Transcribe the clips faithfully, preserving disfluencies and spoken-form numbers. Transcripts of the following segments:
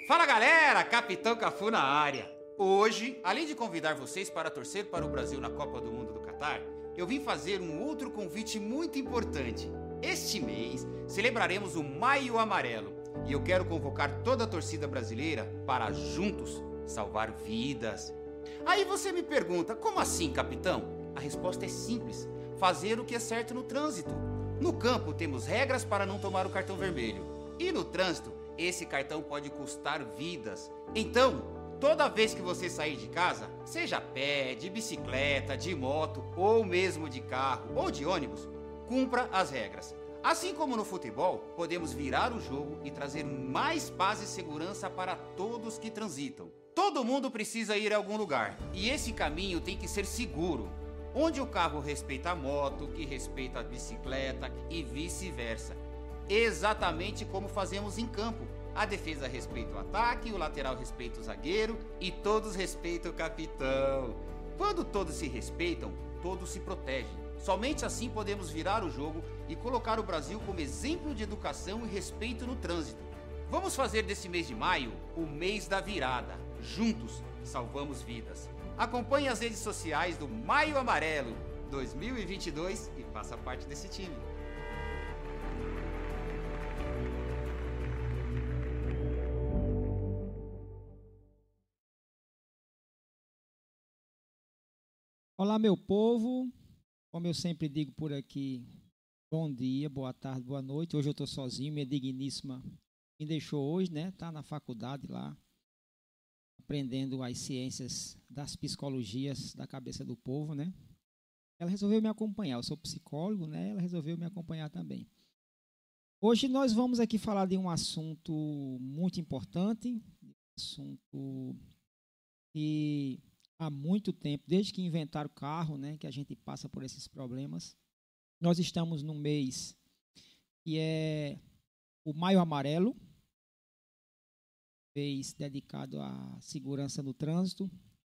Fala galera, Capitão Cafu na área. Hoje, além de convidar vocês para torcer para o Brasil na Copa do Mundo do Catar, eu vim fazer um outro convite muito importante. Este mês, celebraremos o Maio Amarelo e eu quero convocar toda a torcida brasileira para juntos salvar vidas. Aí você me pergunta, como assim, capitão? A resposta é simples, fazer o que é certo no trânsito. No campo temos regras para não tomar o cartão vermelho e no trânsito, esse cartão pode custar vidas. Então, toda vez que você sair de casa, seja a pé, de bicicleta, de moto, ou mesmo de carro ou de ônibus, cumpra as regras. Assim como no futebol, podemos virar o jogo e trazer mais paz e segurança para todos que transitam. Todo mundo precisa ir a algum lugar, e esse caminho tem que ser seguro, onde o carro respeita a moto, que respeita a bicicleta e vice-versa. Exatamente como fazemos em campo. A defesa respeita o ataque, o lateral respeita o zagueiro e todos respeitam o capitão. Quando todos se respeitam, todos se protegem. Somente assim podemos virar o jogo e colocar o Brasil como exemplo de educação e respeito no trânsito. Vamos fazer desse mês de maio o mês da virada. Juntos, salvamos vidas. Acompanhe as redes sociais do Maio Amarelo dois mil e vinte e dois e faça parte desse time. Olá, meu povo. Como eu sempre digo por aqui, bom dia, boa tarde, boa noite. Hoje eu estou sozinho, minha digníssima me deixou hoje, né? Está na faculdade lá, aprendendo as ciências das psicologias da cabeça do povo, né? Ela resolveu me acompanhar, eu sou psicólogo, né? Ela resolveu me acompanhar também. Hoje nós vamos aqui falar de um assunto muito importante, um assunto que há muito tempo, desde que inventaram o carro, né, que a gente passa por esses problemas. Nós estamos num mês que é o Maio Amarelo, mês dedicado à segurança no trânsito.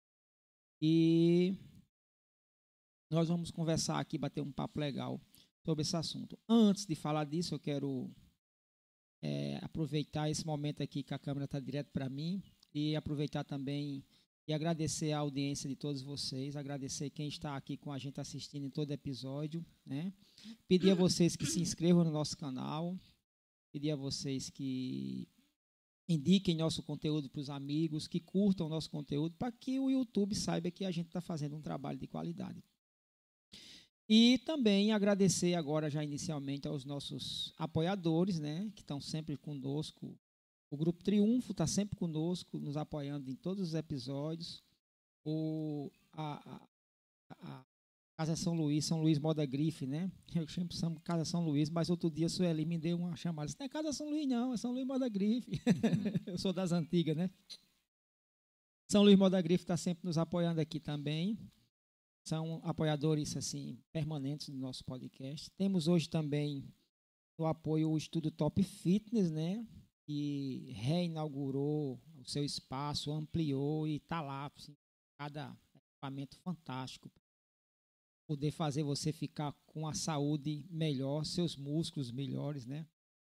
E nós vamos conversar aqui, bater um papo legal sobre esse assunto. Antes de falar disso, eu quero é, aproveitar esse momento aqui que a câmera está direto para mim e aproveitar também e agradecer a audiência de todos vocês, agradecer quem está aqui com a gente assistindo em todo episódio, né? Pedir a vocês que se inscrevam no nosso canal, pedir a vocês que indiquem nosso conteúdo para os amigos, que curtam o nosso conteúdo, para que o YouTube saiba que a gente está fazendo um trabalho de qualidade. E também agradecer agora, já inicialmente, aos nossos apoiadores, né, que estão sempre conosco. O Grupo Triunfo está sempre conosco, nos apoiando em todos os episódios. O, a, a, a Casa São Luís, São Luís Moda Grife, né? Eu sempre chamo Casa São Luís, mas outro dia a Sueli me deu uma chamada. Isso não é Casa São Luís, não, é São Luís Moda Grife. Uhum. Eu sou das antigas, né? São Luís Moda Grife está sempre nos apoiando aqui também. São apoiadores assim, permanentes do nosso podcast. Temos hoje também o apoio ao Estudo Top Fitness, né? Que reinaugurou o seu espaço, ampliou e está lá, assim, cada equipamento fantástico, poder fazer você ficar com a saúde melhor, seus músculos melhores, né?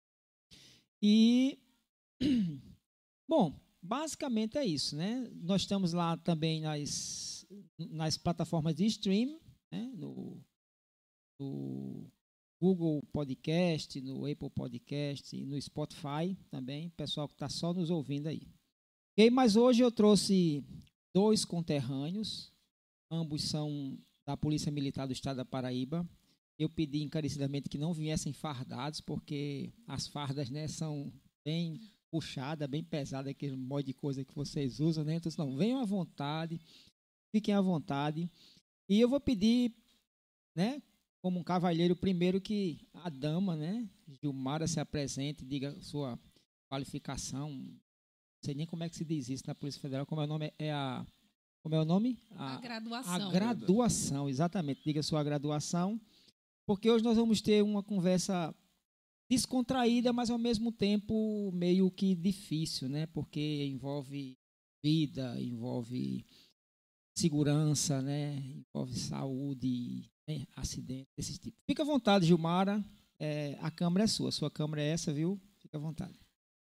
E, bom, basicamente é isso, né? Nós estamos lá também nas, nas plataformas de stream, né? No, no Google Podcast, no Apple Podcast e no Spotify também, pessoal que está só nos ouvindo aí. Okay? Mas hoje eu trouxe dois conterrâneos, ambos são da Polícia Militar do Estado da Paraíba. Eu pedi encarecidamente que não viessem fardados, porque as fardas, né, são bem puxadas, bem pesadas, aquele monte de coisa que vocês usam, né? Então, não, venham à vontade, fiquem à vontade. E eu vou pedir, né, como um cavalheiro, primeiro que a dama, né, Gilmara, se apresente, diga sua qualificação. Não sei nem como é que se diz isso na Polícia Federal. Como é o nome? É a, como é o nome? A, a graduação. A graduação, exatamente. Diga sua graduação, porque hoje nós vamos ter uma conversa descontraída, mas ao mesmo tempo meio que difícil, né, porque envolve vida, envolve segurança, né, envolve saúde, né, acidente, desse tipo. Fica à vontade, Gilmara, é, a câmera é sua, sua câmera é essa, viu? Fica à vontade.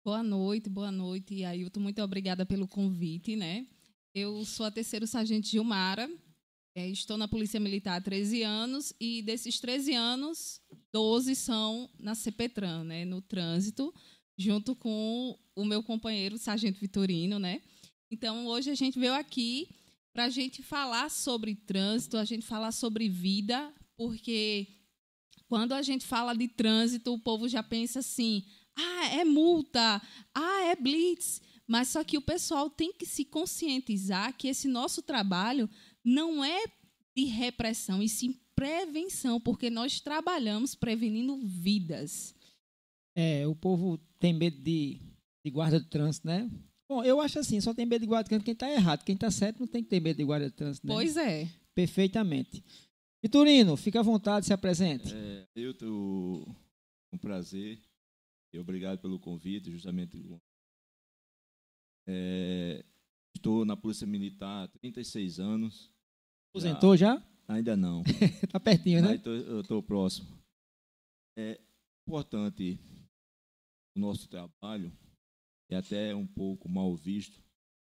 Boa noite, boa noite, Ailton. Muito obrigada pelo convite, né? Eu sou a terceira sargento Gilmara, é, estou na Polícia Militar há treze anos e desses treze anos, doze são na CEPETRAN, né, no trânsito, junto com o meu companheiro, Sargento Vitorino, né? Então, hoje a gente veio aqui para a gente falar sobre trânsito, a gente falar sobre vida, porque quando a gente fala de trânsito, o povo já pensa assim, ah, é multa, ah, é blitz. Mas só que o pessoal tem que se conscientizar que esse nosso trabalho não é de repressão, e sim prevenção, porque nós trabalhamos prevenindo vidas. É, o povo tem medo de, de guarda de trânsito, né? Bom, eu acho assim, só tem medo de guarda de trânsito quem está errado. Quem está certo não tem que ter medo de guarda de trânsito, né? Pois é. Perfeitamente. Vitorino, fica à vontade, se apresente. É, eu tenho um prazer e obrigado pelo convite, justamente. É, estou na Polícia Militar há trinta e seis anos. Aposentou já? Ainda não. Está pertinho, né? Tô, eu estou próximo. É importante o nosso trabalho, é até um pouco mal visto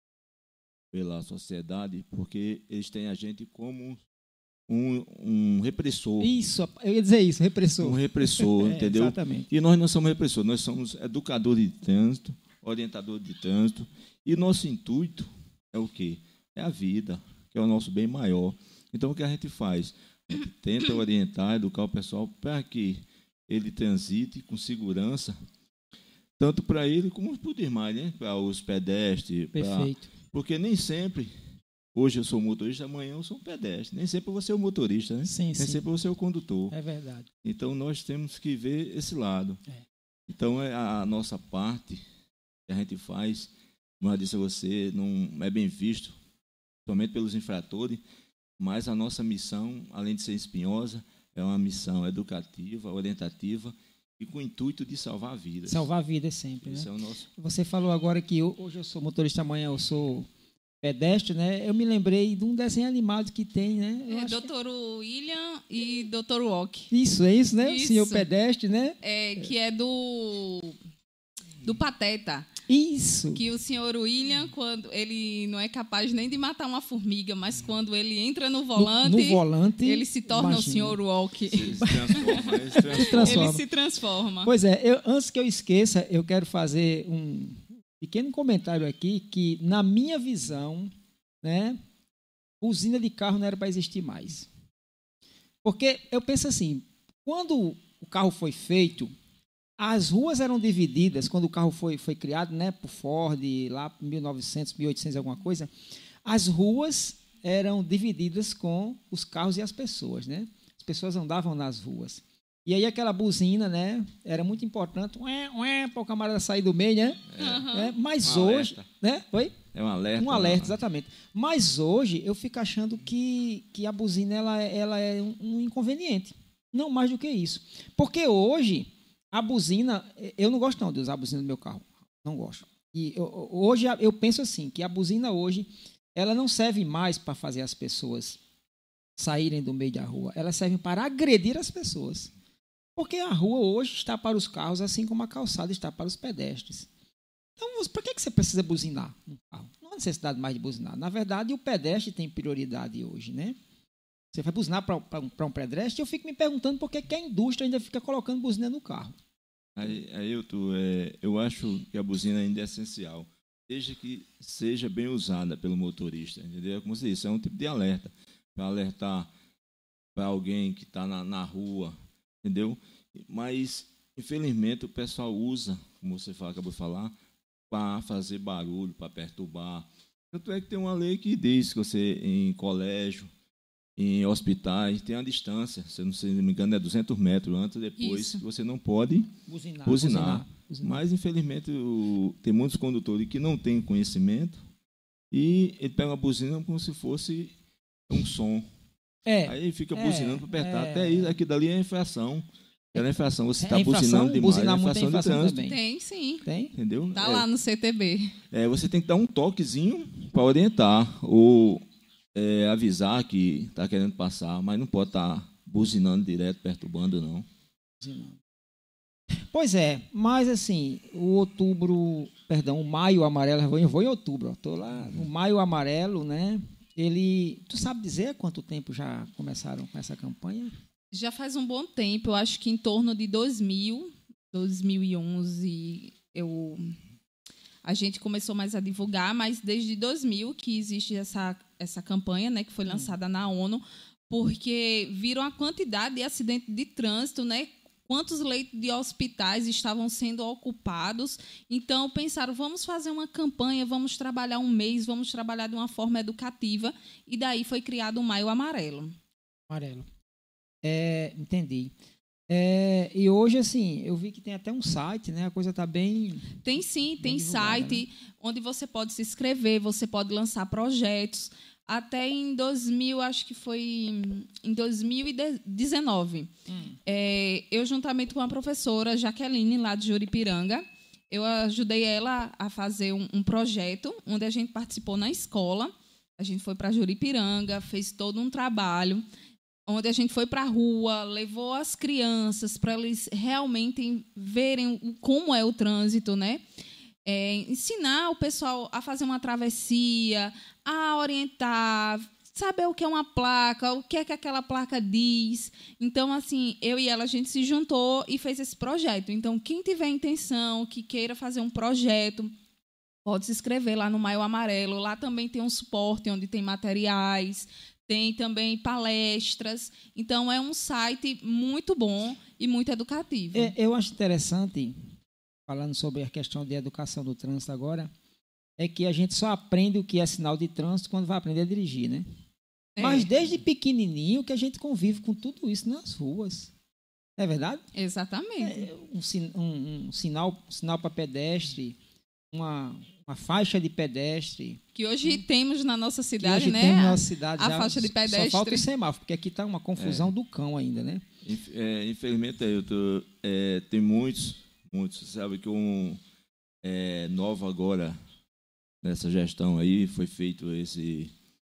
pela sociedade, porque eles têm a gente como um, um repressor. Isso, eu ia dizer isso, repressor. Um repressor, É, entendeu? exatamente. E nós não somos repressores, nós somos educadores de trânsito, orientadores de trânsito, e nosso intuito é o quê? É a vida, que é o nosso bem maior. Então, o que a gente faz? A gente tenta orientar, educar o pessoal para que ele transite com segurança, tanto para ele como para os demais, né? Para os pedestres. Perfeito. Pra... Porque nem sempre, hoje eu sou motorista, amanhã eu sou um pedestre. Nem sempre você é o motorista, né? Sim, nem sim. sempre você é o condutor. É verdade. Então, nós temos que ver esse lado. É. Então, é a nossa parte que a gente faz, como eu disse a você, não é bem visto, somente pelos infratores, mas a nossa missão, além de ser espinhosa, é uma missão educativa, orientativa e com o intuito de salvar vidas. Salvar vidas sempre, Esse né? é o nosso... Você falou agora que hoje eu sou motorista, amanhã eu sou pedestre, né? Eu me lembrei de um desenho animado que tem, né? Eu É, acho doutor William e doutor Walk. que... Isso, é isso, né? Isso. O senhor pedestre, né? É, que é do, do Pateta. Isso. Que o senhor William, quando ele não é capaz nem de matar uma formiga, mas quando ele entra no volante, no, no volante ele se torna imagina. o senhor Walk. Se transforma, ele se transforma. transforma. Ele se transforma. Pois é, eu, antes que eu esqueça, eu quero fazer um pequeno comentário aqui, que na minha visão, né, usina de carro não era para existir mais. Porque eu penso assim, quando o carro foi feito, as ruas eram divididas, quando o carro foi, foi criado, né, por Ford, lá em mil e novecentos, mil e oitocentos, alguma coisa, as ruas eram divididas com os carros e as pessoas, né? As pessoas andavam nas ruas. E aí aquela buzina, né, era muito importante, ué, ué, para o camarada sair do meio, né? Uhum. É, mas Um hoje, alerta. né? Oi? É um alerta. Um alerta, né? exatamente. Mas hoje eu fico achando que, que a buzina ela, ela é um, um inconveniente. Não mais do que isso. Porque hoje a buzina, eu não gosto não de usar a buzina do meu carro. Não gosto. E eu, hoje eu penso assim, que a buzina hoje, ela não serve mais para fazer as pessoas saírem do meio da rua. Ela serve para agredir as pessoas. Porque a rua hoje está para os carros, assim como a calçada está para os pedestres. Então, por que você precisa buzinar no carro? Não há necessidade mais de buzinar. Na verdade, o pedestre tem prioridade hoje, né? Você vai buzinar para um pedestre, eu fico me perguntando por que, que a indústria ainda fica colocando buzina no carro. Aí, aí eu, tô, é, eu acho que a buzina ainda é essencial, desde que seja bem usada pelo motorista, entendeu? Como você disse, é um tipo de alerta, para alertar para alguém que está na, na rua, entendeu? Mas, infelizmente, o pessoal usa, como você fala, acabou de falar, para fazer barulho, para perturbar. Tanto é que tem uma lei que diz que você, em colégio, em hospitais, tem a distância, se não se não me engano, é duzentos metros antes e depois, Isso. que você não pode Buzinar. buzinar. buzinar, buzinar. Mas, infelizmente, o, tem muitos condutores que não têm conhecimento e ele pega a buzina como se fosse um som. É, Aí fica é, buzinando para apertar. é. Até isso, aqui dali é infração. É infração, você está É infração, buzinando demais. buzinar É muito é infração de infração trânsito. também. Tem, sim. Tem? Entendeu? Tá é, lá no C T B. é, você tem que dar um toquezinho para orientar ou é, avisar que está querendo passar, mas não pode estar tá buzinando direto, perturbando, não. Buzinar. Pois é, mas assim, o outubro, perdão, o maio amarelo, eu vou em outubro, estou lá no maio amarelo, né? Ele, tu sabe dizer há quanto tempo já começaram com essa campanha? Já faz um bom tempo, eu acho que em torno de dois mil, dois mil e onze, eu, a gente começou mais a divulgar, mas desde dois mil que existe essa, essa campanha, né, que foi lançada na ONU, porque viram a quantidade de acidentes de trânsito, né? Quantos leitos de hospitais estavam sendo ocupados. Então, pensaram, vamos fazer uma campanha, vamos trabalhar um mês, vamos trabalhar de uma forma educativa. E daí foi criado o Maio Amarelo. Amarelo. É, entendi. É, e hoje, assim, eu vi que tem até um site, né? A coisa está bem... Tem sim, bem tem site, né? Onde você pode se inscrever, você pode lançar projetos. Até em dois mil, acho que foi em dois mil e dezenove, hum. é, eu, juntamente com a professora Jaqueline, lá de Juripiranga, eu ajudei ela a fazer um, um projeto onde a gente participou na escola. A gente foi para Juripiranga, fez todo um trabalho, onde a gente foi para a rua, levou as crianças para eles realmente verem como é o trânsito, né? É, ensinar o pessoal a fazer uma travessia, a orientar, saber o que é uma placa, o que é que aquela placa diz. Então, assim, eu e ela, a gente se juntou e fez esse projeto. Então, quem tiver intenção, que queira fazer um projeto, pode se inscrever lá no Maio Amarelo. Lá também tem um suporte onde tem materiais, tem também palestras. Então, é um site muito bom e muito educativo. É, eu acho interessante, falando sobre a questão de educação do trânsito agora, é que a gente só aprende o que é sinal de trânsito quando vai aprender a dirigir, né? É. Mas desde pequenininho que a gente convive com tudo isso nas ruas. Não é verdade? Exatamente. É um, um, um sinal, sinal para pedestre, uma, uma faixa de pedestre. Que hoje um, temos na nossa cidade, que hoje né? Tem na nossa cidade a já, faixa de pedestre. Só falta o semáforo, porque aqui está uma confusão é. do cão ainda, né? É, infelizmente, eu tô, é, tem muitos, muitos. Você sabe que um é, novo agora, nessa gestão aí, foi feito esse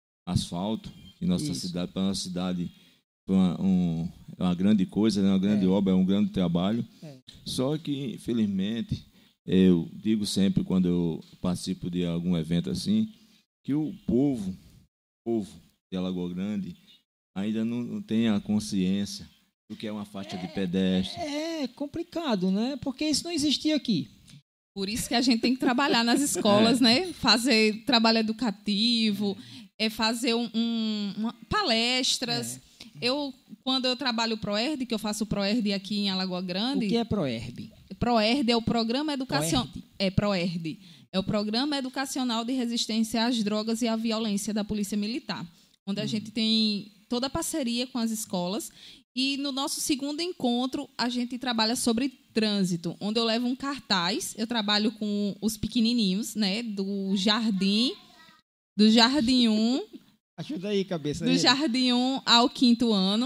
asfalto em nossa Isso. cidade, para a nossa cidade foi uma, um, uma grande coisa, né? Uma grande é. obra, é um grande trabalho. É. Só que, infelizmente, eu digo sempre quando eu participo de algum evento assim, que o povo, o povo de Alagoa Grande ainda não, não tem a consciência do que é uma faixa é, de pedestre. É complicado, né? Porque isso não existia aqui. Por isso que a gente tem que trabalhar nas escolas, é. né? Fazer trabalho educativo, é fazer um, um, uma, palestras. É. Eu, quando eu trabalho o ProERD, que eu faço o ProERD aqui em Alagoa Grande... O que é ProERD? ProERD é o Programa Educacional... ProERD. É, ProERD. É o Programa Educacional de Resistência às Drogas e à Violência da Polícia Militar, onde a hum. gente tem toda a parceria com as escolas. E no nosso segundo encontro, a gente trabalha sobre trânsito, onde eu levo um cartaz. Eu trabalho com os pequenininhos, né, do Jardim, do Jardim um. Ajuda aí, cabeça. Do aí. Jardim um ao quinto ano.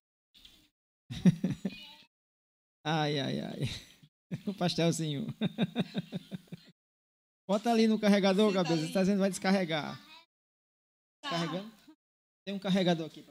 Ai, ai, ai. O pastelzinho. Bota ali no carregador, Você cabeça. Você está dizendo que vai descarregar. Tá. Carregando? Tem um carregador aqui.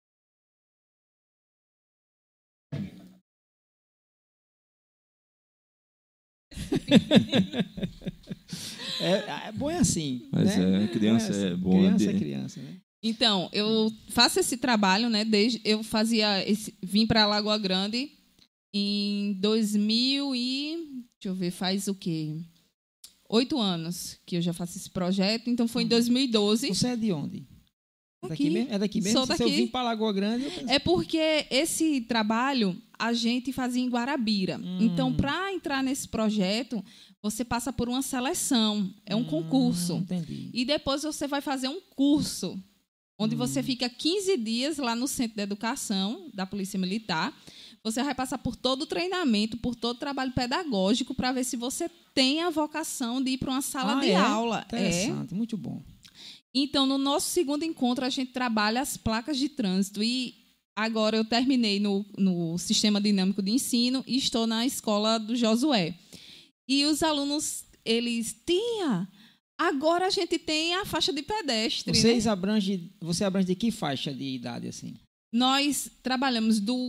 é, é bom assim. Mas né? é, criança é, é bom. Criança de... é criança, né? Então, eu faço esse trabalho, né? Desde eu fazia esse, vim para Lagoa Grande em dois mil e deixa eu ver, faz o quê? Oito anos que eu já faço esse projeto. Então foi em dois mil e doze. Você é de onde? É daqui Aqui. mesmo? É daqui mesmo? Sou daqui. Se eu vim para Lagoa Grande, eu pensei... É porque esse trabalho a gente fazia em Guarabira. Hum. Então, para entrar nesse projeto, você passa por uma seleção. É um hum, concurso. Entendi. E depois você vai fazer um curso, onde hum. você fica quinze dias lá no Centro de Educação da Polícia Militar. Você vai passar por todo o treinamento, por todo o trabalho pedagógico, para ver se você tem a vocação de ir para uma sala ah, de é? aula. Interessante, é. Muito bom. Então, no nosso segundo encontro, a gente trabalha as placas de trânsito. E agora eu terminei no, no Sistema Dinâmico de Ensino e estou na escola do Josué. E os alunos, eles... Tia, agora a gente tem a faixa de pedestre. Vocês né? abrange, você abrange de que faixa de idade, assim? Nós trabalhamos do,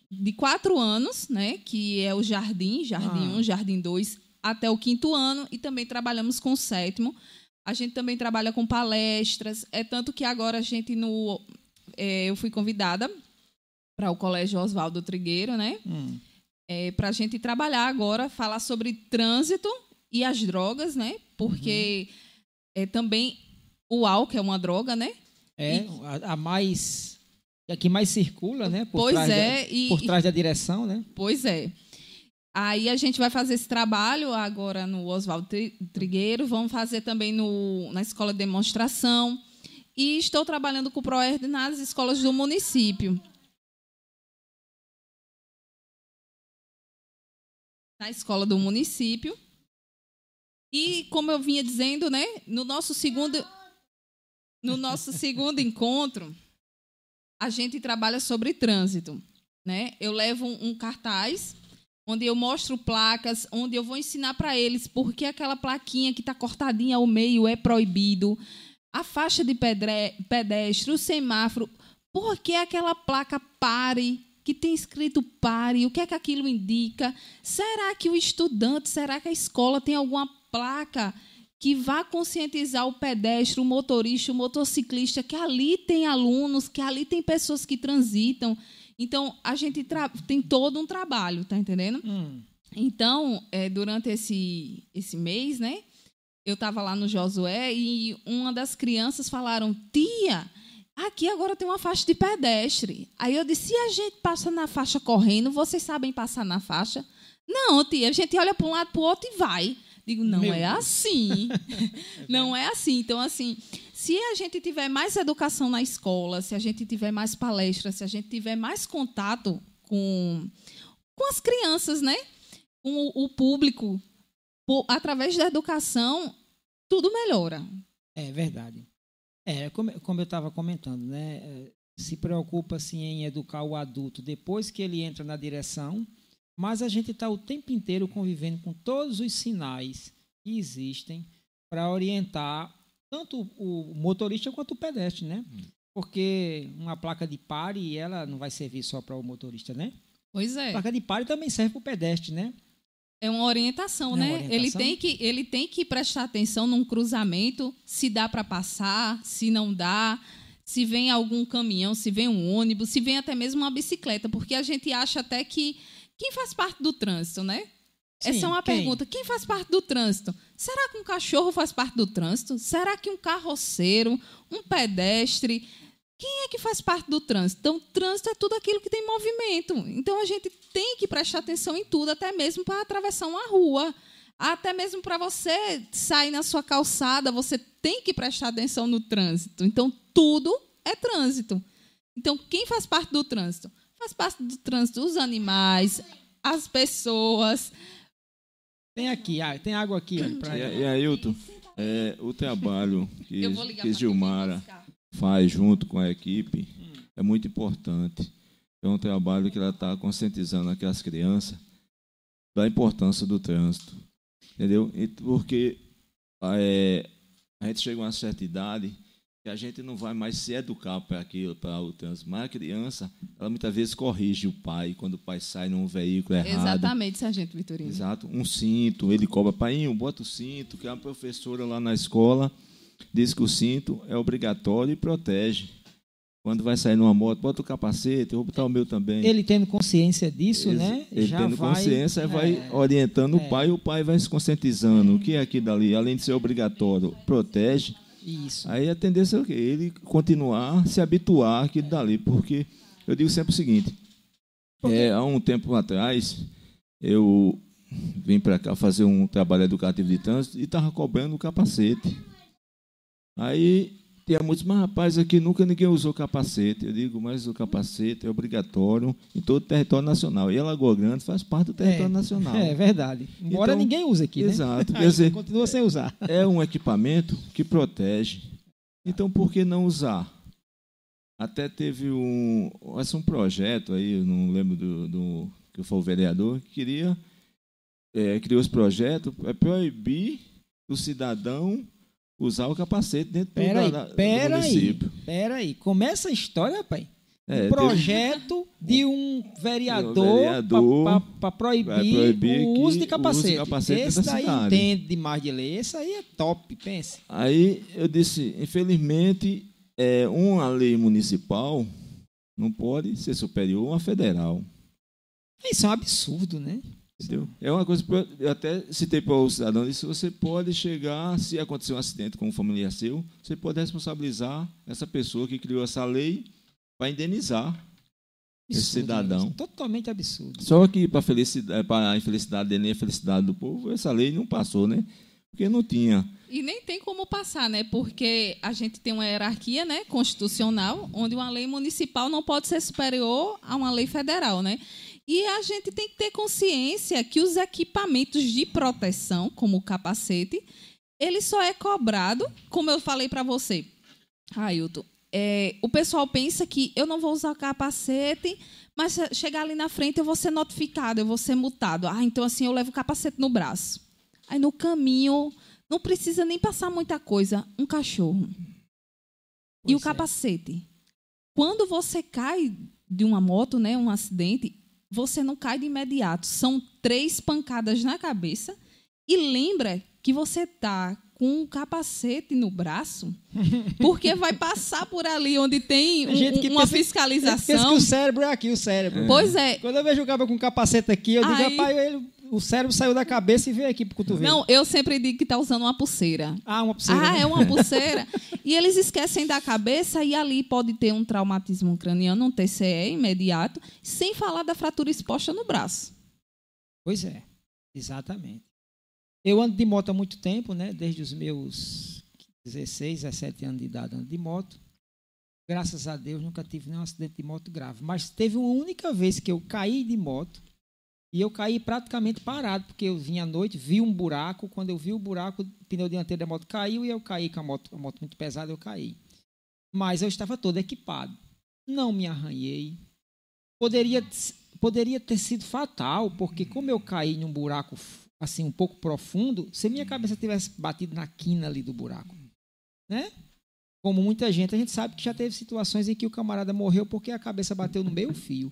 de quatro anos, né, que é o Jardim, Jardim Ah. um, Jardim dois, até o quinto ano, e também trabalhamos com o sétimo. A gente também trabalha com palestras, é tanto que agora a gente, no, é, eu fui convidada para o Colégio Oswaldo Trigueiro, né, Hum. é, para a gente trabalhar agora, falar sobre trânsito e as drogas, né, porque Uhum. é, também o álcool é uma droga, né? É, E- a, a mais... A que mais circula, né? Por Pois trás é, da, e- por trás da direção, né? Pois é. Aí a gente vai fazer esse trabalho agora no Oswaldo Tri- Trigueiro, vamos fazer também no, na escola de demonstração. E estou trabalhando com o ProERD nas escolas do município. Na escola do município. E, como eu vinha dizendo, né, no nosso segundo, no nosso segundo encontro, a gente trabalha sobre trânsito, né? Eu levo um, um cartaz onde eu mostro placas, onde eu vou ensinar para eles por que aquela plaquinha que está cortadinha ao meio é proibido, a faixa de pedre- pedestre, o semáforo, por que aquela placa pare, que tem escrito pare, o que é que aquilo indica? Será que o estudante, será que a escola tem alguma placa que vá conscientizar o pedestre, o motorista, o motociclista, que ali tem alunos, que ali tem pessoas que transitam. Então, a gente tra- tem todo um trabalho, tá entendendo? Hum. Então, é, durante esse, esse mês, né, eu estava lá no Josué e uma das crianças falaram, tia, aqui agora tem uma faixa de pedestre. Aí eu disse, se a gente passa na faixa correndo, vocês sabem passar na faixa? Não, tia, a gente olha para um lado, para o outro e vai. Digo, não Meu é Deus. assim. Não é assim. Então, assim, se a gente tiver mais educação na escola, se a gente tiver mais palestras, se a gente tiver mais contato com, com as crianças, né? Com o, o público, por- através da educação, tudo melhora. É verdade. É, como, como eu estava comentando, né? é, Se preocupa assim, em educar o adulto depois que ele entra na direção, mas a gente está o tempo inteiro convivendo com todos os sinais que existem para orientar tanto o motorista quanto o pedestre, né? Porque uma placa de pare, ela não vai servir só para o motorista, né? Pois A é. placa de pare também serve para o pedestre, né? É uma orientação, É uma né? orientação. Ele tem que ele tem que prestar atenção num cruzamento, se dá para passar, se não dá, se vem algum caminhão, se vem um ônibus, se vem até mesmo uma bicicleta, porque a gente acha até que quem faz parte do trânsito, né? Essa Sim, é uma quem? pergunta. Quem faz parte do trânsito? Será que um cachorro faz parte do trânsito? Será que um carroceiro, um pedestre? Quem é que faz parte do trânsito? Então, trânsito é tudo aquilo que tem movimento. Então, a gente tem que prestar atenção em tudo, até mesmo para atravessar uma rua. Até mesmo para você sair na sua calçada, você tem que prestar atenção no trânsito. Então, tudo é trânsito. Então, quem faz parte do trânsito? Faz parte do trânsito os animais, as pessoas. Tem aqui, ah, tem água aqui. olha, pra- E, e Ailton, é, o trabalho que, Eu vou ligar que para Gilmara faz junto com a equipe é muito importante. É um trabalho que ela está conscientizando aquelas crianças da importância do trânsito, entendeu? E porque é, a gente chega a uma certa idade que a gente não vai mais se educar para aquilo, para o trânsito. Mas a criança, ela muitas vezes corrige o pai quando o pai sai num veículo errado. Exatamente, sargento Vitorino. Exato, um cinto, ele cobra, pai, bota o cinto, que a professora lá na escola diz que o cinto é obrigatório e protege. Quando vai sair numa moto, bota o capacete, eu vou botar o meu também. Ele tendo consciência disso, Ex- né? Ele já tendo vai, consciência, é, vai orientando é. o pai, e o pai vai se conscientizando. O que é aqui dali, além de ser obrigatório, protege. Isso. Aí a tendência é o quê? Ele continuar, se habituar àquilo dali. Porque eu digo sempre o seguinte, é, há um tempo atrás, eu vim para cá fazer um trabalho educativo de trânsito e estava cobrando o capacete. Aí tinha muitos, mas rapaz, aqui nunca ninguém usou capacete. Eu digo, mas o capacete é obrigatório em todo o território nacional. E a Lagoa Grande faz parte do território é, nacional. É verdade. Embora Então, ninguém use aqui, né? exato. Quer Aí dizer, continua sem usar. é um equipamento que protege. Então, por que não usar? Até teve um, esse um projeto aí, eu não lembro do, do que foi o vereador, que queria, é, criou esse projeto para proibir o cidadão usar o capacete dentro Pera do, aí, da- do pera aí, município. pera aí. Começa a história, pai. É, um projeto de um vereador, vereador para proibir, proibir o uso de que capacete. use capacete Esse dentro da daí cidade. entende demais de lei. Esse aí é top, pense. Aí eu disse, infelizmente, é, uma lei municipal não pode ser superior a uma federal. Isso é um absurdo, né? Entendeu? É uma coisa que eu até citei para o cidadão, disse, você pode chegar, se acontecer um acidente com um familiar seu, você pode responsabilizar essa pessoa que criou essa lei para indenizar esse Absurdo, cidadão. né? Totalmente absurdo. Só que para felicidade, para a infelicidade dele e a felicidade do povo, essa lei não passou, né? Porque não tinha. E nem tem como passar, né? Porque a gente tem uma hierarquia, né, constitucional, onde uma lei municipal não pode ser superior a uma lei federal, né? E a gente tem que ter consciência que os equipamentos de proteção, como o capacete, ele só é cobrado, como eu falei para você, Ailton. É, o pessoal pensa que eu não vou usar o capacete, mas chegar ali na frente eu vou ser notificado, eu vou ser multado. Ah, então assim eu levo o capacete no braço. Aí no caminho não precisa nem passar muita coisa, um cachorro. Pois e o é. capacete. Quando você cai de uma moto, né, um acidente, você não cai de imediato. São três pancadas na cabeça e lembra que você está com um capacete no braço, porque vai passar por ali onde tem um, gente que uma pensa- fiscalização. Pensa que o cérebro é aqui, o cérebro. Pois é. Quando eu vejo o cara com capacete aqui, eu digo, Aí- rapaz, ele, o cérebro saiu da cabeça e veio aqui pro cotovelo. Não, eu sempre digo que está usando uma pulseira. Ah, uma pulseira. Ah, né? é uma pulseira. E eles esquecem da cabeça e ali pode ter um traumatismo craniano, um T C E imediato, sem falar da fratura exposta no braço. Pois é, exatamente. Eu ando de moto há muito tempo, né? Desde os meus dezesseis, dezessete anos de idade ando de moto. Graças a Deus nunca tive nenhum acidente de moto grave. Mas teve uma única vez que eu caí de moto e eu caí praticamente parado, porque eu vinha à noite, vi um buraco. Quando eu vi o buraco, o pneu dianteiro da moto caiu e eu caí com a moto, a moto muito pesada, eu caí. Mas eu estava todo equipado. Não me arranhei. Poderia, poderia ter sido fatal, porque como eu caí num buraco assim um pouco profundo, se minha cabeça tivesse batido na quina ali do buraco, né? Como muita gente, a gente sabe que já teve situações em que o camarada morreu porque a cabeça bateu no meio fio,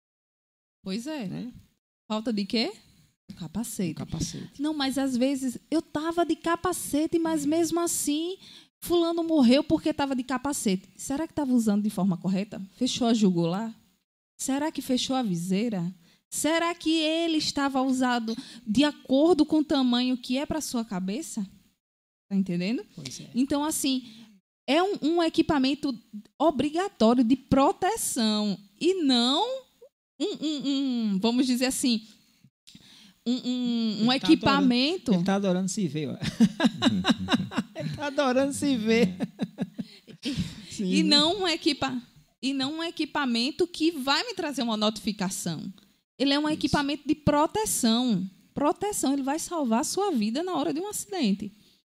Pois é. né? Falta de quê? O Capacete. capacete. Não, mas às vezes eu tava de capacete, mas mesmo assim fulano morreu porque estava de capacete. Será que estava usando de forma correta? Fechou a jugular? Será que fechou a viseira? Será que ele estava usado de acordo com o tamanho que é para sua cabeça? Tá entendendo? Pois é. Então, assim, é um, um equipamento obrigatório de proteção e não um, um- um, vamos dizer assim, um, um- um Ele tá equipamento. Ele está adorando se ver, ó. Ele está adorando se ver. Sim, E né? não um equipa e não um equipamento que vai me trazer uma notificação. Ele é um equipamento de proteção. Proteção, ele vai salvar a sua vida na hora de um acidente.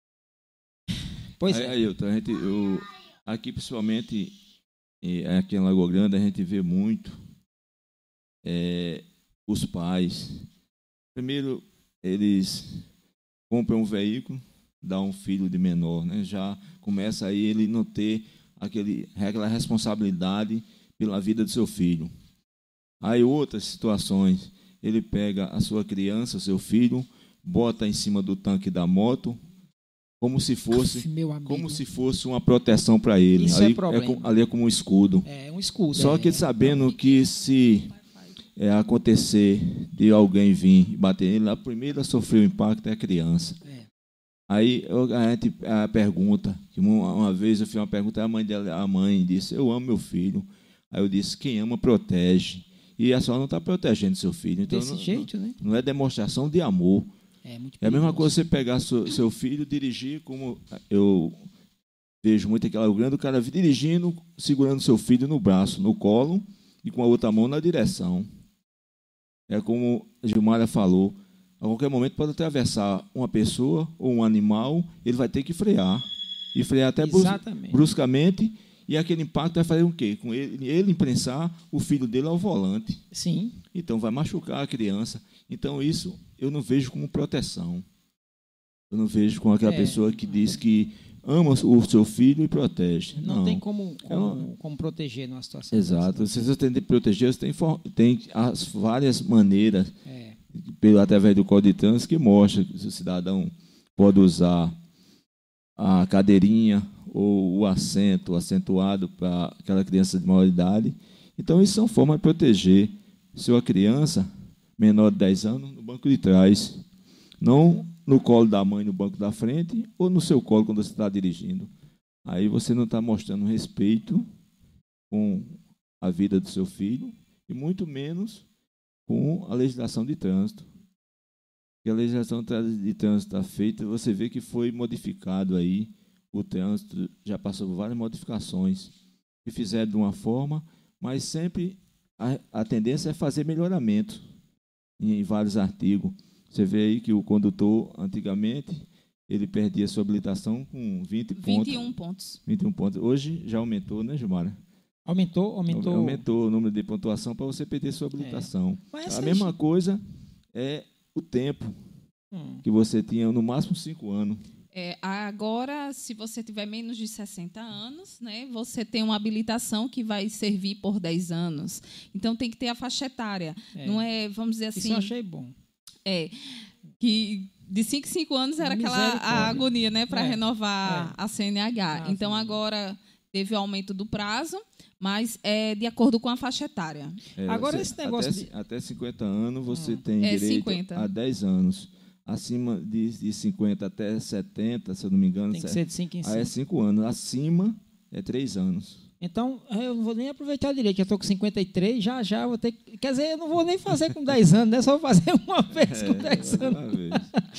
Pois aí, é. aí, eu, a gente, eu, aqui, principalmente, eh, aqui em Lagoa Grande, a gente vê muito eh, os pais. Primeiro, eles compram um veículo, dá um filho de menor, né? Já começa aí ele não ter aquele, aquela responsabilidade pela vida do seu filho. Aí outras situações, ele pega a sua criança, o seu filho, bota em cima do tanque da moto, como se fosse, Aff, meu amigo. como se fosse uma proteção para ele. Isso é ali, problema. com- ali é como um escudo. É um escudo. Só é. que sabendo que se é, acontecer de alguém vir e bater nele, a primeira a sofrer o impacto é a criança. É. Aí eu- a gente a pergunta, que uma, uma vez eu fiz uma pergunta, a mãe dela, a mãe disse, eu amo meu filho. Aí eu disse, quem ama protege. E a senhora não está protegendo seu filho. Então Desse não, jeito, né? não é demonstração de amor. É muito É a mesma perigoso. coisa você pegar seu, seu filho, dirigir, como eu vejo muito aquela grande, o cara dirigindo, segurando seu filho no braço, no colo, e com a outra mão na direção. É como a Gilmara falou, a qualquer momento pode atravessar uma pessoa ou um animal, ele vai ter que frear. E frear até brus- Exatamente. bruscamente, e aquele impacto vai fazer o quê? Com ele, ele imprensar o filho dele ao volante. Sim. Então, vai machucar a criança. Então, isso eu não vejo como proteção. Eu não vejo como aquela É. pessoa que diz que ama o seu filho e protege. Não, Não. tem como, É uma- como, como proteger numa situação Exato. dessa. Se você tem que proteger, você tem, for- tem as várias maneiras, É. pelo, através do Código de Trânsito, que mostra que o cidadão pode usar a cadeirinha ou o assento acentuado para aquela criança de maior idade. Então, isso são formas de proteger sua criança menor de dez anos no banco de trás, não no colo da mãe no banco da frente ou no seu colo quando você está dirigindo. Aí você não está mostrando respeito com a vida do seu filho e muito menos com a legislação de trânsito. Porque a legislação de trânsito está feita, você vê que foi modificado aí, o trânsito já passou por várias modificações, que fizeram de uma forma, mas sempre a, a tendência é fazer melhoramento em, em vários artigos. Você vê aí que o condutor, antigamente, ele perdia sua habilitação com vinte pontos. vinte e um pontos. vinte e um pontos. Hoje já aumentou, né, Gilmara? Aumentou, aumentou. Aumentou o número de pontuação para você perder sua habilitação. Mas A essa mesma gente- coisa é o tempo Hum. que você tinha, no máximo cinco anos. É, agora, se você tiver menos de sessenta anos, né, você tem uma habilitação que vai servir por dez anos. Então, tem que ter a faixa etária. É. Não é, vamos dizer Isso assim, eu achei bom. é, que de cinco em cinco anos era aquela Misericórdia. a agonia, né, para É, renovar é. a C N H. Ah, Então, sim. agora teve o aumento do prazo, mas é de acordo com a faixa etária. É, Agora, você- esse negócio até, de- até cinquenta anos você Hum. tem É direito cinquenta. a dez anos. Acima de, de cinquenta até setenta, se eu não me engano, Tem que se- ser de cinco em aí é cinco. cinco anos. Acima é três anos. Então, eu não vou nem aproveitar direito. Eu estou com cinquenta e três, já já vou ter que... Quer dizer, eu não vou nem fazer com dez anos, né? Só vou fazer uma vez com dez É, anos. uma vez.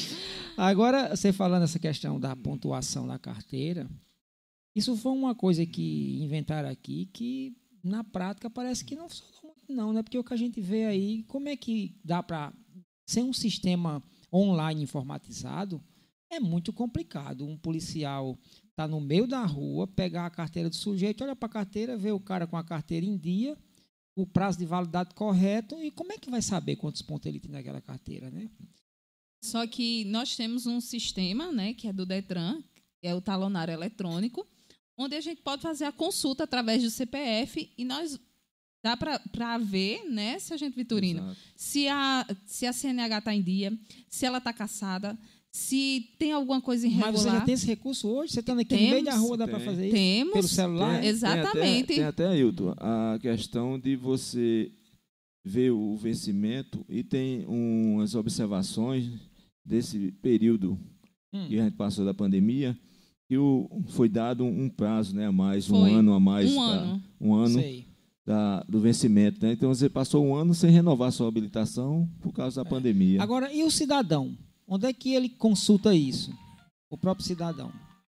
Agora, você falando essa questão da pontuação da carteira, isso foi uma coisa que inventaram aqui que, na prática, parece que não funcionou muito, não, né? Porque o que a gente vê aí, como é que dá para ser um sistema online informatizado, é muito complicado. Um policial está no meio da rua, pegar a carteira do sujeito, olha para a carteira, vê o cara com a carteira em dia, o prazo de validade correto, e como é que vai saber quantos pontos ele tem naquela carteira, né? Só que nós temos um sistema, né, que é do Detran, que é o talonário eletrônico, onde a gente pode fazer a consulta através do C P F e nós dá para ver, né, Sargento Vitorino, Exato. se a, se a C N H está em dia, se ela está cassada, se tem alguma coisa irregular. Mas você já tem esse recurso hoje? Você estando aqui no meio da Temos. rua, dá para Tem. fazer isso? Temos. Pelo celular? Tem- Exatamente. Tem até, tem até, Ailton, a questão de você ver o vencimento e tem umas observações desse período Hum. que a gente passou da pandemia, que o, foi dado um prazo, né, a mais, Foi. um ano a mais. Um pra- ano. Um ano Sei. da, do vencimento. Né? Então, você passou um ano sem renovar sua habilitação por causa da pandemia. Agora, e o cidadão? Onde é que ele consulta isso? O próprio cidadão.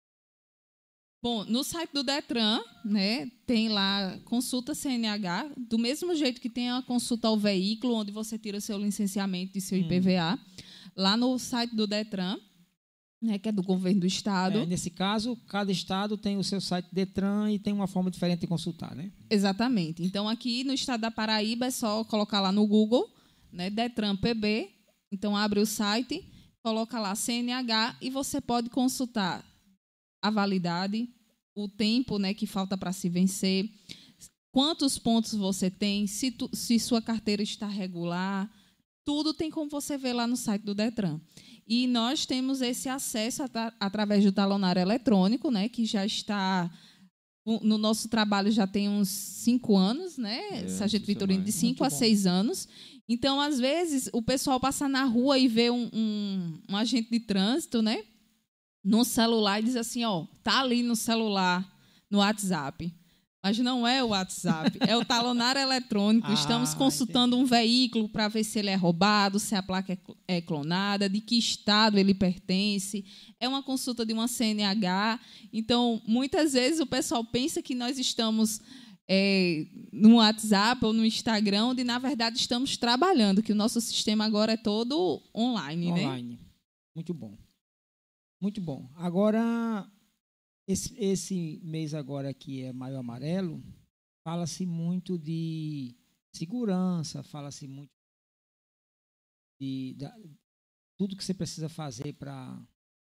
Bom, no site do Detran, né, tem lá consulta C N H, do mesmo jeito que tem a consulta ao veículo, onde você tira seu licenciamento e seu Hum. I P V A, lá no site do Detran, né, que é do governo do estado. É, nesse caso, cada estado tem o seu site Detran e tem uma forma diferente de consultar, né? Exatamente. Então, aqui no estado da Paraíba, é só colocar lá no Google, né, Detran P B. Então, abre o site, coloca lá C N H e você pode consultar a validade, o tempo, né, que falta para se vencer, quantos pontos você tem, se, tu, se sua carteira está regular, tudo tem como você ver lá no site do Detran. E nós temos esse acesso atra- através do talonário eletrônico, né, que já está o- no nosso trabalho já tem uns cinco anos, né, É, Sargento isso é Vitorino, de mais. cinco Muito a bom. seis anos. Então, às vezes, o pessoal passa na rua e vê um, um, um agente de trânsito, né, no celular e diz assim, ó, tá ali no celular, no WhatsApp. Mas não é o WhatsApp, é o talonário eletrônico. Ah, Estamos consultando um veículo para ver se ele é roubado, se a placa é cl- é clonada, de que estado ele pertence. É uma consulta de uma C N H. Então, muitas vezes o pessoal pensa que nós estamos é, no WhatsApp ou no Instagram, onde, na verdade, estamos trabalhando, que o nosso sistema agora é todo online, né? Online. Muito bom. Muito bom. Agora, esse, esse mês agora que é Maio Amarelo, fala-se muito de segurança, fala-se muito de da- tudo que você precisa fazer para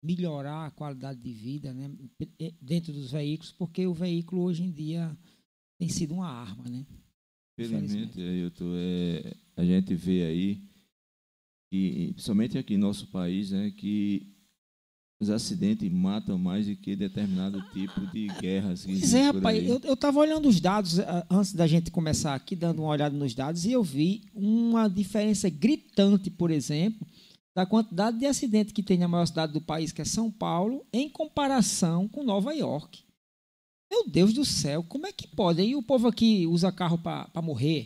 melhorar a qualidade de vida, né, dentro dos veículos, porque o veículo hoje em dia tem sido uma arma, né? Infelizmente, Ailton, é, a gente vê aí, que, principalmente aqui no nosso país, né, que os acidentes matam mais do que determinado tipo de guerras. Pois é, rapaz, eu estava olhando os dados, antes da gente começar aqui, dando uma olhada nos dados, e eu vi uma diferença gritante, por exemplo, da quantidade de acidentes que tem na maior cidade do país, que é São Paulo, em comparação com Nova York. Meu Deus do céu, como é que pode? E o povo aqui usa carro para morrer?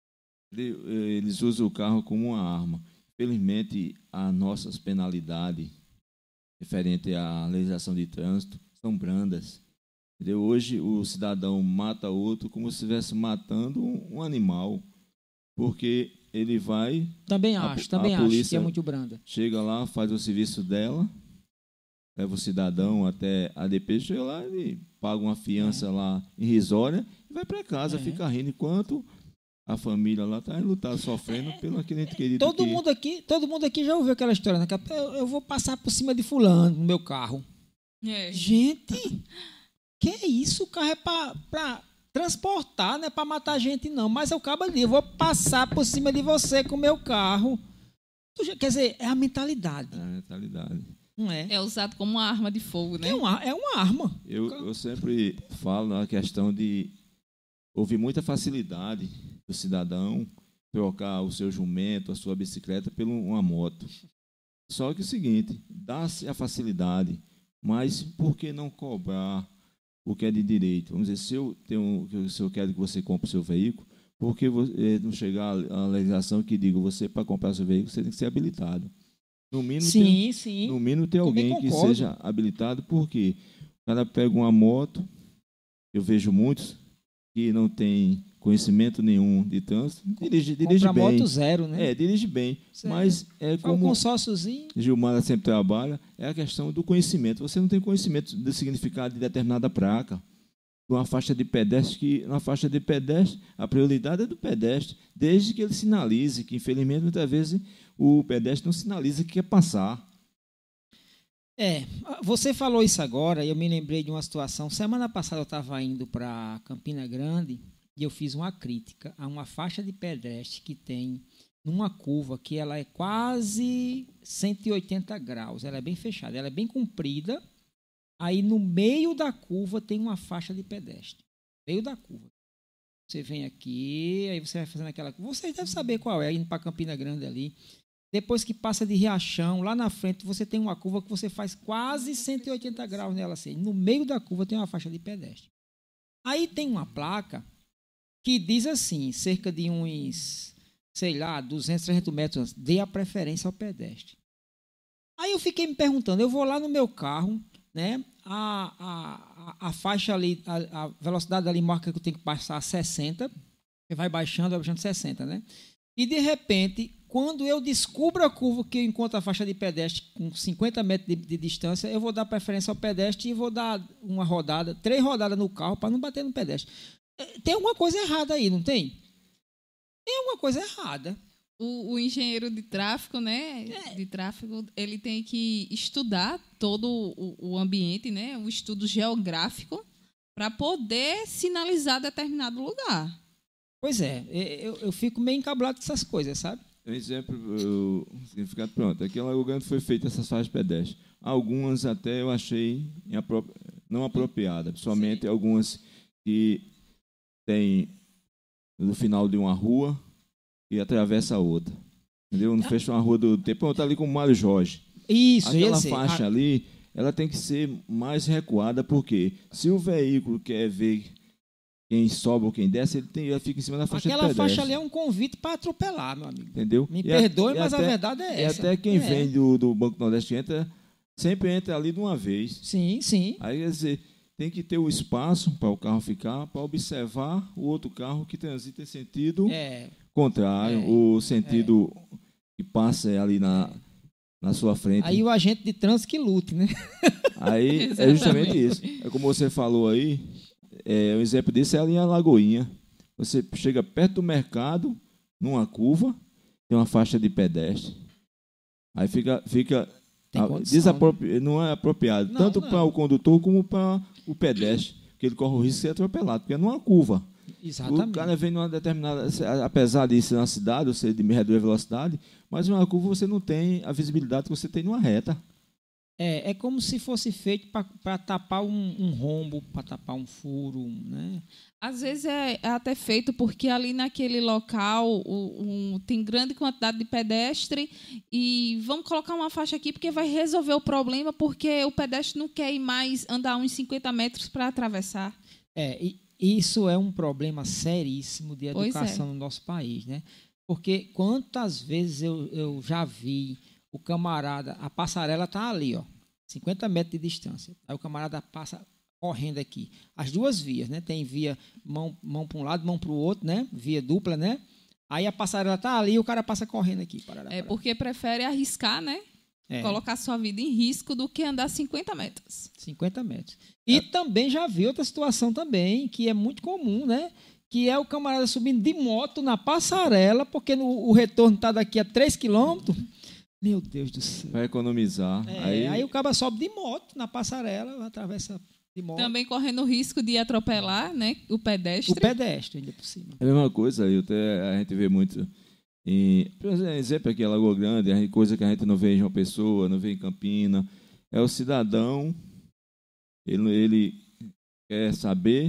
Eles usam o carro como uma arma. Infelizmente, as nossas penalidades referente à legislação de trânsito são brandas. Entendeu? Hoje, o cidadão mata outro como se estivesse matando um animal, porque ele vai... Também acho, a, também a acho que é muito branda. Chega lá, faz o serviço dela, leva o cidadão até a D P, chega lá e paga uma fiança é. lá irrisória e vai para casa, é. fica rindo, enquanto a família lá está lutar, sofrendo é. pelo aquele ente querido. Todo, que... mundo aqui, todo mundo aqui já ouviu aquela história, né? Eu, eu vou passar por cima de fulano no meu carro. É. Gente, que é isso? O carro é para transportar, não é para matar gente, não. Mas eu acabo ali, eu vou passar por cima de você com o meu carro. Quer dizer, é a mentalidade. É a mentalidade. Não é? É usado como uma arma de fogo, né? É uma, é uma arma. Eu, eu sempre falo na questão de houve muita facilidade do cidadão trocar o seu jumento, a sua bicicleta por uma moto. Só que é o seguinte, dá-se a facilidade, mas por que não cobrar o que é de direito? Vamos dizer, se eu, tenho, se eu quero que você compre o seu veículo, por que não chegar a legislação que diga você, para comprar o seu veículo, você tem que ser habilitado? No mínimo, sim, tem, sim. No mínimo tem alguém que seja habilitado, porque o cara pega uma moto, eu vejo muitos que não tem conhecimento nenhum de trânsito, dirige, dirige bem. moto zero, né? É, dirige bem. Certo. Mas é como um consórciozinho. Gilmar sempre trabalha, é a questão do conhecimento. Você não tem conhecimento do significado de determinada placa. Uma faixa de pedestre, que na faixa de pedestre, a prioridade é do pedestre, desde que ele sinalize, que infelizmente muitas vezes o pedestre não sinaliza que quer passar. É, você falou isso agora, e eu me lembrei de uma situação. Semana passada eu estava indo para Campina Grande e eu fiz uma crítica a uma faixa de pedestre que tem numa curva que ela é quase cento e oitenta graus, ela é bem fechada, ela é bem comprida. Aí no meio da curva tem uma faixa de pedestre. Meio da curva. Você vem aqui, aí você vai fazendo aquela curva. Vocês devem saber qual é, indo para Campina Grande ali. Depois que passa de Riachão, lá na frente você tem uma curva que você faz quase cento e oitenta graus nela assim. No meio da curva tem uma faixa de pedestre. Aí tem uma placa que diz assim, cerca de uns, sei lá, duzentos, trezentos metros, dê a preferência ao pedestre. Aí eu fiquei me perguntando, eu vou lá no meu carro, né? A, a, a faixa ali, a, a velocidade ali marca que eu tenho que passar a sessenta, você vai baixando, vai baixando sessenta, né? E de repente, quando eu descubro a curva que eu encontro a faixa de pedestre com cinquenta metros de, de distância, eu vou dar preferência ao pedestre e vou dar uma rodada, três rodadas no carro para não bater no pedestre. Tem alguma coisa errada aí, não tem? Tem alguma coisa errada. O, o engenheiro de tráfego, né? É. De tráfego, ele tem que estudar todo o, o ambiente, né? O estudo geográfico para poder sinalizar determinado lugar. Pois é, eu, eu fico meio encabulado com essas coisas, sabe? Um exemplo, o significado pronto. Aqui em Lagoa Grande foi feita essas faixas pedestres. Algumas até eu achei não apropriadas, principalmente Sim. algumas que tem no final de uma rua e atravessa a outra. Entendeu? Não ah. fecha uma rua do tempo, está ali com o Mário Jorge. Isso, Aquela esse. faixa ah. ali, ela tem que ser mais recuada, porque se o veículo quer ver quem sobe ou quem desce, ele, tem, ele fica em cima da faixa Aquela de pedestre. faixa ali é um convite para atropelar, meu amigo. Entendeu? Me e perdoe, a, mas até, a verdade é essa. E até quem é. vem do, do Banco Nordeste entra, sempre entra ali de uma vez. Sim, sim. Aí, quer dizer, tem que ter o espaço para o carro ficar, para observar o outro carro que transita em sentido é. contrário, é. o sentido é. que passa ali na, na sua frente. Aí o agente de trânsito que lute, né? Aí é justamente isso. É como você falou aí, é, um exemplo disso é ali em Alagoinha. Você chega perto do mercado, numa curva, tem uma faixa de pedestre. Aí fica, fica tem Ah, condição, desapropri... Não é apropriado, Não, tanto não. para o condutor como para o pedestre, porque ele corre o risco de ser atropelado, porque é numa curva. Exatamente. O cara vem numa determinada, apesar de ser na cidade, ou ser de reduzir a velocidade, mas numa curva você não tem a visibilidade que você tem numa reta. É, é como se fosse feito para tapar um, um rombo, para tapar um furo, né? Às vezes é é até feito porque ali naquele local o- um- tem grande quantidade de pedestre e vamos colocar uma faixa aqui porque vai resolver o problema, porque o pedestre não quer ir mais andar uns cinquenta metros para atravessar. É, e isso é um problema seríssimo de Pois educação é. no nosso país, né? Porque quantas vezes eu, eu já vi o camarada, a passarela está ali, ó, cinquenta metros de distância. Aí o camarada passa correndo aqui. As duas vias, né? Tem via mão, mão para um lado, mão para o outro, né? Via dupla, né? Aí a passarela está ali e o cara passa correndo aqui. Parará, É parará. porque prefere arriscar, né? É, Colocar sua vida em risco do que andar cinquenta metros. cinquenta metros. E também já vi outra situação também, que é muito comum, né? Que é o camarada subindo de moto na passarela, porque no, o retorno está daqui a três quilômetros. Meu Deus do céu. Para economizar. É, aí, aí... o cara sobe de moto na passarela, atravessa de moto. Também correndo o risco de atropelar, né, o pedestre. O pedestre, ainda por cima. é a mesma coisa, aí até a gente vê muito. Em, por exemplo, aqui em Lagoa Grande, a gente- coisa que a gente não vê em João Pessoa, não vê em Campina. É o cidadão, ele, ele quer saber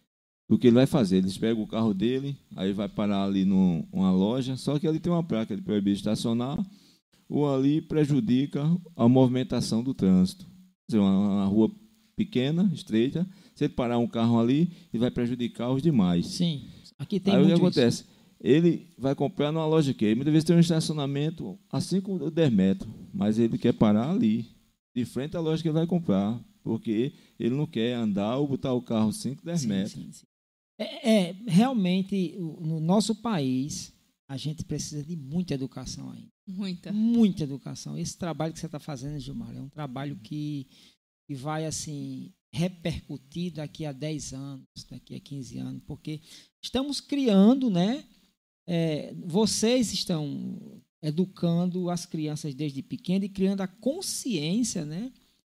do que ele vai fazer. Eles pegam o carro dele, aí vai parar ali num- numa loja, só que ali tem uma placa de proibido estacionar, ou ali prejudica a movimentação do trânsito. Quer dizer, uma, uma rua pequena, estreita, se ele parar um carro ali, ele vai prejudicar os demais. Sim, aqui tem Aí o que muito acontece? isso. Ele vai comprar numa loja que muitas vezes tem um estacionamento a cinco, dez metros, mas ele quer parar ali, de frente à loja que ele vai comprar, porque ele não quer andar ou botar o carro cinco, dez Sim, metros. sim, sim. É, é, realmente, o- no nosso país, a gente precisa de muita educação ainda. Muita. Muita educação. Esse trabalho que você está fazendo, Gilmar, é um trabalho que, que vai assim repercutir daqui a dez anos, daqui a quinze anos, porque estamos criando, né? é, vocês estão educando as crianças desde pequena e criando a consciência, né,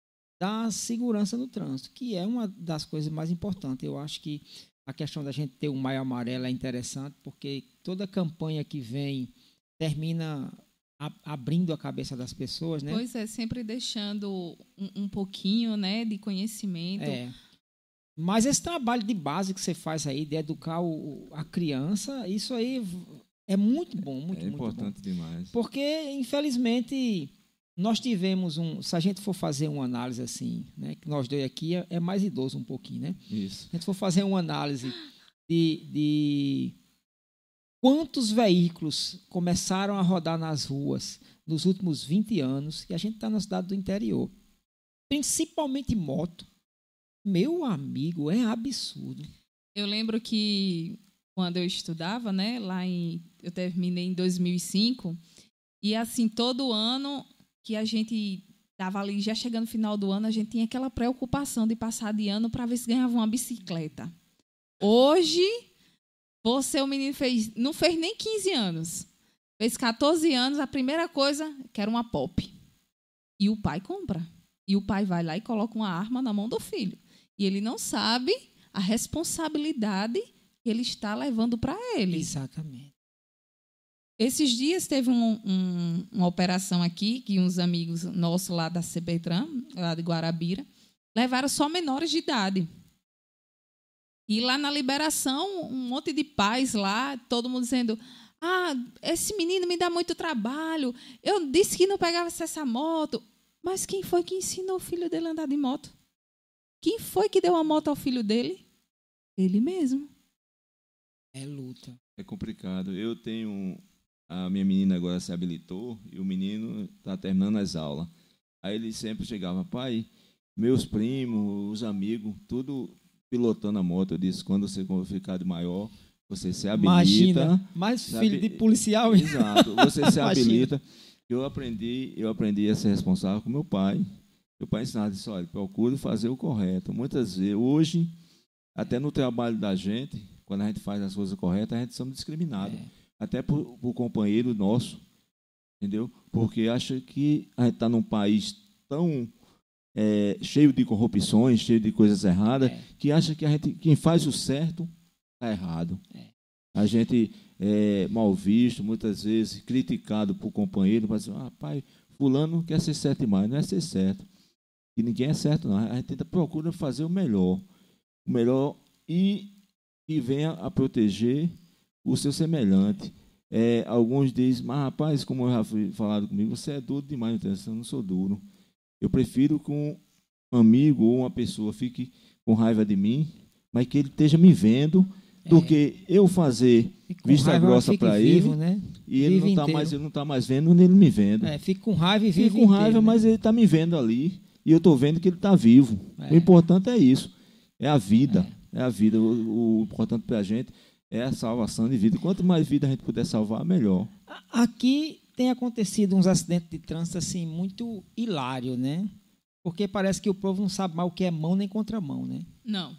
da segurança no trânsito, que é uma das coisas mais importantes. Eu acho que a questão da gente ter o maio amarelo é interessante, porque toda campanha que vem termina a- abrindo a cabeça das pessoas, né? Pois é, sempre deixando um, um pouquinho, né, de conhecimento. É. Mas esse trabalho de base que você faz aí, de educar o- a criança, isso aí é muito bom, muito, É muito bom. importante demais. Porque, infelizmente, nós tivemos um... Se a gente for fazer uma análise assim, né, que nós dois aqui é, é mais idoso um pouquinho, né? Isso. Se a gente for fazer uma análise de, de quantos veículos começaram a rodar nas ruas nos últimos vinte anos, e a gente está na cidade do interior, principalmente moto, meu amigo, é absurdo. Eu lembro que quando eu estudava, né, lá em eu terminei em dois mil e cinco, e assim todo ano que a gente estava ali já chegando no final do ano, a gente tinha aquela preocupação de passar de ano para ver se ganhava uma bicicleta. Hoje, você o menino fez, não fez nem quinze anos. Fez catorze anos, a primeira coisa, quer uma pop. E o pai compra. E o pai vai lá e coloca uma arma na mão do filho. E ele não sabe a responsabilidade que ele está levando para ele. Exatamente. Esses dias teve um- um- uma operação aqui que uns amigos nossos lá da CBTran, lá de Guarabira, levaram só menores de idade. E lá na liberação, um monte de pais lá, todo mundo dizendo: ah, esse menino me dá muito trabalho. Eu disse que não pegava essa moto. Mas quem foi que ensinou o filho dele a andar de moto? Quem foi que deu a moto ao filho dele? Ele mesmo. É luta. É complicado. Eu tenho... A minha menina agora se habilitou e o menino está terminando as aulas. Aí ele sempre chegava: pai, meus primos, os amigos, tudo pilotando a moto. Eu disse: quando você ficar de maior, você se habilita. Imagina, mais se filho habi- de policial. hein? Exato. Você se Imagina. habilita. Eu aprendi, eu aprendi a ser responsável com meu pai. Meu pai ensinava, disse: olha, procure fazer o correto. Muitas vezes, hoje, até no trabalho da gente, quando a gente faz as coisas corretas, a gente somos discriminados. É. Até por, por companheiro nosso, entendeu? Porque acha que a gente está num país tão é, cheio de corrupções, cheio de coisas erradas, É. que acha que a gente, quem faz o certo está errado. É. A gente é mal visto, muitas vezes criticado por companheiro, mas ah, pai, fulano quer ser certo demais, não é ser certo. E ninguém é certo, não. A gente tenta, procura fazer o melhor. O melhor e que venha a proteger o seu semelhante. É, alguns dizem, mas rapaz, como já foi falado comigo, você é duro demais, então, eu não sou duro. Eu prefiro que um amigo ou uma pessoa fique com raiva de mim, mas que ele esteja me vendo, do É. que eu fazer Fica com vista raiva, grossa fique para vivo, ele, né? e ele Vive não está inteiro. mais, ele não tá mais vendo, nem ele me vendo. É, fica com raiva e vive Fico com raiva, inteiro, né? mas ele está me vendo ali, e eu estou vendo que ele está vivo. É. O importante é isso, é a vida. É, é a vida. O, o importante para a gente é a salvação de vida. Quanto mais vida a gente puder salvar, melhor. Aqui tem acontecido uns acidentes de trânsito assim muito hilário, né? Porque parece que o povo não sabe mais o que é mão nem contramão, né? Não.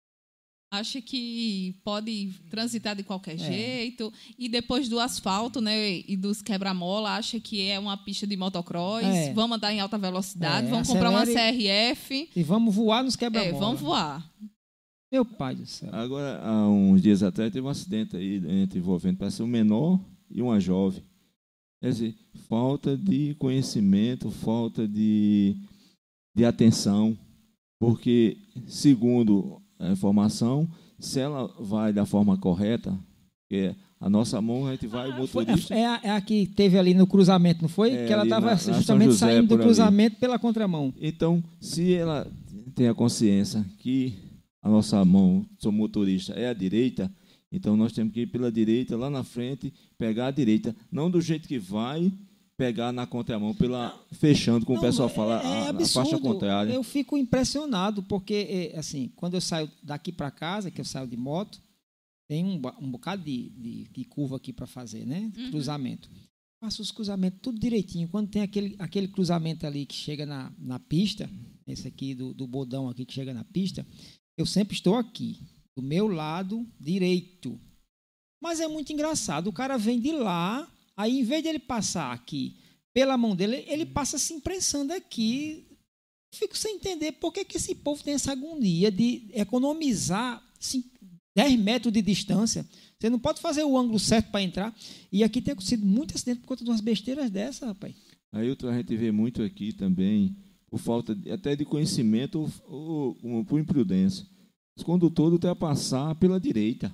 Acha que pode transitar de qualquer É. jeito. E depois do asfalto, né, e dos quebra-mola, acha que é uma pista de motocross. É. Vamos andar em alta velocidade, É, vamos comprar uma C acelere- R F. E vamos voar nos É, quebra-mola. vamos voar. Meu pai do céu. Agora, há uns dias atrás, teve um acidente aí entre envolvendo, parece um menor e uma jovem. Quer dizer, falta de conhecimento, falta de, de atenção, porque, segundo a informação, se ela vai da forma correta, que é a nossa mão, a gente vai, o Foi- motorista... é, a, é a que teve ali no cruzamento, não foi? É, que ela ali estava na- na São justamente José, saindo do por ali. cruzamento pela contramão. Então, se ela tem a consciência que a nossa mão, sou motorista, é a direita, então nós temos que ir pela direita, lá na frente, pegar a direita. Não do jeito que vai, pegar na contramão, pela, fechando, como Não, o pessoal é- fala, é a, a absurdo. faixa contrária. Eu fico impressionado, porque, é, assim, quando eu saio daqui para casa, que eu saio de moto, tem um, ba- um bocado de, de, de curva aqui para fazer, né? Uhum. Cruzamento. Faço os cruzamentos tudo direitinho. Quando tem aquele, aquele cruzamento ali que chega na, na pista, esse aqui do, do bodão aqui que chega na pista, eu sempre estou aqui, do meu lado direito. Mas é muito engraçado. O cara vem de lá, aí em vez de ele passar aqui pela mão dele, ele passa se imprensando aqui. Fico sem entender por que, que esse povo tem essa agonia de economizar assim, dez metros de distância. Você não pode fazer o ângulo certo para entrar. E aqui tem acontecido muito acidente por conta de umas besteiras dessas, rapaz. Aí outra, a gente vê muito aqui também, por falta de, até de conhecimento ou, ou, ou por imprudência. Os condutores ultrapassar pela direita.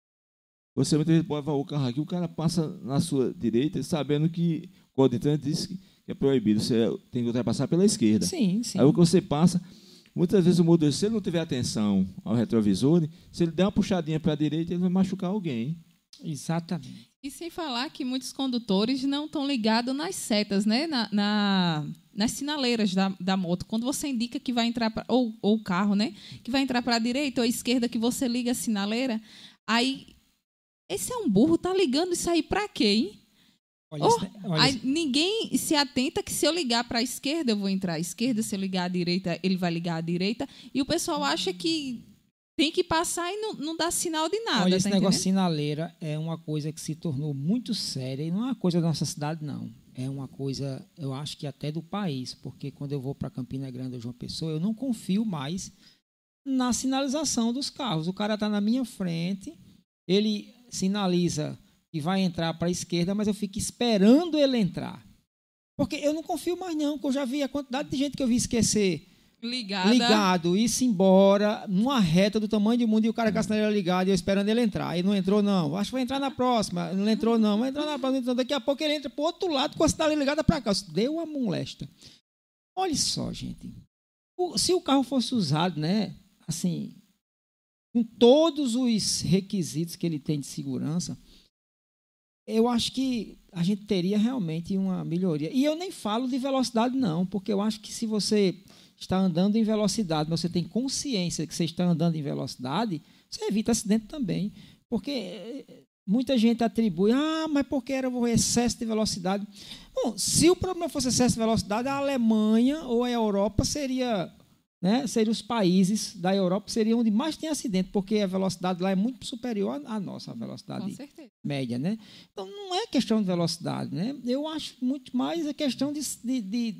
Você muitas vezes pode levar o carro aqui, o cara passa na sua direita, sabendo que o Código de Trânsito diz que é proibido, você tem que ultrapassar pela esquerda. Sim, sim. Aí o que você passa, muitas vezes o motorista, se ele não tiver atenção ao retrovisor, se ele der uma puxadinha para a direita, ele vai machucar alguém. Exatamente. E sem falar que muitos condutores não estão ligados nas setas, né? Na, na- nas sinaleiras da, da moto. Quando você indica que vai entrar, pra, ou, ou o carro, né? Que vai entrar para a direita ou a esquerda, que você liga a sinaleira, aí esse é um burro, tá ligando isso aí para quê, hein? Olha, Oh, esse- olha Aí esse- ninguém se atenta que se eu ligar para a esquerda, eu vou entrar à esquerda, se eu ligar à direita, ele vai ligar à direita. E o pessoal acha que tem que passar e não, não dá sinal de nada. Olha, esse tá negócio de entendendo? sinaleira é uma coisa que se tornou muito séria e não é uma coisa da nossa cidade, não. É uma coisa, eu acho que até do país, porque quando eu vou para Campina Grande ou João Pessoa, eu não confio mais na sinalização dos carros. O cara está na minha frente, ele sinaliza que vai entrar para a esquerda, mas eu fico esperando ele entrar. Porque eu não confio mais, não, porque eu já vi a quantidade de gente que eu vi esquecer Ligada. ligado, ir-se embora, numa reta do tamanho do mundo, e o cara com a sinaleira ligada, e eu esperando ele entrar. Aí não entrou, não. Acho que vai entrar na próxima. Não entrou, não. Vai entrar na próxima. Então, daqui a pouco ele entra para o outro lado com a sinaleira ligada para cá. Deu a molesta. Olha só, gente. O- se o carro fosse usado, né, assim, com todos os requisitos que ele tem de segurança, eu acho que a gente teria realmente uma melhoria. E eu nem falo de velocidade, não, porque eu acho que se você está andando em velocidade, mas você tem consciência que você está andando em velocidade, você evita acidente também. Porque eh, muita gente atribui, ah, mas porque era o excesso de velocidade. Bom, se o problema fosse excesso de velocidade, a Alemanha ou a Europa seria, né, seriam os países da Europa, seriam onde mais tem acidente, porque a velocidade lá é muito superior à nossa a velocidade Com certeza. média, né? Então, não é questão de velocidade, né? Eu acho muito mais a questão de, de, de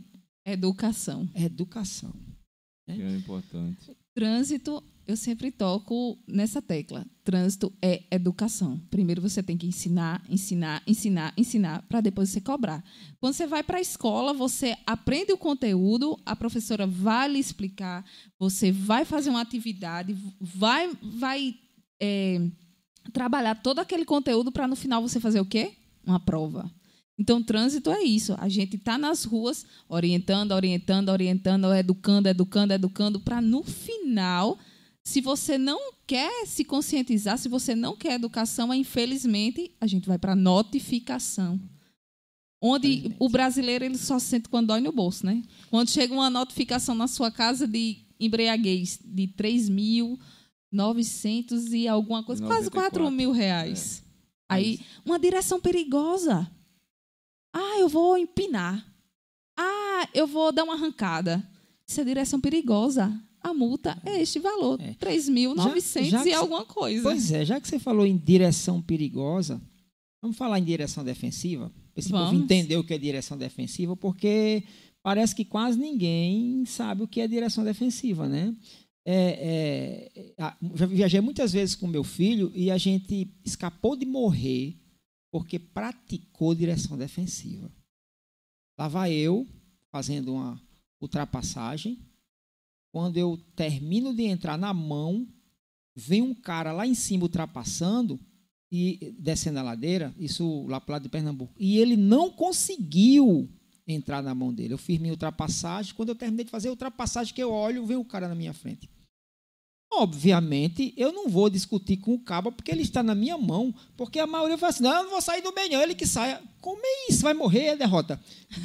Educação. Educação. Que é importante. Trânsito, eu sempre toco nessa tecla. Trânsito é educação. Primeiro você tem que ensinar, ensinar, ensinar, ensinar, para depois você cobrar. Quando você vai para a escola, você aprende o conteúdo, a professora vai lhe explicar, você vai fazer uma atividade, vai, vai é, trabalhar todo aquele conteúdo para, no final, você fazer o quê? Uma prova. Então, trânsito é isso. A gente está nas ruas orientando, orientando, orientando, educando, educando, educando, para, no final, se você não quer se conscientizar, se você não quer educação, infelizmente, a gente vai para a notificação. Onde o brasileiro ele só sente quando dói no bolso, né? Quando chega uma notificação na sua casa de embriaguez de três mil e novecentos e alguma coisa, quase quatro mil reais. É. Aí, uma direção perigosa. Ah, eu vou empinar. Ah, eu vou dar uma arrancada. Isso é direção perigosa. A multa é este valor, é. três mil e novecentos e alguma coisa. Pois é, já que você falou em direção perigosa, vamos falar em direção defensiva? Para esse povo entender o que é direção defensiva, porque parece que quase ninguém sabe o que é direção defensiva, né? É, é, já viajei muitas vezes com meu filho e a gente escapou de morrer porque praticou direção defensiva. Lá vai eu, fazendo uma ultrapassagem. Quando eu termino de entrar na mão, vem um cara lá em cima ultrapassando e descendo a ladeira, isso lá para o lado de Pernambuco, e ele não conseguiu entrar na mão dele. Eu fiz minha ultrapassagem. Quando eu terminei de fazer a ultrapassagem, que eu olho, vem o cara na minha frente. Obviamente, eu não vou discutir com o cabo porque ele está na minha mão, porque a maioria fala assim, não, eu não vou sair do bem, não, ele que saia. Como é isso? Vai morrer, é derrota.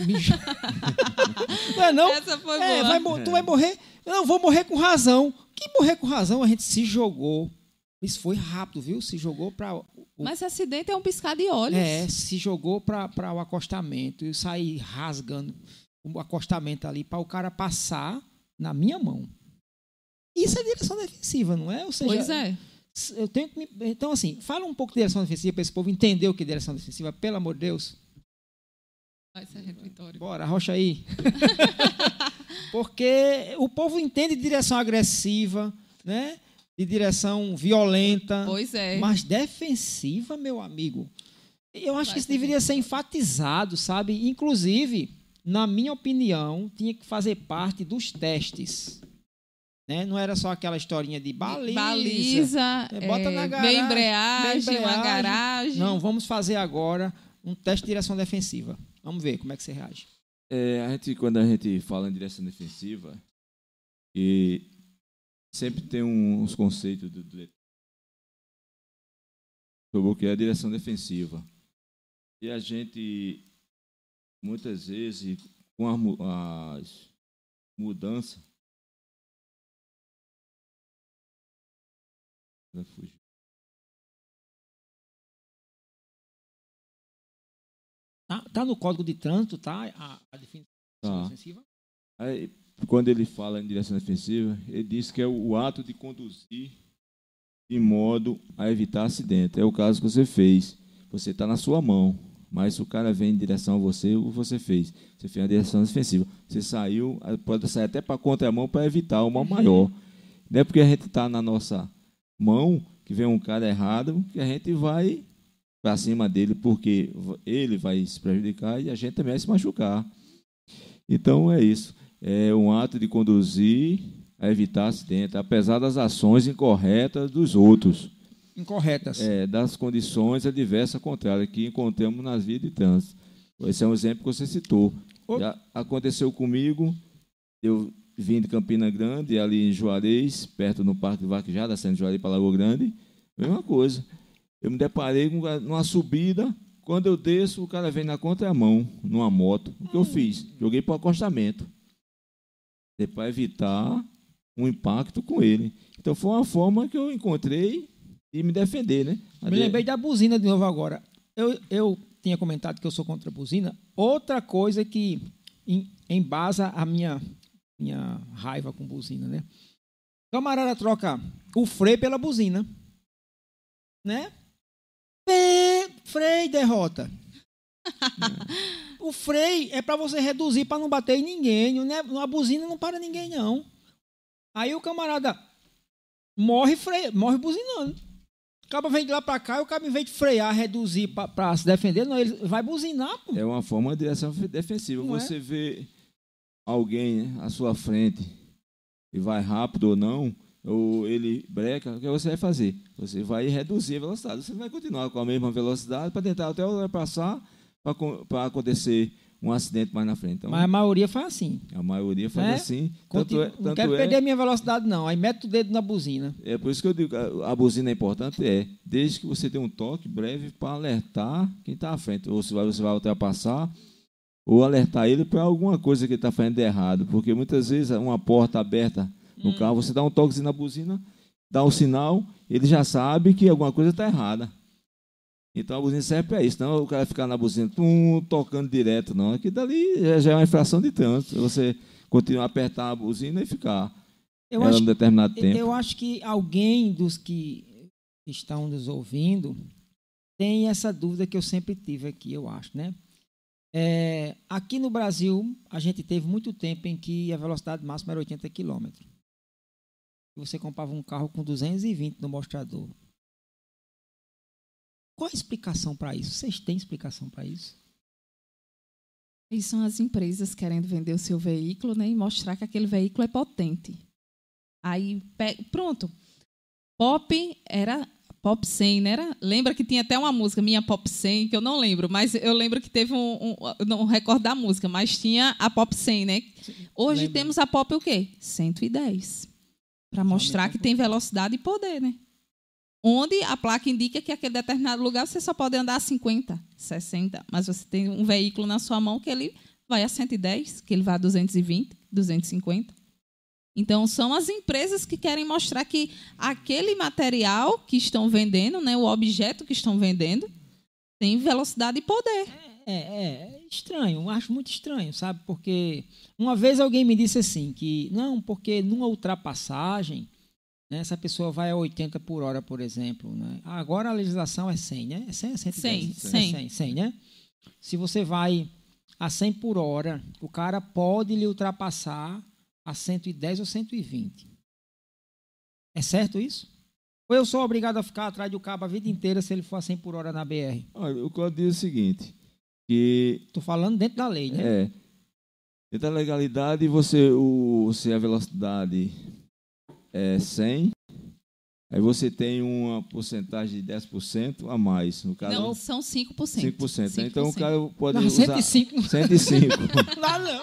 Não é não? Essa foi é, boa. Vai, tu vai morrer? Não, vou morrer com razão. Que morrer com razão? A gente se jogou. Isso foi rápido, viu? Se jogou para... O... Mas acidente é um piscar de olhos. É, se jogou para o acostamento e saí rasgando o acostamento ali para o cara passar na minha mão. Isso é direção defensiva, não é? Ou seja, pois é. Eu tenho que me... Então, assim, fala um pouco de direção defensiva para esse povo entender o que é direção defensiva, pelo amor de Deus. Vai ser Vitória. Bora, arrocha aí. Porque o povo entende de direção agressiva, né? De direção violenta. Pois é. Mas defensiva, meu amigo. Eu acho Vai que isso deveria ser enfatizado, sabe? Inclusive, na minha opinião, tinha que fazer parte dos testes. Né? Não era só aquela historinha de baliza. Baliza, é, bota é, na garagem, embreagem, embreagem, uma garagem. Não, vamos fazer agora um teste de direção defensiva. Vamos ver como é que você reage. É, a gente, quando a gente fala em direção defensiva, e sempre tem uns conceitos do, do, sobre o que é a direção defensiva. E a gente, muitas vezes, com as, as mudanças, Tá, tá no Código de Trânsito, tá? A, a definição tá. defensiva. Aí, quando ele fala em direção defensiva, ele diz que é o ato de conduzir de modo a evitar acidente. É o caso que você fez. Você está na sua mão, mas se o cara vem em direção a você, o que você fez? Você fez a direção defensiva. Você saiu, pode sair até para a contramão para evitar o mal maior. Não é porque a gente está na nossa mão que vem um cara errado que a gente vai para cima dele, porque ele vai se prejudicar e a gente também vai se machucar. Então é isso. É um ato de conduzir a evitar acidente, apesar das ações incorretas dos outros. Incorretas. É, das condições adversas contrárias que encontramos nas vias de trânsito. Esse é um exemplo que você citou. Oh. Já aconteceu comigo, eu vim de Campina Grande, ali em Juarez, perto do Parque de Vaquejada, saindo de Juarez para Lagoa Grande, mesma coisa. Eu me deparei com uma subida, quando eu desço, o cara vem na contramão, numa moto. O que eu fiz? Joguei para o acostamento, para evitar um impacto com ele. Então, foi uma forma que eu encontrei de me defender, né? Me lembrei da buzina de novo agora. Eu, eu tinha comentado que eu sou contra a buzina. Outra coisa que em, embasa a minha, minha raiva com buzina, né? O camarada troca o freio pela buzina, né? Freio, derrota. O freio é para você reduzir, para não bater em ninguém. Não é, uma buzina não para ninguém, não. Aí o camarada morre, freia, morre buzinando. O cara vem de lá para cá e o cara, em vez de frear, reduzir para se defender, não, ele vai buzinar. Pô. É uma forma de direção defensiva. Não você é? Vê alguém, né, à sua frente e vai rápido ou não, ou ele breca, o que você vai fazer? Você vai reduzir a velocidade. Você vai continuar com a mesma velocidade para tentar até ultrapassar para acontecer um acidente mais na frente. Então, mas a maioria faz assim. A maioria faz é? assim. Tanto é, tanto não quero é, perder a minha velocidade, não. Aí mete o dedo na buzina. É por isso que eu digo que a, a buzina é importante, é, desde que você dê um toque breve para alertar quem está à frente. Ou se vai, você vai ultrapassar, ou alertar ele para alguma coisa que ele está fazendo de errado. Porque muitas vezes uma porta aberta no hum. carro, você dá um toquezinho na buzina, dá um sinal, ele já sabe que alguma coisa está errada. Então a buzina serve para isso, não o cara ficar na buzina tum, tocando direto, não. Aqui dali já é uma infração de trânsito. Você continuar a apertar a buzina e ficar eu ela acho, um determinado tempo. Eu acho que alguém dos que estão nos ouvindo tem essa dúvida que eu sempre tive aqui, eu acho, né? É, aqui no Brasil, a gente teve muito tempo em que a velocidade máxima era oitenta quilômetros. Você comprava um carro com duzentos e vinte no mostrador. Qual a explicação para isso? Vocês têm explicação para isso? E são as empresas querendo vender o seu veículo, né, e mostrar que aquele veículo é potente. Aí, pronto. Pop era Pop cem, né? Era, lembra que tinha até uma música, Minha Pop cem, que eu não lembro, mas eu lembro que teve um, um não recordo da música, mas tinha a Pop cem, né? Hoje lembra. Temos a Pop o quê? cento e dez. Para mostrar que tem velocidade e poder, né? Onde a placa indica que aquele determinado lugar você só pode andar a cinquenta, sessenta, mas você tem um veículo na sua mão que ele vai a cento e dez, que ele vai a duzentos e vinte, duzentos e cinquenta. Então, são as empresas que querem mostrar que aquele material que estão vendendo, né, o objeto que estão vendendo, tem velocidade e poder. É, é, é estranho, eu acho muito estranho, sabe? Porque uma vez alguém me disse assim, que não, porque numa ultrapassagem, né, essa pessoa vai a oitenta por hora, por exemplo. Né? Agora a legislação é cem, né? É cem, é cento e dez? cem, é cem, cem, né? Se você vai a cem por hora, o cara pode lhe ultrapassar a cento e dez ou cento e vinte. É certo isso? Ou eu sou obrigado a ficar atrás do cabo a vida inteira se ele for a cem por hora na B R? Olha, o código diz o seguinte, que... Estou falando dentro da lei, né? É. Dentro da legalidade, você, o, se a velocidade é cem, aí você tem uma porcentagem de dez por cento a mais. No caso, não, são cinco por cento. cinco por cento. cinco por cento. Então, o cara pode não, usar... cento e cinco. cento e cinco. Não dá, não.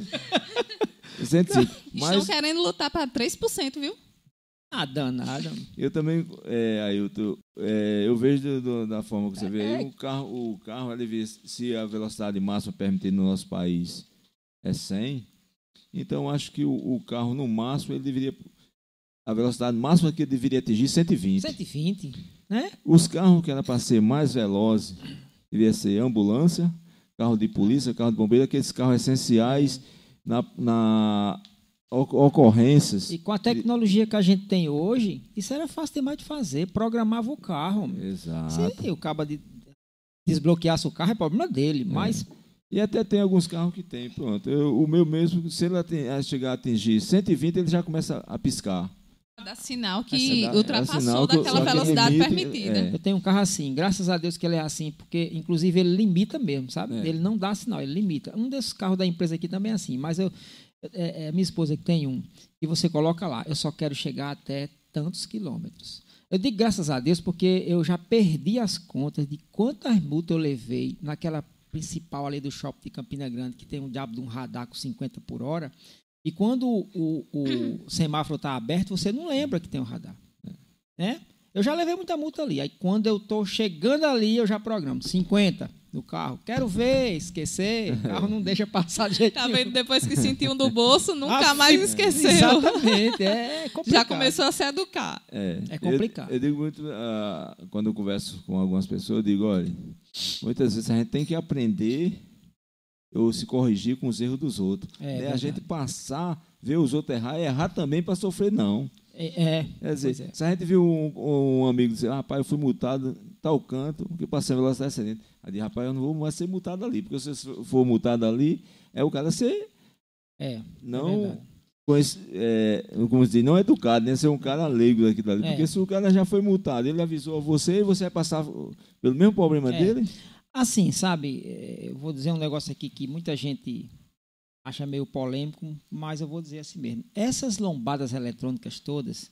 É. cento e cinco. Mas... Estão querendo lutar para três por cento, viu? Ah, danada. Eu também, é, Ailton, é, eu vejo do, do, da forma que você vê aí, o carro, o carro ele, se a velocidade máxima permitida no nosso país é cem, então acho que o, o carro, no máximo, ele deveria... A velocidade máxima que ele deveria atingir cento e vinte. cento e vinte, né? Os carros que eram para ser mais velozes, deveria ser ambulância, carro de polícia, carro de bombeiro, aqueles carros essenciais na, na ocorrências. E com a tecnologia que a gente tem hoje, isso era fácil demais de fazer. Programava o carro. Exato. Se o cabo de desbloqueasse o carro, é problema dele, mas... É. E até tem alguns carros que tem, pronto. Eu, o meu mesmo, se ele ating, chegar a atingir cento e vinte, ele já começa a piscar. Dá sinal que sinal, ultrapassou sinal que, daquela velocidade emite, permitida. É. Eu tenho um carro assim, graças a Deus que ele é assim, porque, inclusive, ele limita mesmo, sabe? É. Ele não dá sinal, ele limita. Um desses carros da empresa aqui também é assim, mas eu, é, é minha esposa que tem um, e você coloca lá, eu só quero chegar até tantos quilômetros. Eu digo graças a Deus porque eu já perdi as contas de quantas multas eu levei naquela principal ali do shopping de Campina Grande, que tem um diabo de um radar com cinquenta por hora, e quando o, o, o semáforo está aberto, você não lembra que tem um radar. Né? Eu já levei muita multa ali, aí quando eu estou chegando ali, eu já programo cinquenta no carro, quero ver, esquecer, o carro não deixa passar de jeito Tá nenhum. vendo? Depois que sentiu um do bolso, nunca Ah, mais sim, esqueceu. Exatamente, é complicado. Já começou a se educar. É, É complicado. Eu, eu digo muito, uh, quando eu converso com algumas pessoas, eu digo, olha, muitas vezes a gente tem que aprender ou se corrigir com os erros dos outros. É, é a gente passar, ver os outros errar e errar também para sofrer, não. É, é, Quer dizer, é. se a gente viu um, um amigo dizer, ah, rapaz, eu fui multado tal canto, que passei a velocidade excedente. Aí disse, rapaz, eu não vou mais ser multado ali, porque se eu for multado ali, é o cara ser É, não, é conhece, é, como se diz, não educado, né? Ser um cara leigo daquilo ali. É. Porque se o cara já foi multado, ele avisou a você e você vai passar pelo mesmo problema É. dele. Assim, sabe, eh, eu vou dizer um negócio aqui que muita gente acha meio polêmico, mas eu vou dizer assim mesmo. Essas lombadas eletrônicas todas,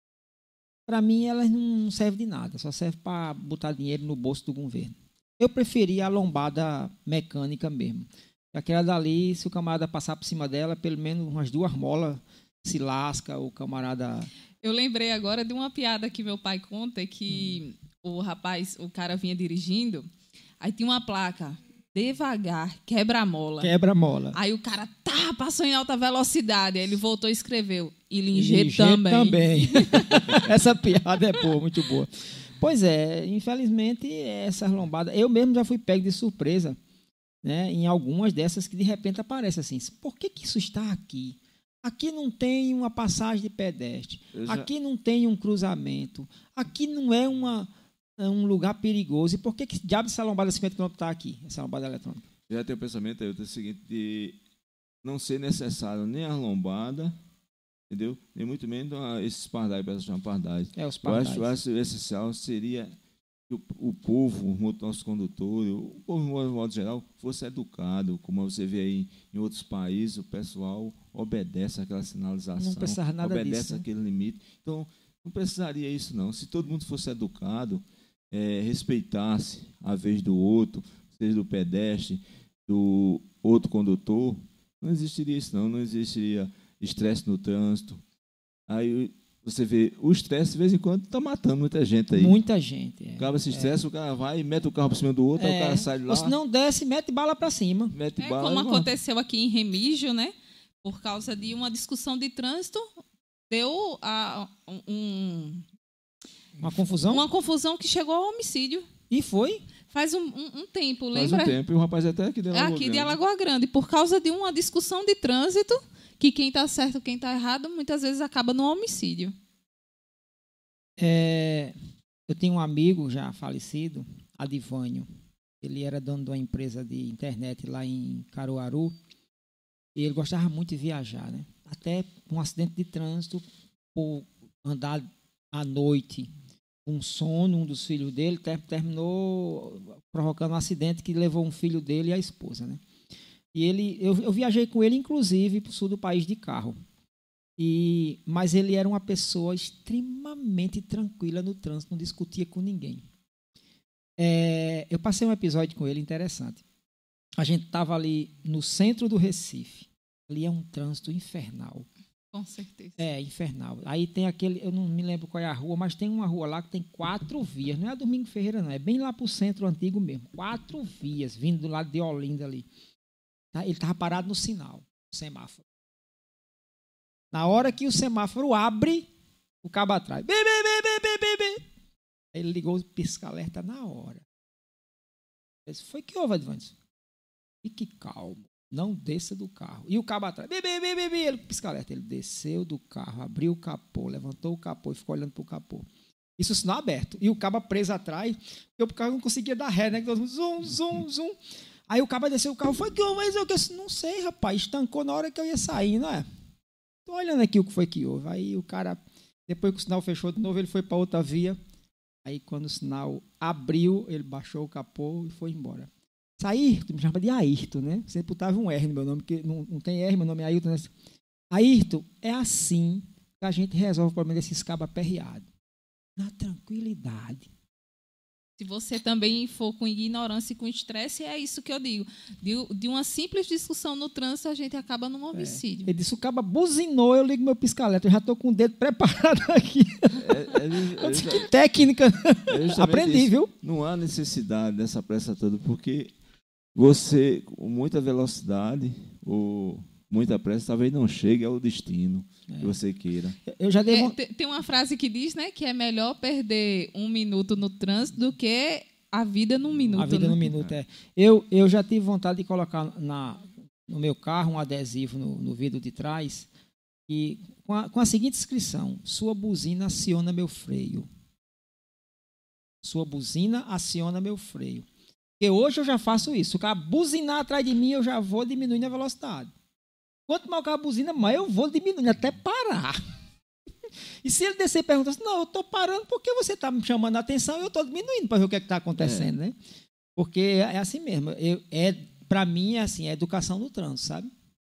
para mim, elas não servem de nada, só serve para botar dinheiro no bolso do governo. Eu preferia a lombada mecânica mesmo. Aquela dali, se o camarada passar por cima dela, pelo menos umas duas molas se lasca, o camarada... Eu lembrei agora de uma piada que meu pai conta, que hum. o rapaz, o cara vinha dirigindo, aí tinha uma placa, devagar, quebra a mola. Quebra a mola. Aí o cara, tá, passou em alta velocidade. Aí ele voltou e escreveu, e ligeiro Ligeiro também. também. Essa piada é boa, muito boa. Pois é, infelizmente, essas lombadas... Eu mesmo já fui pego de surpresa, né, em algumas dessas que de repente aparece assim, por que, que isso está aqui? Aqui não tem uma passagem de pedestre, já... aqui não tem um cruzamento, aqui não é uma, um lugar perigoso. E por que, que diabo essa lombada de cinquenta quilômetros está aqui, essa lombada eletrônica? Já tem o pensamento aí, o seguinte, de não ser necessário nem a lombada, entendeu? Nem muito menos esses pardais, para chamar pardais. É, os eu pardais. acho, eu acho essencial seria que o, o povo, o nosso condutor, o povo, de modo geral, fosse educado, como você vê aí em outros países, o pessoal obedece àquela sinalização, não precisava nada obedece disso, àquele né? limite. Então, não precisaria isso, não. Se todo mundo fosse educado, é, respeitasse a vez do outro, seja do pedestre, do outro condutor, não existiria isso, não. Não existiria estresse no trânsito. Aí você vê, o estresse, de vez em quando, está matando muita gente aí. Muita gente. É. O cara se estressa, é. o cara vai e mete o carro por cima do outro, é. aí o cara sai de lá. Ou se não desce, mete bala para cima. Mete É bala, como e aconteceu aqui em Remígio, né? Por causa de uma discussão de trânsito, deu a, um, uma confusão? Uma confusão que chegou ao homicídio. E foi? Faz um, um, um tempo, Faz lembra? Faz um tempo, e o rapaz até aqui de Alagoa Aqui Grande. de Alagoa Grande, por causa de uma discussão de trânsito, que quem está certo, quem está errado, muitas vezes acaba no homicídio. É, eu tenho um amigo já falecido, Adivânio. Ele era dono de uma empresa de internet lá em Caruaru. E ele gostava muito de viajar, né? Até um acidente de trânsito, por andar à noite com sono, um dos filhos dele ter, terminou provocando um acidente que levou um filho dele e a esposa, né? E ele, eu, eu viajei com ele, inclusive, para o sul do país de carro. E, mas ele era uma pessoa extremamente tranquila no trânsito, não discutia com ninguém. É, eu passei um episódio com ele interessante. A gente estava ali no centro do Recife. Ali é um trânsito infernal. Com certeza. É, infernal. Aí tem aquele, eu não me lembro qual é a rua, mas tem uma rua lá que tem quatro vias. Não é a Domingo Ferreira, não. É bem lá para o centro antigo mesmo. Quatro vias, vindo do lado de Olinda ali. Tá? Ele estava parado no sinal, no semáforo. Na hora que o semáforo abre, o cabo atrás. Bi, bi, bi, bi, bi, bi. Ele ligou o pisca-alerta na hora. Ele disse, foi que houve, Advantes? Fique calmo, não desça do carro. E o cabo atrás. Bi, bi, bi, bi, bi. Ele, pisca-alerta. Ele desceu do carro, abriu o capô, levantou o capô e ficou olhando para o capô. Isso o sinal aberto. E o cabo preso atrás, porque o carro não conseguia dar ré, né? Zum, zum, zum. Aí o cabo desceu o carro. Foi que houve? Eu disse, não sei, rapaz. Estancou na hora que eu ia sair, não é? Estou olhando aqui o que foi que houve. Aí o cara, depois que o sinal fechou de novo, ele foi para outra via. Aí quando o sinal abriu, ele baixou o capô e foi embora. Ayrton, me chama de Ayrton, né? Você botava um R no meu nome, porque não, não tem R, meu nome é Ayrton. Né? Ayrton, é assim que a gente resolve o problema desses cabos aperreados. Na tranquilidade. Se você também for com ignorância e com estresse, é isso que eu digo. De, de uma simples discussão no trânsito, a gente acaba num homicídio. É. Ele disse, o cabo buzinou, eu ligo meu pisca-alerta, eu já estou com o dedo preparado aqui. É, é, eu disse, que técnica. Aprendi, isso. Viu? Não há necessidade dessa pressa toda, porque você, com muita velocidade ou muita pressa, talvez não chegue ao destino é. que você queira. Eu já devo... é, tem uma frase que diz, né, que é melhor perder um minuto no trânsito do que a vida num minuto. A vida né? num minuto, é. Eu, eu já tive vontade de colocar na, no meu carro um adesivo no, no vidro de trás e, com, a, com a seguinte inscrição, sua buzina aciona meu freio. Sua buzina aciona meu freio. Porque hoje eu já faço isso. Se o cara buzinar atrás de mim, eu já vou diminuindo a velocidade. Quanto mais o cara buzina, mais eu vou diminuindo até parar. E se ele descer e perguntar assim, não, eu estou parando porque você está me chamando a atenção e eu estou diminuindo para ver o que é está acontecendo, é. né? Porque é assim mesmo. Eu, é, para mim, é assim, é educação no trânsito, sabe?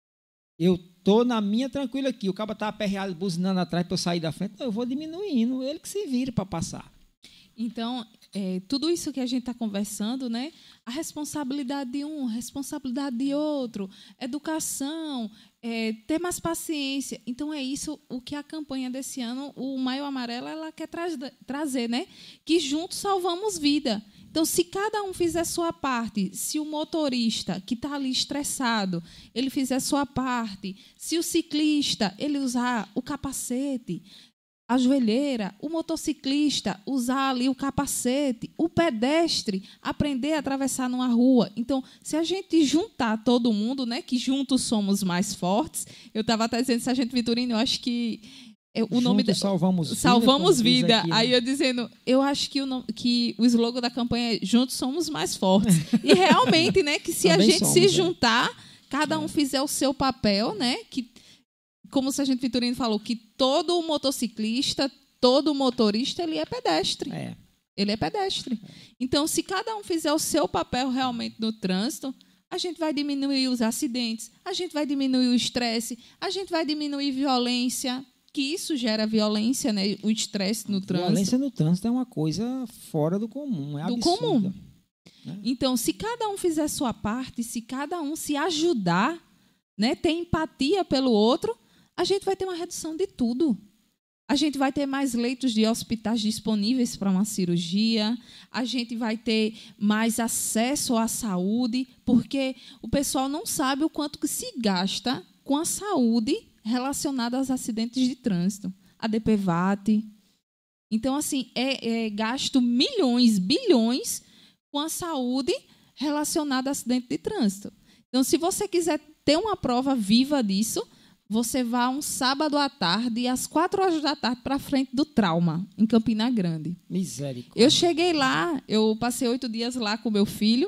Eu estou na minha tranquila aqui, o cara está aperreado, buzinando atrás para eu sair da frente, não, eu vou diminuindo, ele que se vire para passar. Então, é, tudo isso que a gente está conversando, né? A responsabilidade de um, a responsabilidade de outro, educação, é, ter mais paciência. Então, é isso o que a campanha desse ano, o Maio Amarelo, ela quer tra trazer, né? Que juntos salvamos vida. Então, se cada um fizer a sua parte, se o motorista que está ali estressado, ele fizer a sua parte, se o ciclista ele usar o capacete, a joelheira, o motociclista usar ali o capacete, o pedestre aprender a atravessar numa rua. Então, se a gente juntar todo mundo, né, que juntos somos mais fortes, eu estava até dizendo, Sargento Vitorino, eu acho que o Juntos nome de... salvamos vida. Salvamos vida. Aqui, né? Aí eu dizendo, eu acho que o, nome, que o slogan da campanha é Juntos somos mais fortes. E realmente, né, que se a gente somos, se juntar, é. cada um fizer o seu papel, né, que como o Sargento Vitorino falou, que todo motociclista, todo motorista, ele é pedestre. É. Ele é pedestre. Então, se cada um fizer o seu papel realmente no trânsito, a gente vai diminuir os acidentes, a gente vai diminuir o estresse, a gente vai diminuir violência, que isso gera violência, né? O estresse no trânsito. Violência no trânsito é uma coisa fora do comum, é do absurda. comum. Né? Então, se cada um fizer a sua parte, se cada um se ajudar, né, ter empatia pelo outro, a gente vai ter uma redução de tudo. A gente vai ter mais leitos de hospitais disponíveis para uma cirurgia, a gente vai ter mais acesso à saúde, porque o pessoal não sabe o quanto que se gasta com a saúde relacionada aos acidentes de trânsito. A D P V A T. Então, assim, é, é gasto milhões, bilhões com a saúde relacionada a acidente de trânsito. Então, se você quiser ter uma prova viva disso, você vá um sábado à tarde, às quatro horas da tarde, para frente do Trauma, em Campina Grande. Misericórdia. Eu cheguei lá, eu passei oito dias lá com meu filho,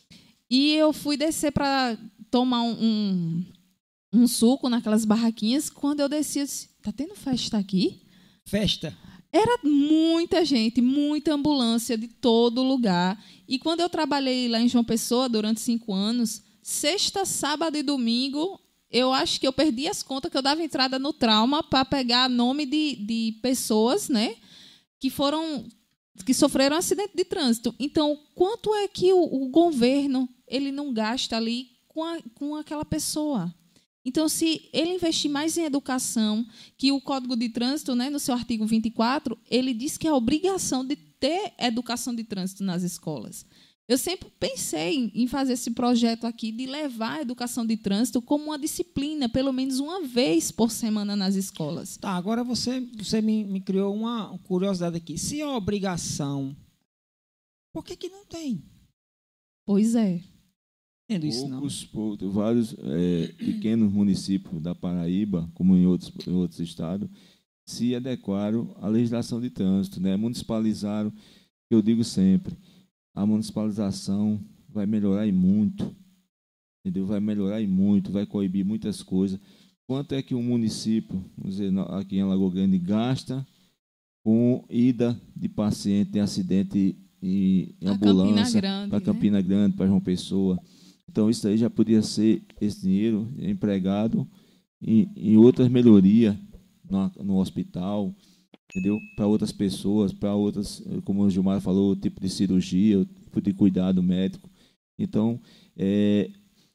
e eu fui descer para tomar um, um, um suco naquelas barraquinhas. Quando eu desci, eu disse, está tendo festa aqui? Festa? Era muita gente, muita ambulância de todo lugar. E quando eu trabalhei lá em João Pessoa durante cinco anos, sexta, sábado e domingo, eu acho que eu perdi as contas que eu dava entrada no Trauma para pegar nome de, de pessoas, né, que foram, que sofreram acidente de trânsito. Então, quanto é que o, o governo ele não gasta ali com, a, com aquela pessoa? Então, se ele investir mais em educação, que o Código de Trânsito, né, no seu artigo vinte e quatro, ele diz que é a obrigação de ter educação de trânsito nas escolas. Eu sempre pensei em fazer esse projeto aqui de levar a educação de trânsito como uma disciplina, pelo menos uma vez por semana nas escolas. Tá, agora você, você me, me criou uma curiosidade aqui. Se é obrigação, por que, que não tem? Pois é. Entendo isso, não. Poucos, poucos, vários é, pequenos municípios da Paraíba, como em outros, em outros estados, se adequaram à legislação de trânsito, né? Municipalizaram, eu digo sempre, a municipalização vai melhorar e muito, entendeu? Vai melhorar e muito, vai coibir muitas coisas. Quanto é que um município, vamos dizer, aqui em Alagoa Grande, gasta com ida de paciente em acidente em, em ambulância para Campina Grande, para João Pessoa? Então, isso aí já podia ser, esse dinheiro empregado em, em outras melhorias no, no hospital, entendeu? Para outras pessoas, para outras, como o Gilmar falou, o tipo de cirurgia, o tipo de cuidado médico. Então, é,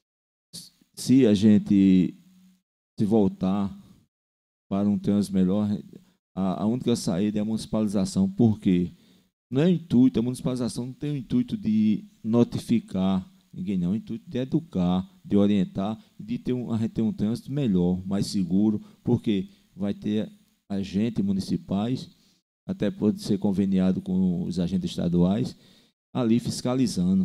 se a gente se voltar para um trânsito melhor, a, a única saída é a municipalização. Por quê? Não é o intuito, a municipalização não tem o intuito de notificar ninguém, não. É o intuito de educar, de orientar, de ter um, a gente ter um trânsito melhor, mais seguro, porque vai ter agentes municipais, até pode ser conveniado com os agentes estaduais, ali fiscalizando.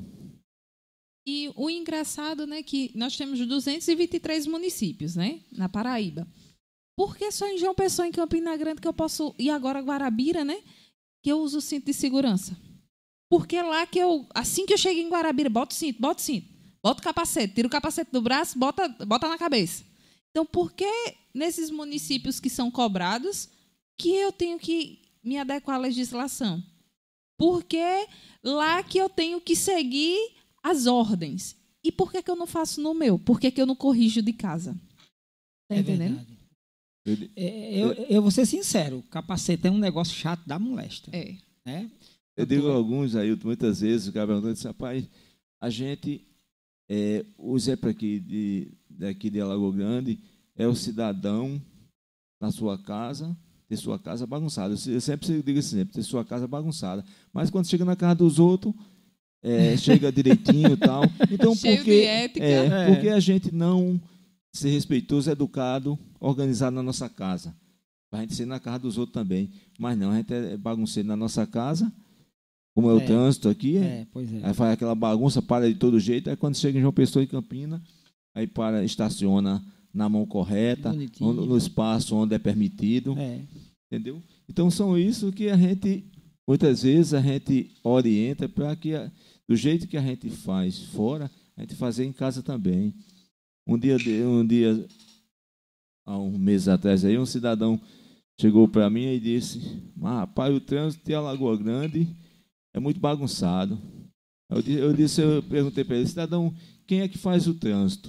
E o engraçado, né, que nós temos duzentos e vinte e três municípios, né, na Paraíba. Por que só em João Pessoa, em Campina Grande, que eu posso, e agora Guarabira, né, que eu uso o cinto de segurança? Porque lá que eu, assim que eu cheguei em Guarabira, bota o cinto, bota o cinto, bota o capacete, tira o capacete do braço, bota, bota na cabeça. Então, por que nesses municípios que são cobrados que eu tenho que me adequar à legislação? Por que lá que eu tenho que seguir as ordens? E por que, que eu não faço no meu? Por que, que eu não corrijo de casa? Tá É entendendo? verdade. É, eu, eu vou ser sincero, capacete é um negócio chato da molesta. É. Né? Eu digo a alguns, Ailton, muitas vezes, o cara disse, rapaz, a gente, é, o exemplo aqui de, daqui de Alagoa Grande é o cidadão na sua casa, ter sua casa bagunçada. Eu sempre digo assim, ter sua casa bagunçada. Mas quando chega na casa dos outros, é, chega direitinho e tal. Então, Cheio porque, de ética. é, É. porque a gente não ser respeitoso, educado, organizado na nossa casa. Para a gente ser na casa dos outros também. Mas não, a gente é bagunceiro na nossa casa, como é o É. trânsito aqui, É, pois é. aí faz aquela bagunça, para de todo jeito, aí quando chega em João Pessoa e Campina, aí para, estaciona na mão correta, Bonitinho. onde- no espaço onde é permitido, É. entendeu? Então são isso que a gente, muitas vezes a gente orienta para que, a- do jeito que a gente faz fora, a gente fazer em casa também. Um dia, de- um dia há um mês atrás, aí, um cidadão chegou para mim e disse, mas rapaz, o trânsito de Alagoa Grande é muito bagunçado. Eu, di- eu disse, eu perguntei para ele, cidadão, quem é que faz o trânsito?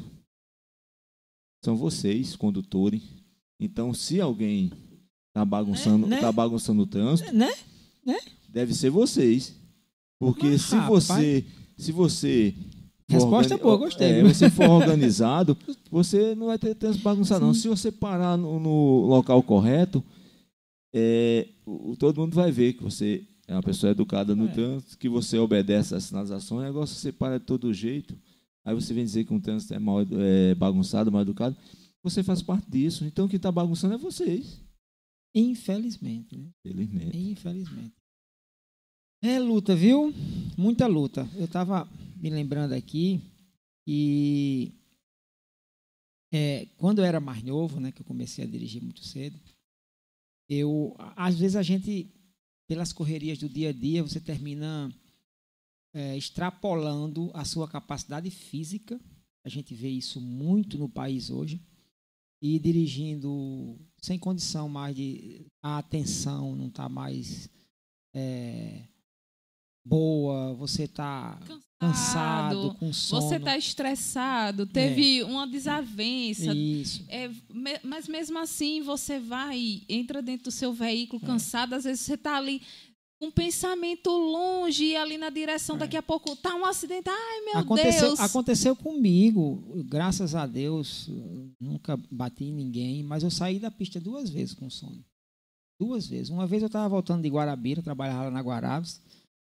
São vocês, condutores. Então, se alguém está bagunçando, Né? tá bagunçando o trânsito, Né? deve ser vocês. Porque Mas, se rapaz, você, se você for Resposta organi- boa, gostei, é, viu? você for organizado, você não vai ter trânsito bagunçado, não. Sim. Se você parar no, no local correto, é, o- todo mundo vai ver que você é uma pessoa educada no É. trânsito, que você obedece às sinalizações. O negócio você para de todo jeito. Aí você vem dizer que um trânsito é mal é, bagunçado, mal educado. Você faz parte disso. Então, quem está bagunçando é vocês. Infelizmente, né? Felizmente. Infelizmente. É luta, viu? Muita luta. Eu estava me lembrando aqui que é, quando eu era mais novo, né, que eu comecei a dirigir muito cedo, eu, às vezes a gente, pelas correrias do dia a dia, você termina é, extrapolando a sua capacidade física. A gente vê isso muito no país hoje. E dirigindo sem condição mais de... A atenção não está mais é, boa, você está cansado, com sono. Você está estressado, teve uma desavença. Isso. É, me- mas mesmo assim, você vai, entra dentro do seu veículo É. cansado, às vezes você está ali com um pensamento longe, ali na direção, É. daqui a pouco está um acidente. Ai, meu Aconteceu, Deus! aconteceu comigo, graças a Deus, nunca bati em ninguém, mas eu saí da pista duas vezes com sono. Duas vezes. Uma vez eu estava voltando de Guarabira, trabalhava lá na Guarabes,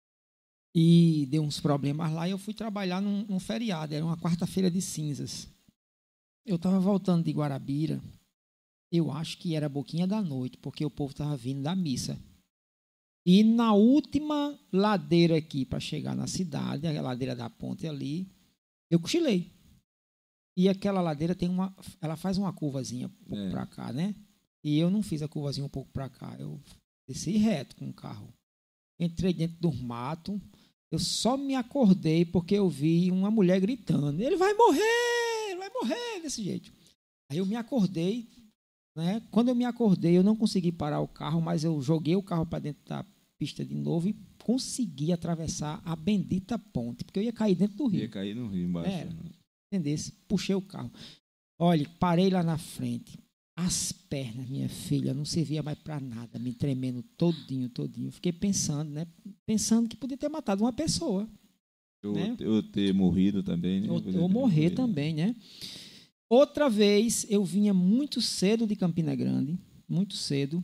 e deu uns problemas lá e eu fui trabalhar num, num feriado, era uma quarta-feira de cinzas. Eu estava voltando de Guarabira, eu acho que era boquinha da noite, porque o povo estava vindo da missa. E na última ladeira aqui para chegar na cidade, a ladeira da ponte ali, eu cochilei. E aquela ladeira tem uma, ela faz uma curvazinha um pouco É. para cá, né? E eu não fiz a curvazinha um pouco para cá, eu desci reto com o carro. Entrei dentro do mato, eu só me acordei porque eu vi uma mulher gritando, ele vai morrer, ele vai morrer, desse jeito. Aí eu me acordei, né? Quando eu me acordei, eu não consegui parar o carro, mas eu joguei o carro para dentro da pista de novo e consegui atravessar a bendita ponte, porque eu ia cair dentro do rio. Ia cair no rio embaixo. É. Entendesse? Puxei o carro. Olha, parei lá na frente. As pernas, minha filha, não servia mais para nada, me tremendo todinho, todinho. Fiquei pensando, né? Pensando que podia ter matado uma pessoa. Eu, né? eu ter morrido também, né? Ou, Poderia ou ter morrer morrido. também, né? Outra vez, eu vinha muito cedo de Campina Grande, muito cedo,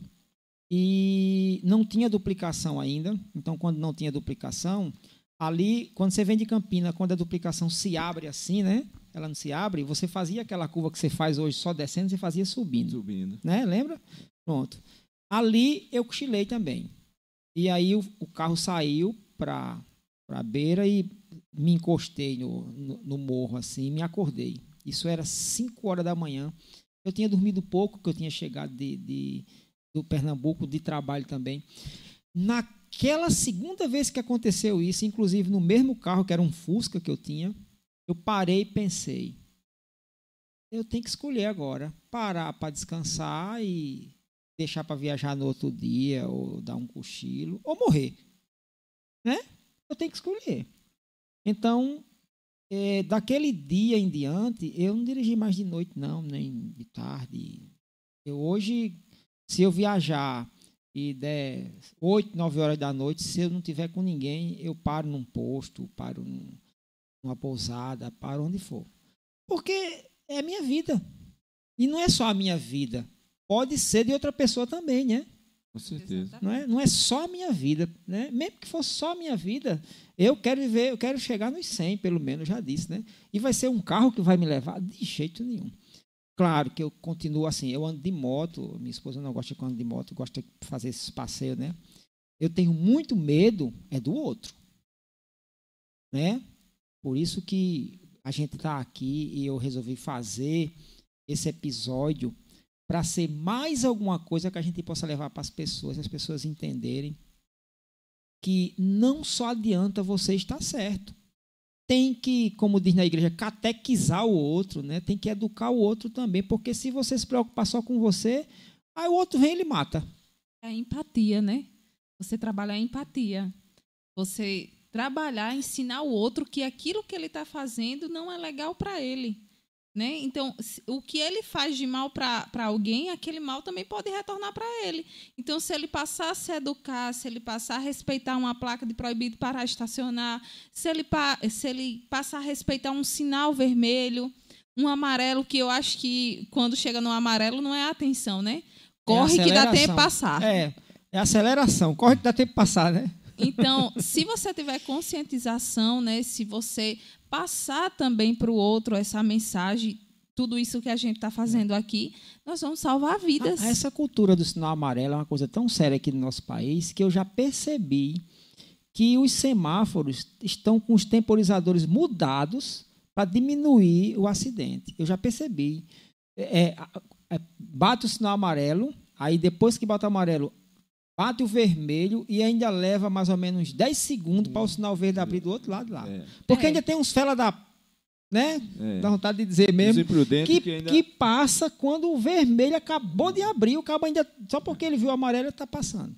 e não tinha duplicação ainda. Então, quando não tinha duplicação, ali, quando você vem de Campina, quando a duplicação se abre assim, né? Ela não se abre, você fazia aquela curva que você faz hoje só descendo, você fazia subindo, Subindo. né? Lembra? Pronto. Ali eu cochilei também. E aí o, o carro saiu para a beira e me encostei no, no, no morro assim, me acordei. Isso era cinco horas da manhã. Eu tinha dormido pouco, porque eu tinha chegado de, de, do Pernambuco de trabalho também. naquela segunda vez que aconteceu isso, inclusive no mesmo carro, que era um Fusca que eu tinha, eu parei e pensei, eu tenho que escolher agora, parar para descansar e deixar para viajar no outro dia, ou dar um cochilo, ou morrer. Né? Eu tenho que escolher. Então, é, daquele dia em diante, eu não dirigi mais de noite, não, nem de tarde. Eu, hoje, se eu viajar e der oito, nove horas da noite, se eu não tiver com ninguém, eu paro num posto, paro num, numa pousada, paro onde for. Porque é a minha vida. E não é só a minha vida. Pode ser de outra pessoa também, né? Com certeza. Não é, não é só a minha vida, né? Mesmo que fosse só a minha vida, eu quero viver, eu quero chegar nos cem, pelo menos, já disse, né? E vai ser um carro que vai me levar? De jeito nenhum. Claro que eu continuo assim, eu ando de moto, minha esposa não gosta de andar de moto, gosta de fazer esses passeios, né? Eu tenho muito medo, é do outro. Né? Por isso que a gente está aqui e eu resolvi fazer esse episódio para ser mais alguma coisa que a gente possa levar para as pessoas, as pessoas entenderem que não só adianta você estar certo. Tem que, como diz na igreja, catequizar o outro, né? Tem que educar o outro também, porque se você se preocupar só com você, aí o outro vem e ele mata. É a empatia, né? Você trabalhar a empatia. Você trabalhar, ensinar o outro que aquilo que ele está fazendo não é legal para ele. Né? Então, o que ele faz de mal para alguém, aquele mal também pode retornar para ele. Então, se ele passar a se educar, se ele passar a respeitar uma placa de proibido parar de estacionar, se ele, se ele passar a respeitar um sinal vermelho, um amarelo, que eu acho que quando chega no amarelo não é atenção, né? Corre é que dá tempo de passar. É, é aceleração, corre que dá tempo de passar, né? Então, se você tiver conscientização, né, se você passar também para o outro essa mensagem, tudo isso que a gente está fazendo aqui, nós vamos salvar vidas. Essa cultura do sinal amarelo é uma coisa tão séria aqui no nosso país que eu já percebi que os semáforos estão com os temporizadores mudados para diminuir o acidente. Eu já percebi. É, é, bate o sinal amarelo, aí depois que bota o amarelo, bate o vermelho e ainda leva mais ou menos dez segundos para o sinal verde abrir do outro lado lá. É. Porque é. ainda tem uns fela da... Né? É. Dá vontade de dizer mesmo. Que, que, ainda... que passa quando o vermelho acabou de abrir, o cabo ainda... Só porque ele viu o amarelo, está passando.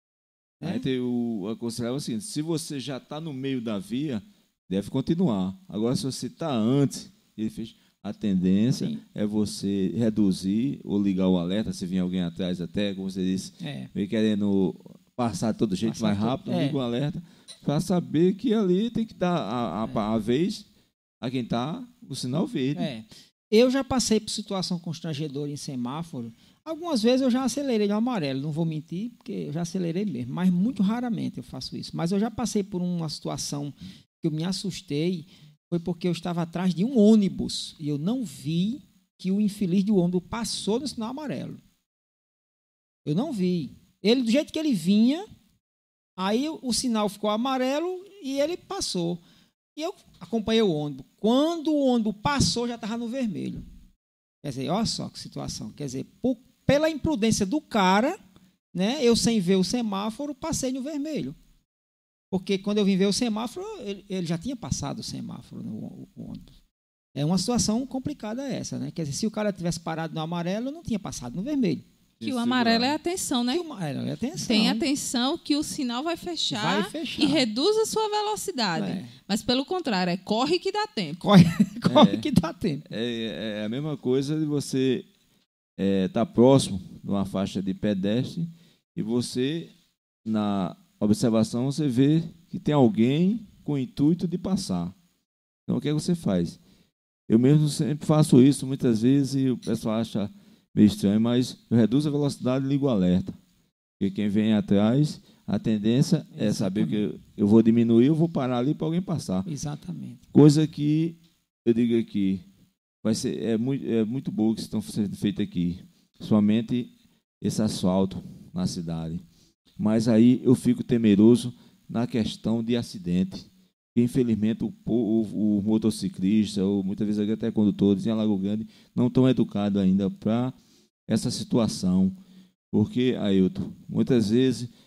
Aí é. tem o aconselhava o seguinte, se você já está no meio da via, deve continuar. Agora, se você está antes, ele fez... A tendência Sim. é você reduzir ou ligar o alerta, se vir alguém atrás até, como você disse, é. meio querendo passar de todo jeito passar mais rápido, é. liga o alerta, para saber que ali tem que dar a, a, é. a vez a quem está o sinal verde. É. Eu já passei por situação constrangedora em semáforo. Algumas vezes eu já acelerei no amarelo, não vou mentir, porque eu já acelerei mesmo, mas muito raramente eu faço isso. Mas eu já passei por uma situação que eu me assustei, foi porque eu estava atrás de um ônibus e eu não vi que o infeliz do ônibus passou no sinal amarelo. Eu não vi. Ele, do jeito que ele vinha, aí o sinal ficou amarelo e ele passou. E eu acompanhei o ônibus. Quando o ônibus passou, já estava no vermelho. Quer dizer, olha só que situação. Quer dizer, por, pela imprudência do cara, né, eu sem ver o semáforo, passei no vermelho. Porque quando eu vim ver o semáforo, ele, ele já tinha passado o semáforo no ônibus. É uma situação complicada essa, né? Quer dizer, se o cara tivesse parado no amarelo, não tinha passado no vermelho. Que o amarelo é atenção, né? Que o amarelo é atenção. Tem atenção que o sinal vai fechar, vai fechar. E reduz a sua velocidade. É. Mas, pelo contrário, é corre que dá tempo. Corre, corre é, que dá tempo. É, é a mesma coisa de você estar é, tá próximo de uma faixa de pedestre e você, na observação, você vê que tem alguém com o intuito de passar. Então, o que é que você faz? Eu mesmo sempre faço isso, muitas vezes, e o pessoal acha meio estranho, mas eu reduzo a velocidade e ligo o alerta. Porque quem vem atrás, a tendência Exatamente. é saber que eu, eu vou diminuir, eu vou parar ali para alguém passar. Exatamente. Coisa que, eu digo aqui, vai ser, é, muito, é muito boa que estão sendo feitas aqui. Somente esse asfalto na cidade. Mas aí eu fico temeroso na questão de acidente. Que, infelizmente, o, o, o motociclista, ou muitas vezes até condutores em Alagoa Grande, não estão educados ainda para essa situação. Porque, Ailton, muitas vezes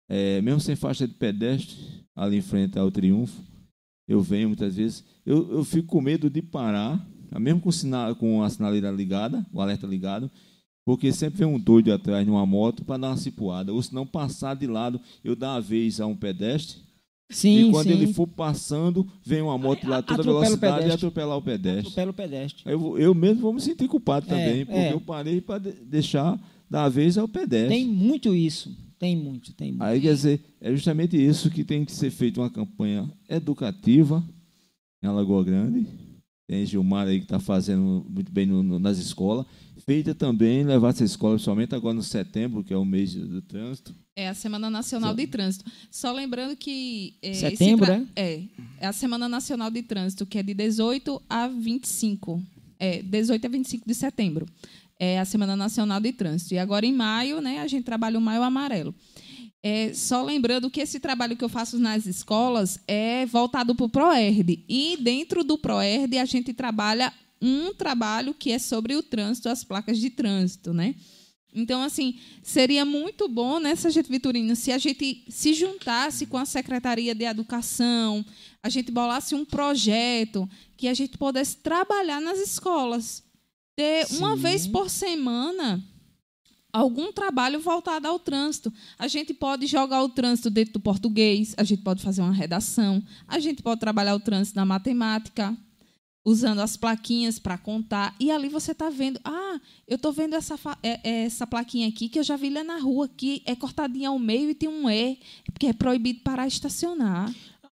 é, mesmo sem faixa de pedestre, ali em frente ao Triunfo, eu venho muitas vezes, eu, eu fico com medo de parar, mesmo com, sinal, com a sinaleira ligada, o alerta ligado, porque sempre vem um doido atrás de uma moto para dar uma cipuada, ou se não passar de lado, eu dar a vez a um pedestre, sim, e quando sim. ele for passando, vem uma moto lá toda velocidade e atropelar o pedestre. Atropela o pedestre. Eu, eu mesmo vou me sentir culpado também, é, porque é. eu parei para de, deixar dar a vez ao pedestre. Tem muito isso, tem muito, tem muito. Aí, quer dizer, é justamente isso que tem que ser feita uma campanha educativa em Alagoa Grande. Tem Gilmar aí que está fazendo muito bem no, no, nas escolas. Feita também, levar essa escola, principalmente agora no setembro, que é o mês do, do trânsito. É a Semana Nacional Sim. de Trânsito. Só lembrando que... É, setembro, tra... né? É, é a Semana Nacional de Trânsito, que é de dezoito a vinte e cinco. É, dezoito a vinte e cinco de setembro. É a Semana Nacional de Trânsito. E agora, em maio, né, a gente trabalha o Maio Amarelo. É, só lembrando que esse trabalho que eu faço nas escolas é voltado para o PROERD. E, dentro do PROERD, a gente trabalha um trabalho que é sobre o trânsito, as placas de trânsito, né? Então, assim, seria muito bom, né, Sargento Vitorino, se a gente se juntasse com a Secretaria de Educação, a gente bolasse um projeto que a gente pudesse trabalhar nas escolas. Ter Sim. uma vez por semana algum trabalho voltado ao trânsito. A gente pode jogar o trânsito dentro do português, a gente pode fazer uma redação, a gente pode trabalhar o trânsito na matemática, usando as plaquinhas para contar. E ali você está vendo, ah, eu estou vendo essa, essa plaquinha aqui, que eu já vi lá na rua, que é cortadinha ao meio e tem um E, porque é proibido parar e estacionar.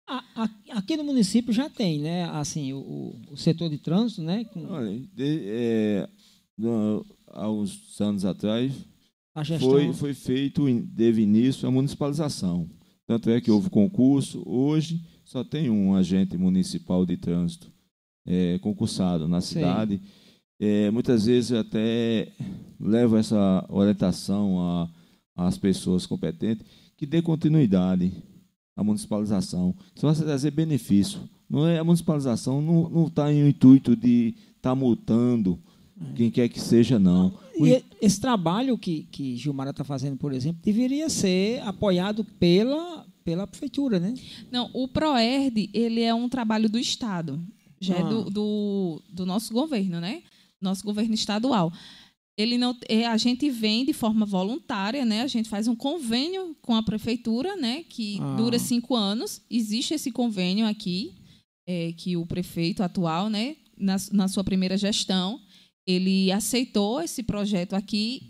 Aqui no município já tem, né? Assim, o, o setor de trânsito, né? Com... Olha, de, é, há uns anos atrás, a gestão... foi, foi feito, teve início a municipalização. Tanto é que houve concurso. Hoje só tem um agente municipal de trânsito É, concursado na cidade. É, muitas vezes eu até levo essa orientação às pessoas competentes que dê continuidade à municipalização. Isso vai trazer benefício. Não é, a municipalização não está em um intuito de estar tá multando é. quem quer que seja, não. E esse trabalho que, que Gilmara está fazendo, por exemplo, deveria ser apoiado pela, pela prefeitura, né? Não, o PROERD, ele é um trabalho do Estado. Já ah. é do, do, do nosso governo, né? Nosso governo estadual. Ele não, é, a gente vem de forma voluntária, né? A gente faz um convênio com a prefeitura, né? Que ah. dura cinco anos. Existe esse convênio aqui, é, que o prefeito atual, né? Na, na sua primeira gestão, ele aceitou esse projeto aqui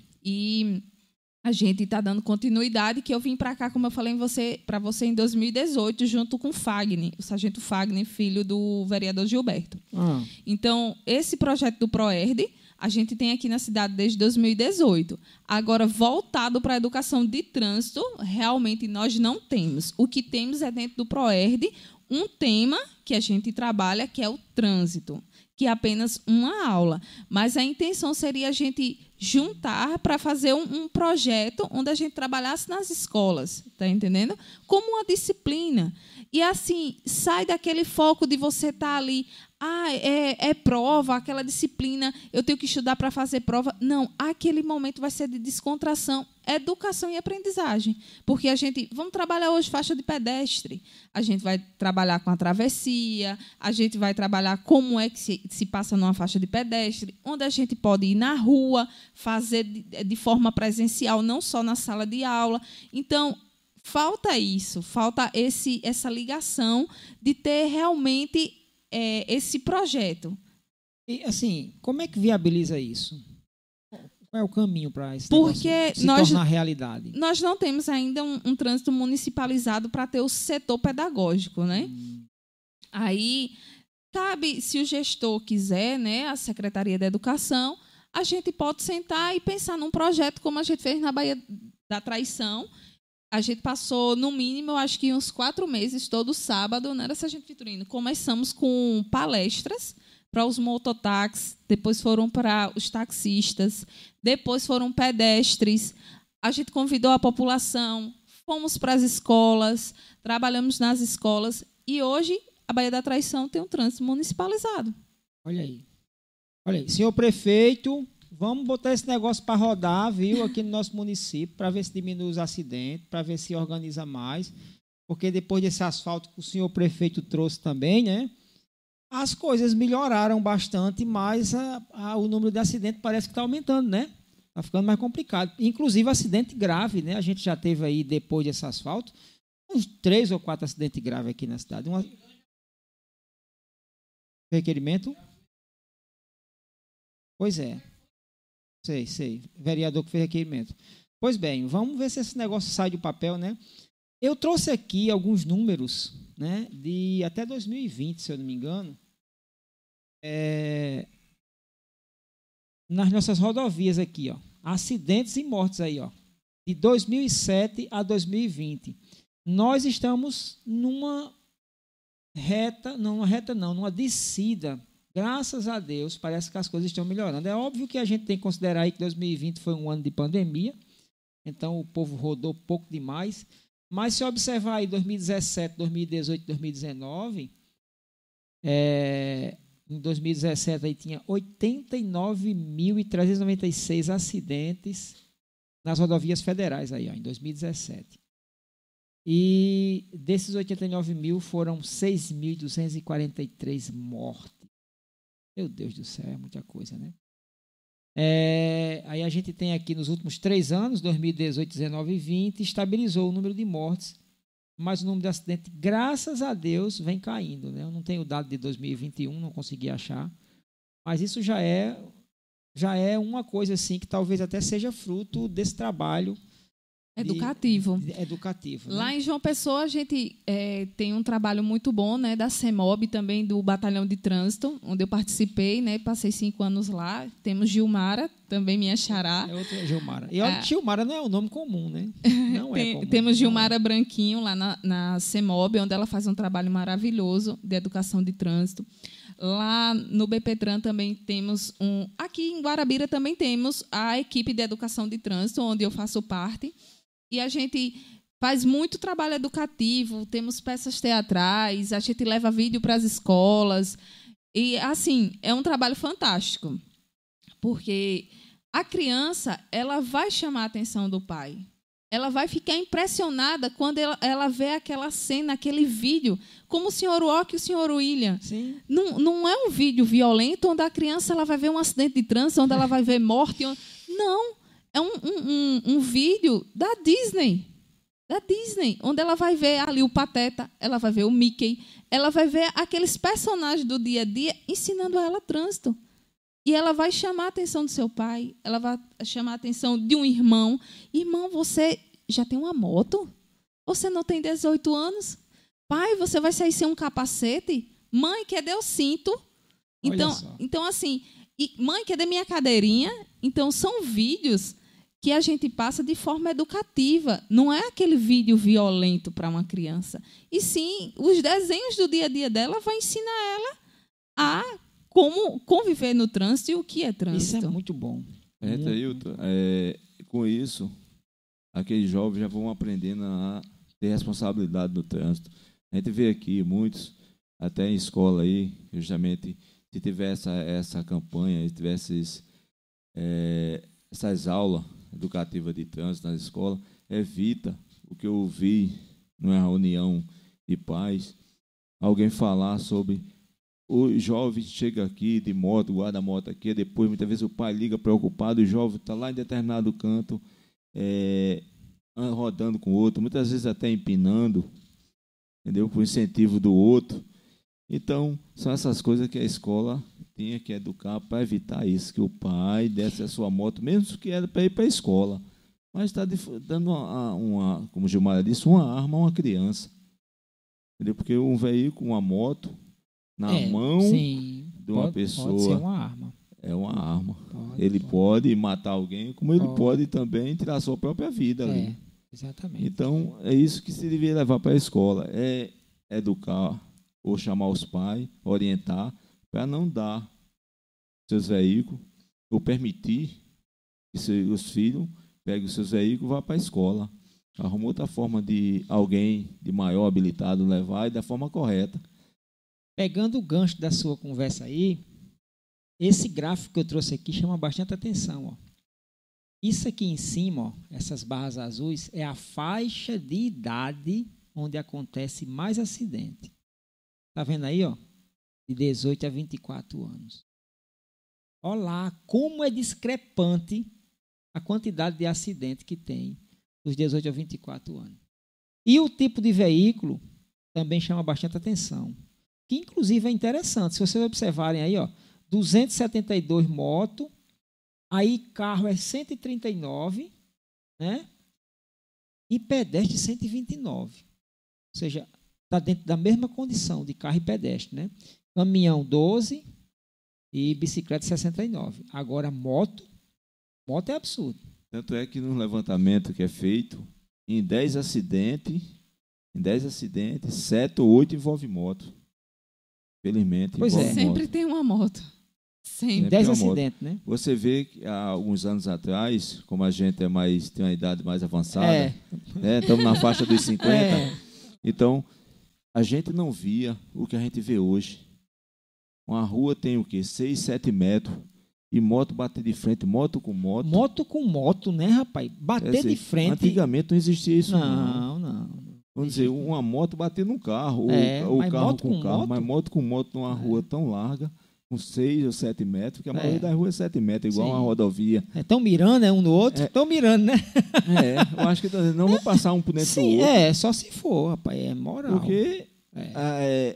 e a gente está dando continuidade, que eu vim para cá, como eu falei para você, em dois mil e dezoito, junto com o Fagner, o sargento Fagner, filho do vereador Gilberto. Ah. Então, esse projeto do PROERD, a gente tem aqui na cidade desde dois mil e dezoito. Agora, voltado para a educação de trânsito, realmente nós não temos. O que temos é, dentro do PROERD, um tema que a gente trabalha, que é o trânsito, que é apenas uma aula. Mas a intenção seria a gente juntar para fazer um, um projeto onde a gente trabalhasse nas escolas, tá entendendo? Como uma disciplina. E, assim, sai daquele foco de você estar ali, ah, é, é prova, aquela disciplina, eu tenho que estudar para fazer prova. Não, aquele momento vai ser de descontração, educação e aprendizagem. Porque a gente, vamos trabalhar hoje faixa de pedestre, a gente vai trabalhar com a travessia, a gente vai trabalhar como é que se, se passa numa faixa de pedestre, onde a gente pode ir na rua, fazer de, de forma presencial, não só na sala de aula. Então, falta isso, falta esse, essa ligação de ter realmente é, esse projeto. E, assim, como é que viabiliza isso? Qual é o caminho para isso se nós, tornar realidade? Nós não temos ainda um, um trânsito municipalizado para ter o setor pedagógico, né? Hum. Aí, cabe, se o gestor quiser, né, a Secretaria da Educação, a gente pode sentar e pensar num projeto como a gente fez na Baía da Traição. A gente passou, no mínimo, eu acho que uns quatro meses, todo sábado, né, Sargento Vitorino? Começamos com palestras para os mototáxis, depois foram para os taxistas, depois foram pedestres. A gente convidou a população, fomos para as escolas, trabalhamos nas escolas e hoje a Baía da Traição tem um trânsito municipalizado. Olha aí. Olha aí. Senhor prefeito, vamos botar esse negócio para rodar, viu, aqui no nosso município, para ver se diminui os acidentes, para ver se organiza mais, porque depois desse asfalto que o senhor prefeito trouxe também, né, as coisas melhoraram bastante, mas a, a, o número de acidentes parece que está aumentando, né? Está ficando mais complicado. Inclusive acidente grave, né? A gente já teve aí, depois desse asfalto, uns três ou quatro acidentes graves aqui na cidade. Um requerimento? Pois é. Sei, sei. Vereador que fez requerimento. Pois bem, vamos ver se esse negócio sai do papel, né? Eu trouxe aqui alguns números, né, de até dois mil e vinte, se eu não me engano, é, nas nossas rodovias aqui, ó, acidentes e mortes aí, ó, de dois mil e sete a dois mil e vinte. Nós estamos numa reta, não uma reta não, numa descida. Graças a Deus, parece que as coisas estão melhorando. É óbvio que a gente tem que considerar aí que dois mil e vinte foi um ano de pandemia, então o povo rodou pouco demais. Mas se observar aí dois mil e dezessete, dois mil e dezoito, dois mil e dezenove, é, em dois mil e dezessete aí tinha oitenta e nove mil trezentos e noventa e seis acidentes nas rodovias federais aí, ó, em dois mil e dezessete. E desses oitenta e nove mil foram seis mil duzentos e quarenta e três mortes. Meu Deus do céu, é muita coisa, né? É, aí a gente tem aqui nos últimos três anos, dois mil e dezoito, dezenove e vinte, estabilizou o número de mortes, mas o número de acidentes, graças a Deus, vem caindo, né? Eu não tenho o dado de dois mil e vinte e um, não consegui achar, mas isso já é, já é uma coisa assim que talvez até seja fruto desse trabalho educativo. De, de, educativo, né? Lá em João Pessoa, a gente é, tem um trabalho muito bom, né, da CEMOB, também do Batalhão de Trânsito, onde eu participei, né, passei cinco anos lá. Temos Gilmara, também minha xará. É outra Gilmara. E olha, é. Gilmara não é um nome comum, né? Não tem, é comum. Temos Gilmara Branquinho, lá na, na CEMOB, onde ela faz um trabalho maravilhoso de educação de trânsito. Lá no B P Tran também temos um... Aqui em Guarabira também temos a equipe de educação de trânsito, onde eu faço parte. E a gente faz muito trabalho educativo, temos peças teatrais, a gente leva vídeo para as escolas. E, assim, é um trabalho fantástico, porque a criança ela vai chamar a atenção do pai. Ela vai ficar impressionada quando ela, ela vê aquela cena, aquele vídeo, como o senhor Ock e o senhor William. Sim. Não, não é um vídeo violento onde a criança ela vai ver um acidente de trânsito, onde ela vai ver morte. Não. É um, um, um, um vídeo da Disney, da Disney, onde ela vai ver ali o Pateta, ela vai ver o Mickey, ela vai ver aqueles personagens do dia a dia ensinando a ela trânsito. E ela vai chamar a atenção do seu pai, ela vai chamar a atenção de um irmão. Irmão, você já tem uma moto? Você não tem dezoito anos? Pai, você vai sair sem um capacete? Mãe, cadê o cinto? Então, então assim, e, mãe, cadê minha cadeirinha? Então, são vídeos que a gente passa de forma educativa. Não é aquele vídeo violento para uma criança. E sim, os desenhos do dia a dia dela vão ensinar ela a como conviver no trânsito e o que é trânsito. Isso é muito bom. É, Thailton, é, com isso, aqueles jovens já vão aprendendo a ter responsabilidade no trânsito. A gente vê aqui muitos, até em escola aí, justamente, se tivesse essa, essa campanha, se tivesse é, essas aulas educativa de trânsito nas escolas, evita o que eu vi numa reunião de pais, alguém falar sobre o jovem chega aqui de moto, guarda a moto aqui, depois muitas vezes o pai liga preocupado, o jovem está lá em determinado canto, é, rodando com o outro, muitas vezes até empinando, entendeu? Por incentivo do outro. Então, são essas coisas que a escola tinha que educar para evitar isso, que o pai desse a sua moto, mesmo que era para ir para a escola, mas está dando, uma, uma, como o Gilmar disse, uma arma a uma criança. Entendeu? Porque um veículo, uma moto, na é, mão sim, de uma pode, pessoa... Pode ser uma arma. É uma arma. Pode, ele pode. pode matar alguém, como ele pode. pode também tirar a sua própria vida ali. É, exatamente. Então, é isso que se devia levar para a escola, é educar ou chamar os pais, orientar, para não dar seus veículos, ou permitir que os filhos peguem os seus veículos e vá para a escola. Arruma outra forma de alguém de maior habilitado levar e da forma correta. Pegando o gancho da sua conversa aí, esse gráfico que eu trouxe aqui chama bastante atenção. Ó. Isso aqui em cima, ó, essas barras azuis, é a faixa de idade onde acontece mais acidente. Está vendo aí? Ó? De dezoito a vinte e quatro anos. Olha lá como é discrepante a quantidade de acidente que tem dos dezoito a vinte e quatro anos. E o tipo de veículo também chama bastante atenção. Que, inclusive, é interessante. Se vocês observarem aí, ó, duzentos e setenta e dois motos, aí carro é cento e trinta e nove, né? E pedestre cento e vinte e nove. Ou seja, está dentro da mesma condição de carro e pedestre, né? Caminhão doze e bicicleta sessenta e nove. Agora, moto, moto é absurdo. Tanto é que no levantamento que é feito, em dez acidentes, em dez acidentes, sete ou oito envolve moto. Felizmente, pois envolve é. moto. Sempre tem uma moto. Sempre. dez é uma moto. acidentes, né? Você vê que há alguns anos atrás, como a gente é mais, tem uma idade mais avançada, É. né, estamos na faixa dos cinquenta, É. então a gente não via o que a gente vê hoje. Uma rua tem o quê? seis, sete metros. E moto bater de frente, moto com moto. Moto com moto, né, rapaz? Bater Quer dizer, de frente. Antigamente não existia isso, não. Não, não. Vamos dizer, uma moto bater num carro, É, ou, ou mas carro moto com com carro, moto? mas moto com moto numa É. rua tão larga, com seis ou sete metros, que a maioria É. das ruas é sete metros, igual Sim. uma rodovia. Estão mirando, né, um no outro? É. Estão mirando, né? É, eu acho que não vou passar um por dentro Sim, do outro. é, só se for, rapaz, é moral. Porque É. ah, é,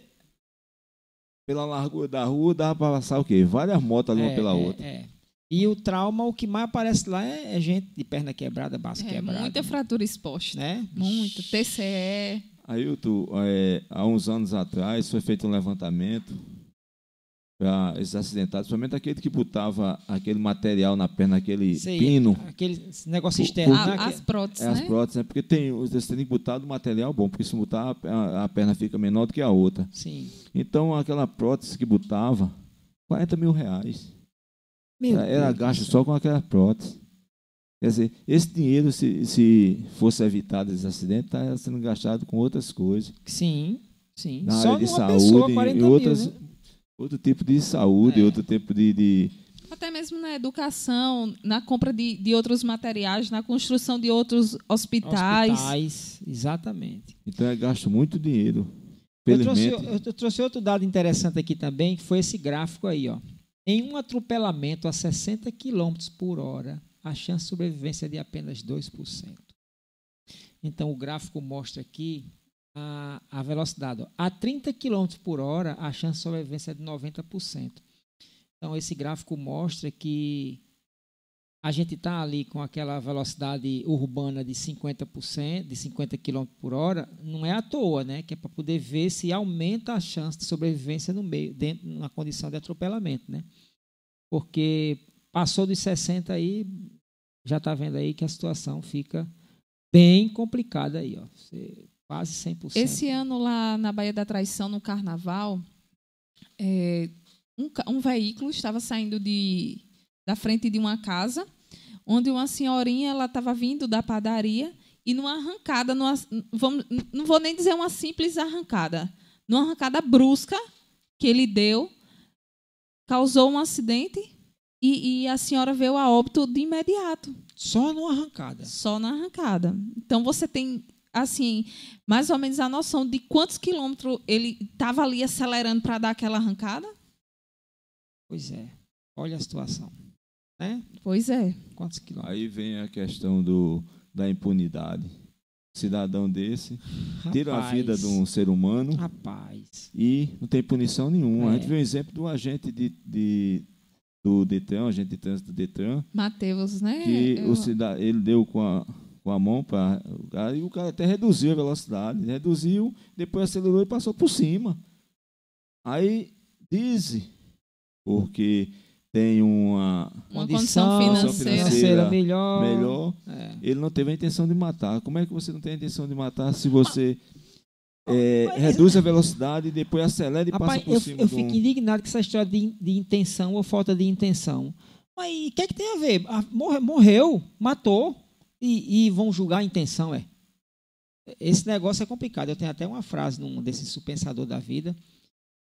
pela largura da rua dá para passar o quê? Várias motos ali uma É, pela é, outra. é. E o trauma, o que mais aparece lá é, é gente de perna quebrada, baço É, quebrado. muita fratura exposta. né? Muita. T C E. Ailton, é, há uns anos atrás foi feito um levantamento para esses acidentados, principalmente aquele que botava aquele material na perna, aquele Sei, pino, aquele negócio Por- externo. por- né? A- Que- as próteses, é, as né? próteses, né? Porque tem, você tem que botar do material bom, porque se botar a, a perna fica menor do que a outra. Sim. Então aquela prótese que botava, quarenta mil reais. Meu Era, era Deus do gasto céu. só com aquela prótese. Quer dizer, esse dinheiro, se, se fosse evitado esse acidente, está sendo gastado com outras coisas. Sim, sim. Na Só área de numa saúde, pessoa, e quarenta outras, mil, né? outro tipo de saúde, É. outro tipo de, de... Até mesmo na educação, na compra de, de outros materiais, na construção de outros hospitais. Hospitais, exatamente. Então é gasto muito dinheiro. Eu trouxe, Felizmente, eu, eu trouxe outro dado interessante aqui também, que foi esse gráfico aí, ó. Em um atropelamento a sessenta quilômetros por hora, a chance de sobrevivência é de apenas dois por cento. Então, o gráfico mostra aqui a, a velocidade. Ó. A trinta quilômetros por hora, a chance de sobrevivência é de noventa por cento. Então, esse gráfico mostra que a gente está ali com aquela velocidade urbana de cinquenta por cento, de cinquenta quilômetros por hora, não é à toa, né? Que é para poder ver se aumenta a chance de sobrevivência no meio, dentro, na condição de atropelamento, né? Porque passou dos sessenta aí, já está vendo aí que a situação fica bem complicada aí, ó. Você, quase cem por cento. Esse ano lá na Baía da Traição, no Carnaval, é, um, ca- um veículo estava saindo de, da frente de uma casa, onde uma senhorinha ela estava vindo da padaria e numa arrancada, numa, vamos, não vou nem dizer uma simples arrancada, numa arrancada brusca que ele deu, causou um acidente e, e a senhora veio a óbito de imediato. Só numa arrancada. Só na arrancada. Então, você tem, assim, mais ou menos a noção de quantos quilômetros ele estava ali acelerando para dar aquela arrancada? Pois é. Olha a situação. Né? Pois é. Quantos quilômetros? aí vem a questão do, da impunidade. Cidadão desse tira a vida de um ser humano Rapaz. e não tem punição nenhuma. É. A gente vê o exemplo do agente de, de, do Detran, agente de trânsito do Detran, Mateus, né? que Eu- o cida, ele deu com a, com a mão para o cara, e o cara até reduziu a velocidade, reduziu, depois acelerou e passou por cima. Aí diz, porque tem uma Uma condição financeira. financeira melhor. melhor, É. ele não teve a intenção de matar. Como é que você não tem a intenção de matar se você é, reduz a velocidade e depois acelera e Rapaz, passa por eu, cima eu de um... fico indignado com essa história de, de intenção ou falta de intenção. Mas o que é que tem a ver? Ah, morre- morreu, matou e, e vão julgar a intenção, é? Esse negócio é complicado. Eu tenho até uma frase num desses pensador da vida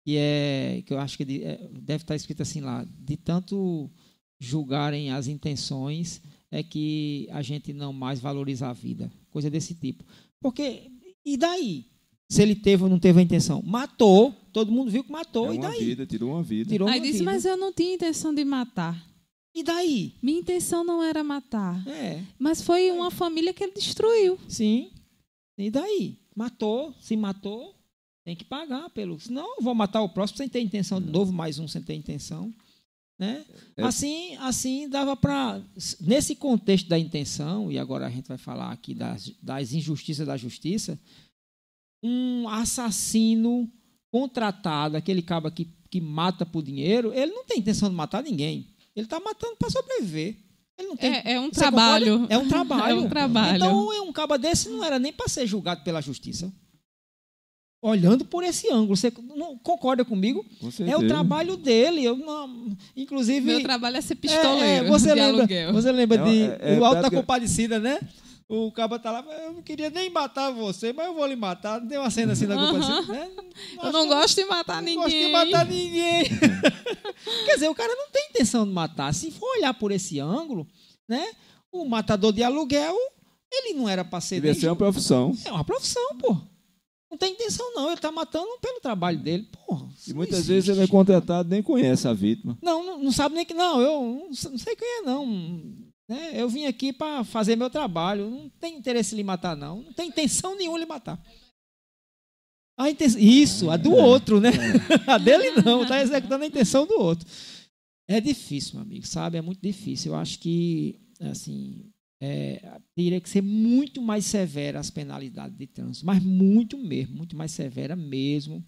que é que eu acho que de, é, deve estar escrito assim lá, de tanto julgarem as intenções é que a gente não mais valoriza a vida, coisa desse tipo. Porque, e daí? Se ele teve ou não teve a intenção? Matou, todo mundo viu que matou, É e uma daí? vida, tirou uma vida. Tirou Aí uma disse, vida. mas eu não tinha intenção de matar. E daí? Minha intenção não era matar. É, Mas foi uma família que ele destruiu. sim. E daí? Matou, se matou, tem que pagar pelo. Senão, eu vou matar o próximo sem ter intenção de novo, mais um sem ter intenção. Né? É. Assim, assim dava para. Nesse contexto da intenção, e agora a gente vai falar aqui das, das injustiças da justiça, um assassino contratado, aquele cabo que, que mata por dinheiro, ele não tem intenção de matar ninguém. Ele está matando para sobreviver. Ele não tem, É, é um você trabalho. concorda? É um trabalho. É um trabalho. Então, um cabo desse não era nem para ser julgado pela justiça. Olhando por esse ângulo, você não concorda comigo? Com É certeza. o trabalho dele. Eu não, inclusive. Meu trabalho é ser é, pistoleiro é, você de lembra, aluguel. você lembra É, de é, é, o Alto da prática- Compadecida, né? O cabo tá lá, eu não queria nem matar você, mas eu vou lhe matar. Não tem uma cena assim da Aham. Compadecida, né? Eu não gosto de matar não ninguém. gosto de matar ninguém. Quer dizer, o cara não tem intenção de matar. Se for olhar por esse ângulo, né? O matador de aluguel, ele não era para ser. Devia nem ser uma ju- profissão. É uma profissão, pô. Não tem intenção, não. Ele está matando pelo trabalho dele. Porra, E isso muitas não vezes ele é existe. contratado nem conhece a vítima. Não, não, não sabe nem que. Não, eu não, sei- não sei quem é, não. Né? Eu vim aqui para fazer meu trabalho. Não tem interesse em lhe matar, não. Não tem intenção nenhuma em lhe matar. A intenção, isso, a do outro, né? A dele não. Está executando a intenção do outro. É difícil, meu amigo, sabe? É muito difícil. Eu acho que, assim, é, teria que ser muito mais severa as penalidades de trânsito, mas muito mesmo, muito mais severa mesmo,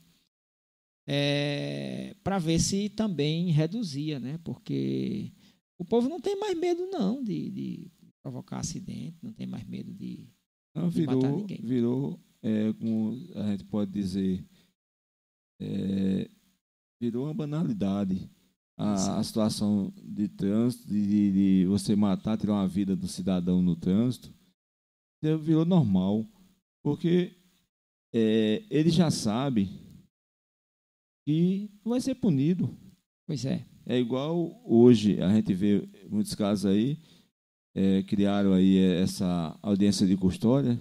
é, para ver se também reduzia, né? Porque o povo não tem mais medo, não, de, de provocar acidente, não tem mais medo de. Não, De matar virou, ninguém. virou é, como a gente pode dizer, é, virou uma banalidade. A, a situação de trânsito, de, de- de você matar, tirar uma vida do cidadão no trânsito, é, virou normal. Porque é, ele já sabe que vai ser punido. Pois é. É igual hoje, a gente vê muitos casos aí, é, criaram aí essa audiência de custódia,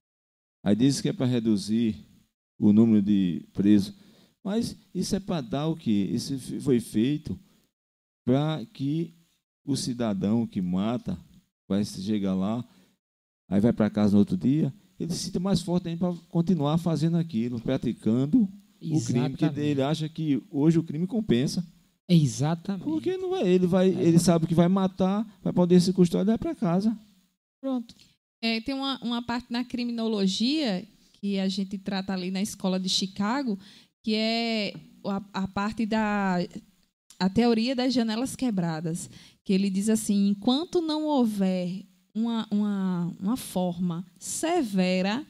aí diz que é para reduzir o número de presos, mas isso é para dar o quê? Isso foi feito para que o cidadão que mata, vai chegar lá, aí vai para casa no outro dia, ele se sinta mais forte ainda para continuar fazendo aquilo, praticando o crime, porque Exatamente. ele acha que hoje o crime compensa. Exatamente. Porque não vai, ele vai, ele sabe que vai matar, vai poder se custódia e vai para casa. Pronto. É, tem uma, uma parte na criminologia que a gente trata ali na escola de Chicago, que é a, a parte da a teoria das janelas quebradas, que ele diz assim, enquanto não houver uma, uma, uma forma severa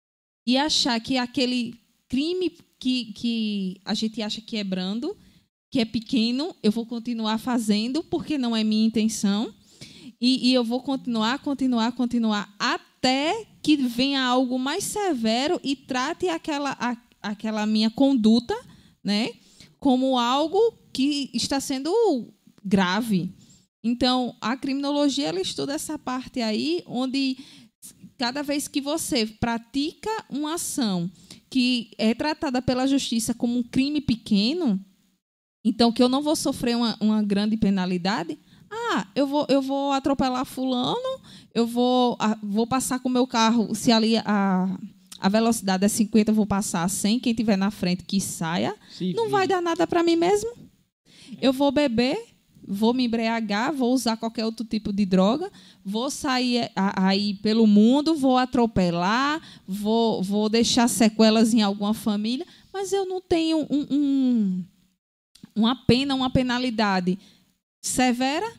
e achar que aquele crime que, que a gente acha que é brando, que é pequeno, eu vou continuar fazendo porque não é minha intenção e, e eu vou continuar, continuar, continuar até que venha algo mais severo e trate aquela, a, aquela minha conduta, né, como algo que está sendo grave. Então, a criminologia ela estuda essa parte aí, onde cada vez que você pratica uma ação que é tratada pela justiça como um crime pequeno, então, que eu não vou sofrer uma, uma grande penalidade. Ah, eu vou, eu vou atropelar fulano, eu vou, a, vou passar com o meu carro, se ali a, a velocidade é cinquenta, eu vou passar a cem, quem estiver na frente que saia. Se Não vira. vai dar nada para mim mesmo. Eu vou beber, vou me embriagar, vou usar qualquer outro tipo de droga, vou sair a- aí pelo mundo, vou atropelar, vou, vou deixar sequelas em alguma família, mas eu não tenho um... um uma pena, uma penalidade severa,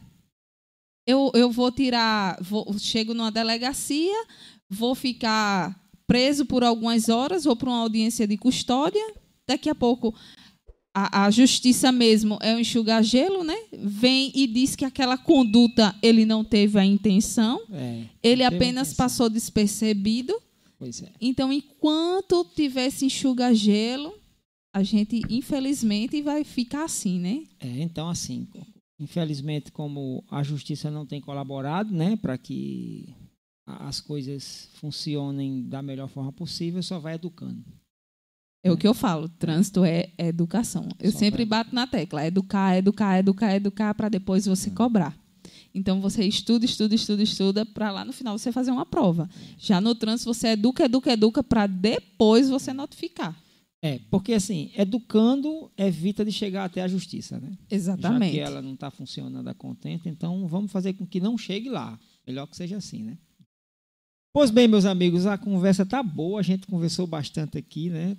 eu, eu vou tirar, vou, chego numa delegacia, vou ficar preso por algumas horas, vou para uma audiência de custódia, daqui a pouco a, a justiça mesmo é um enxugar-gelo, né? Vem e diz que aquela conduta ele não teve a intenção, É, ele não teve apenas intenção. passou despercebido. Pois é. Então, enquanto tiver esse enxuga-gelo, a gente, infelizmente, vai ficar assim, né? É, então, assim, infelizmente, como a justiça não tem colaborado, né, para que as coisas funcionem da melhor forma possível, só vai educando. É o que eu falo, trânsito é, é educação. Eu Só sempre vai bato na tecla, educar, educar, educar, educar, para depois você cobrar. Então, você estuda, estuda, estuda, estuda, para lá no final você fazer uma prova. Já no trânsito, você educa, educa, educa, para depois você notificar. É, porque assim, educando evita de chegar até a justiça, né? Exatamente. Já que ela não está funcionando a contento, então vamos fazer com que não chegue lá. Melhor que seja assim, né? Pois bem, meus amigos, a conversa tá boa, a gente conversou bastante aqui, né?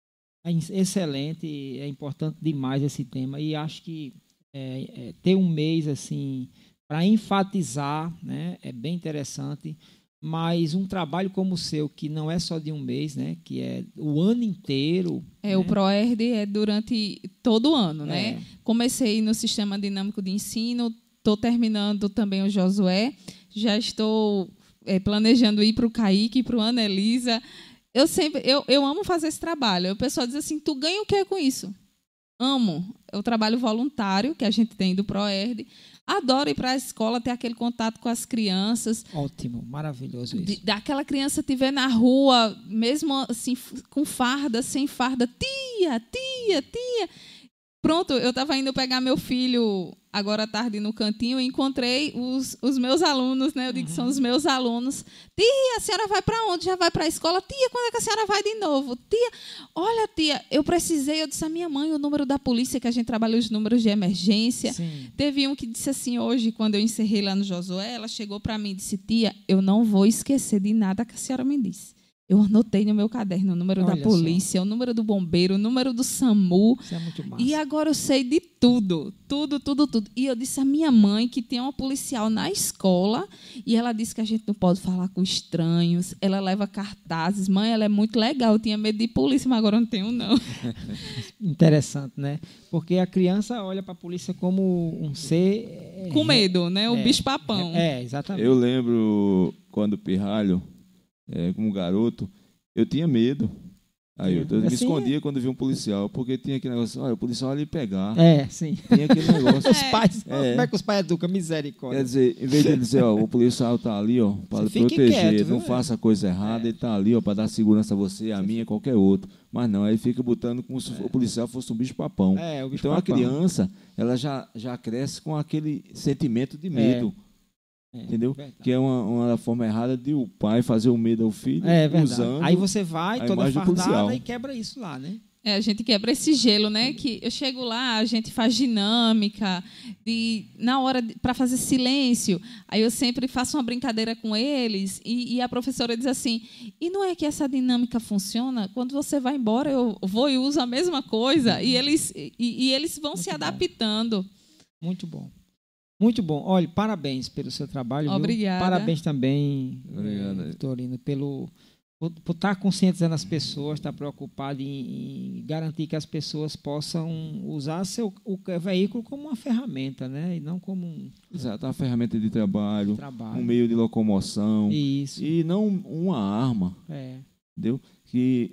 É excelente, é importante demais esse tema e acho que é, é, ter um mês assim para enfatizar, né? É bem interessante. Mas um trabalho como o seu, que não é só de um mês, né? Que é o ano inteiro. É, né? O ProERD é durante todo o ano, né? É. Comecei no Sistema Dinâmico de Ensino, estou terminando também o Josué, já estou é, planejando ir para o Kaique, para o Ana Elisa. Eu sempre, eu, eu amo fazer esse trabalho. O pessoal diz assim, tu ganha o que com isso? Amo. É o trabalho voluntário que a gente tem do ProERD. Adoro ir para a escola, ter aquele contato com as crianças. Ótimo, maravilhoso isso. De, daquela criança te ver na rua, mesmo assim, com farda, sem farda. Tia, tia, tia. Pronto, eu estava indo pegar meu filho agora à tarde no cantinho e encontrei os, os meus alunos, né? Eu digo que são os meus alunos. Tia, a senhora vai para onde? Já vai para a escola? Tia, quando é que a senhora vai de novo? Tia, olha, tia, eu precisei, eu disse a minha mãe o número da polícia, que a gente trabalha os números de emergência. Sim. Teve um que disse assim, hoje, quando eu encerrei lá no Josué, ela chegou para mim e disse, tia, eu não vou esquecer de nada que a senhora me disse. Eu anotei no meu caderno o número Olha da polícia, só. o número do bombeiro, o número do SAMU. Isso é muito massa. E agora eu sei de tudo, tudo, tudo, tudo. E eu disse à minha mãe que tem uma policial na escola e ela disse que a gente não pode falar com estranhos. Ela leva cartazes. Mãe, ela é muito legal. Eu tinha medo de polícia, mas agora não tenho, não. Interessante, né? Porque a criança olha para a polícia como um ser... Com medo, né? O é, bicho-papão. É, é, exatamente. Eu lembro quando pirralho, é, como garoto, eu tinha medo. Aí eu, eu me Assim, escondia quando via um policial, porque tinha aquele negócio, olha, o policial vai lhe pegar. É, sim. Tinha aquele negócio. Os pais, É. como é que os pais educam? Misericórdia. Quer dizer, em vez de ele dizer, ó, o policial tá ali, ó, para Você fique proteger, quieto, não viu? faça coisa errada, ele tá ali, ó, para dar segurança a você, a mim, a qualquer outro. Mas não, aí fica botando como se o policial fosse um bicho-papão. É, o bicho Então a papão. criança, ela já, já cresce com aquele sentimento de medo. É, Entendeu? verdade. Que é uma, uma forma errada de o pai fazer o medo ao filho, É verdade. usando Aí você vai a toda imagem do policial. fardada e quebra isso lá, né? É, a gente quebra esse gelo, né? Que eu chego lá, a gente faz dinâmica, de, na hora para fazer silêncio. Aí eu sempre faço uma brincadeira com eles e, e a professora diz assim: e não é que essa dinâmica funciona? Quando você vai embora, eu vou e uso a mesma coisa e eles, e, e eles vão Muito se bom. adaptando. Muito bom. Muito bom. Olha, parabéns pelo seu trabalho. Viu? Obrigada. Parabéns também, Obrigado. eh, Vitorino, pelo por, por estar conscientizando as pessoas, estar preocupado em, em garantir que as pessoas possam usar seu, o veículo como uma ferramenta, né? E não como um Exato, uma ferramenta de trabalho, trabalho. um meio de locomoção Isso. e não uma arma, É. entendeu? Que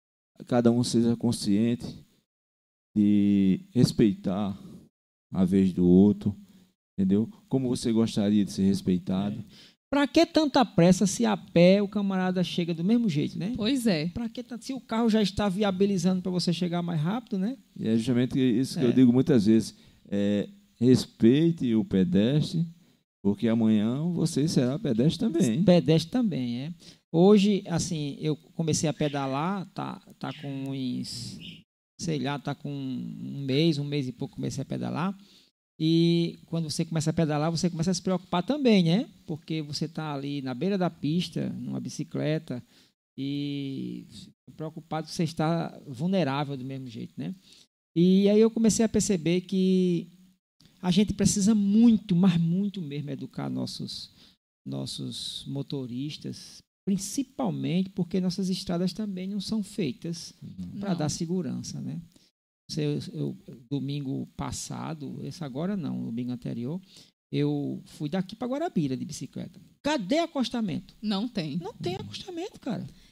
cada um seja consciente de respeitar a vez do outro, entendeu? Como você gostaria de ser respeitado. É. Para que tanta pressa se a pé o camarada chega do mesmo jeito, né? Pois é. Para que tanto, se o carro já está viabilizando para você chegar mais rápido, né? E é justamente isso que É. eu digo muitas vezes. É, respeite o pedestre, porque amanhã você será pedestre também. Pedestre também, é. Hoje, assim, eu comecei a pedalar, tá, tá com uns, sei lá, tá com um mês, um mês e pouco comecei a pedalar. E quando você começa a pedalar, você começa a se preocupar também, né? Porque você está ali na beira da pista, numa bicicleta, e preocupado que você está vulnerável do mesmo jeito, né? E aí eu comecei a perceber que a gente precisa muito, mas muito mesmo, educar nossos, nossos motoristas, principalmente porque nossas estradas também não são feitas para Não. dar segurança, né? Eu, eu, domingo passado, esse agora não, domingo anterior, eu fui daqui para Guarabira de bicicleta. Cadê acostamento? Não tem. Não tem acostamento, cara.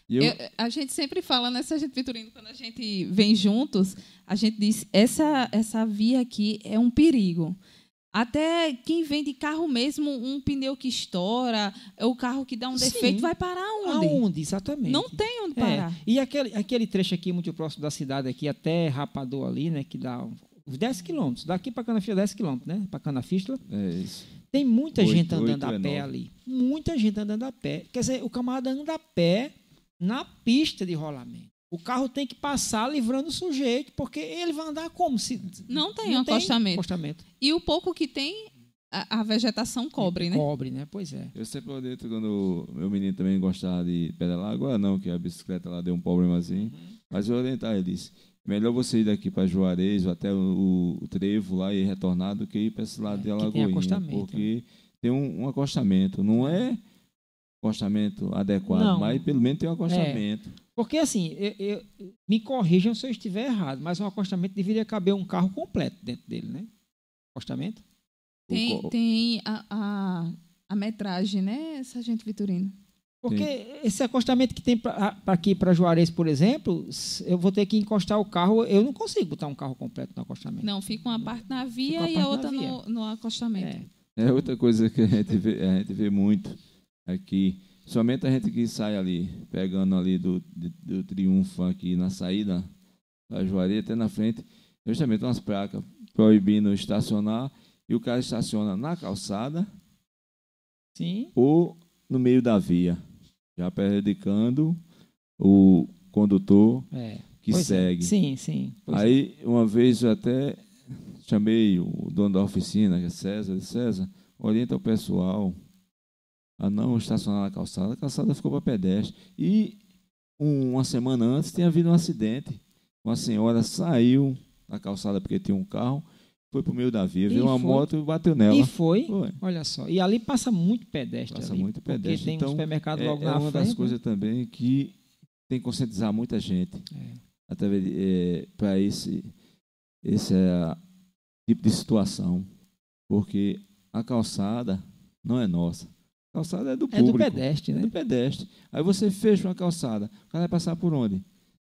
E eu, Eu- a gente sempre fala, né, Sargento Vitorino, quando a gente vem juntos, a gente diz, essa, essa via aqui é um perigo. Até quem vem de carro mesmo, um pneu que estoura, o carro que dá um Sim. defeito, vai parar onde? Aonde, exatamente. Não tem onde É, parar. e aquele, aquele trecho aqui, muito próximo da cidade, aqui até Rapador ali, né, que dá uns dez quilômetros. Daqui para Canafístula, dez quilômetros, né, para Canafístula. é isso. Tem muita Oito, gente andando oito a é pé nove. ali. Muita gente andando a pé. Quer dizer, o camarada anda a pé na pista de rolamento. O carro tem que passar livrando o sujeito, porque ele vai andar como? Se, Não tem acostamento. acostamento. E o pouco que tem, a, a vegetação cobre, né? Cobre, né? Pois é. Eu sempre oriento quando o meu menino também gostava de pedalar, agora não, que a bicicleta lá deu um problemazinho. Uhum. Mas eu orientar ele disse, melhor você ir daqui para Juarez ou até o, o Trevo lá e retornar do que ir para esse lado É, de que tem Alagoinha, acostamento, porque tem um, um acostamento, não é acostamento adequado, Não. mas pelo menos tem um acostamento. Porque, assim, eu, eu- me corrijam se eu estiver errado, mas um acostamento deveria caber um carro completo dentro dele, né? Acostamento? Tem, O co- tem a, a, a metragem, né, Sargento Vitorino? Porque esse acostamento que tem para aqui para Juarez, por exemplo, s- eu vou ter que encostar o carro, eu não consigo botar um carro completo no acostamento. Não, fica uma parte na via uma e parte a na outra via. no, no acostamento. É. É outra coisa que a gente vê, a gente vê muito aqui. Somente a gente que sai ali, pegando ali do, de- do Triunfo aqui na saída da Juarez até na frente, justamente umas placas proibindo estacionar e o cara estaciona na calçada Sim. ou no meio da via, já prejudicando o condutor É. que Pois é. segue. Sim, sim. Pois é. Aí, uma vez eu até chamei o dono da oficina, que é César, disse, César, orienta o pessoal a não estacionar na calçada. A calçada ficou para pedestre. E um- uma semana antes tinha havido um acidente. Uma senhora saiu da calçada porque tinha um carro, foi para o meio da via, E viu uma foi. moto e bateu nela. E foi, Foi. olha só. E ali passa muito pedestre. Passa ali, muito porque pedestre. tem Então, um supermercado É, logo é na uma frente. das coisas também que tem que conscientizar muita gente né? é, para esse, esse é, tipo de situação. Porque a calçada não é nossa. A calçada é do É, é do público. pedestre, É né? do pedestre. Aí você fecha uma calçada, o cara vai passar por onde?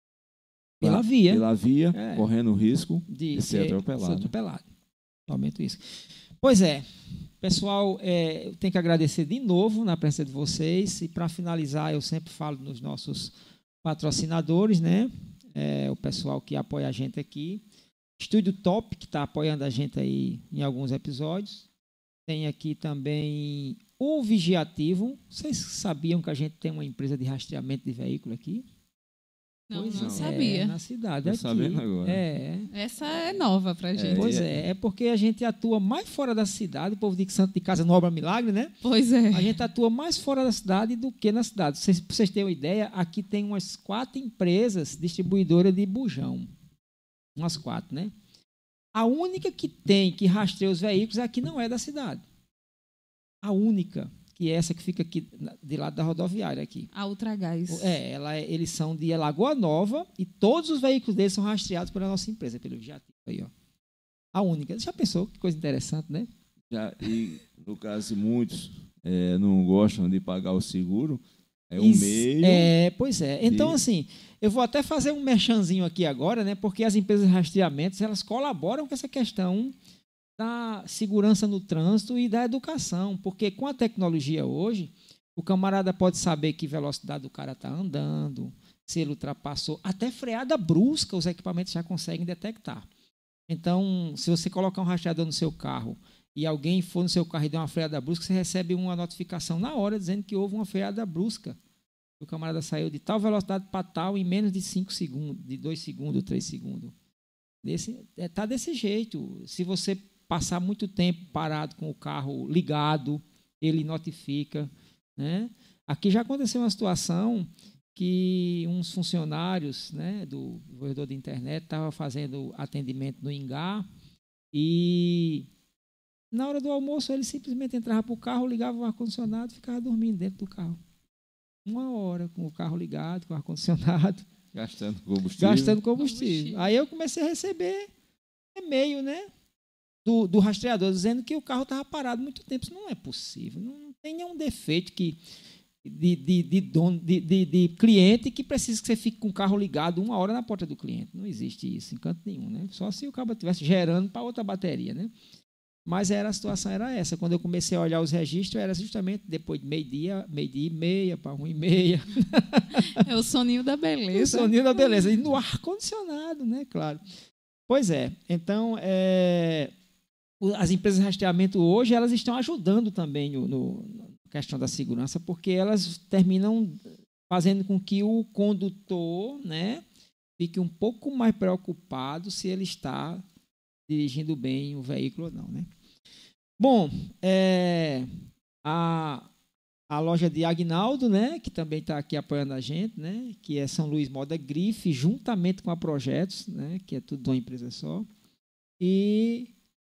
Pela Lá- via. Pela via, É. correndo o risco De, de ser atropelado. ser atropelado. Aumento isso. Pois é. Pessoal, é, eu tenho que agradecer de novo na presença de vocês. E para finalizar, eu sempre falo nos nossos patrocinadores, né? É, o pessoal que apoia a gente aqui. Estúdio Top, que está apoiando a gente aí em alguns episódios. Tem aqui também o Vigiativo. Vocês sabiam que a gente tem uma empresa de rastreamento de veículo aqui? Não, Pois não é, sabia. na cidade Tô aqui. sabendo agora. É, Essa é nova pra gente. pois e é, é porque a gente atua mais fora da cidade. O povo diz que santo de casa não obra milagre, né? Pois é. A gente atua mais fora da cidade do que na cidade. Vocês, pra vocês terem uma ideia, aqui tem umas quatro empresas distribuidoras de bujão. Umas quatro, né? A única que tem, que rastreia os veículos, é a que não é da cidade. A única, que é essa que fica aqui na- de lado da rodoviária aqui. A Ultragás. É, ela, é- eles são de Lagoa Nova e todos os veículos deles são rastreados pela nossa empresa, pelo Vigiativo aí, ó. A única. Já pensou? Que coisa interessante, né? Já, e, no caso, se muitos é, não gostam de pagar o seguro, é um Is- meio. É, pois é. Então, de- assim, eu vou até fazer um merchanzinho aqui agora, né? Porque as empresas de rastreamentos, elas colaboram com essa questão da segurança no trânsito e da educação. Porque com a tecnologia hoje, o camarada pode saber que velocidade o cara está andando, se ele ultrapassou. Até freada brusca, os equipamentos já conseguem detectar. Então, se você colocar um rastreador no seu carro e alguém for no seu carro e der uma freada brusca, você recebe uma notificação na hora dizendo que houve uma freada brusca. O camarada saiu de tal velocidade para tal em menos de cinco segundos, de dois segundos, três segundos. Desse, é, tá desse jeito. Se você passar muito tempo parado com o carro ligado, ele notifica, né? Aqui já aconteceu uma situação que uns funcionários, né, do corredor de internet estavam fazendo atendimento no Ingá e na hora do almoço ele simplesmente entrava para o carro, ligava o ar-condicionado e ficava dormindo dentro do carro. Uma hora com o carro ligado, com o ar-condicionado, Gastando combustível. gastando combustível. Combustível. Aí eu comecei a receber e-mail, né, do, do rastreador dizendo que o carro estava parado muito tempo. Isso não é possível. Não tem nenhum defeito que de, de, de, dono, de, de, de cliente que precisa que você fique com o carro ligado uma hora na porta do cliente. Não existe isso em canto nenhum, né? Só se o cabo estivesse gerando para outra bateria, né? Mas era, a situação era essa. Quando eu comecei a olhar os registros, era justamente depois de meio-dia, meio-dia e meia, para uma e meia. É o soninho da beleza. O soninho da beleza. E no ar-condicionado, né? Claro. Pois é. Então, é, as empresas de rastreamento hoje, elas estão ajudando também no, no, na questão da segurança, porque elas terminam fazendo com que o condutor, né, fique um pouco mais preocupado se ele está dirigindo bem o veículo ou não, né? Bom, é, a, a loja de Agnaldo, né, que também está aqui apoiando a gente, né, que é São Luís Moda Grife, juntamente com a Projetos, né, que é tudo de uma empresa só, e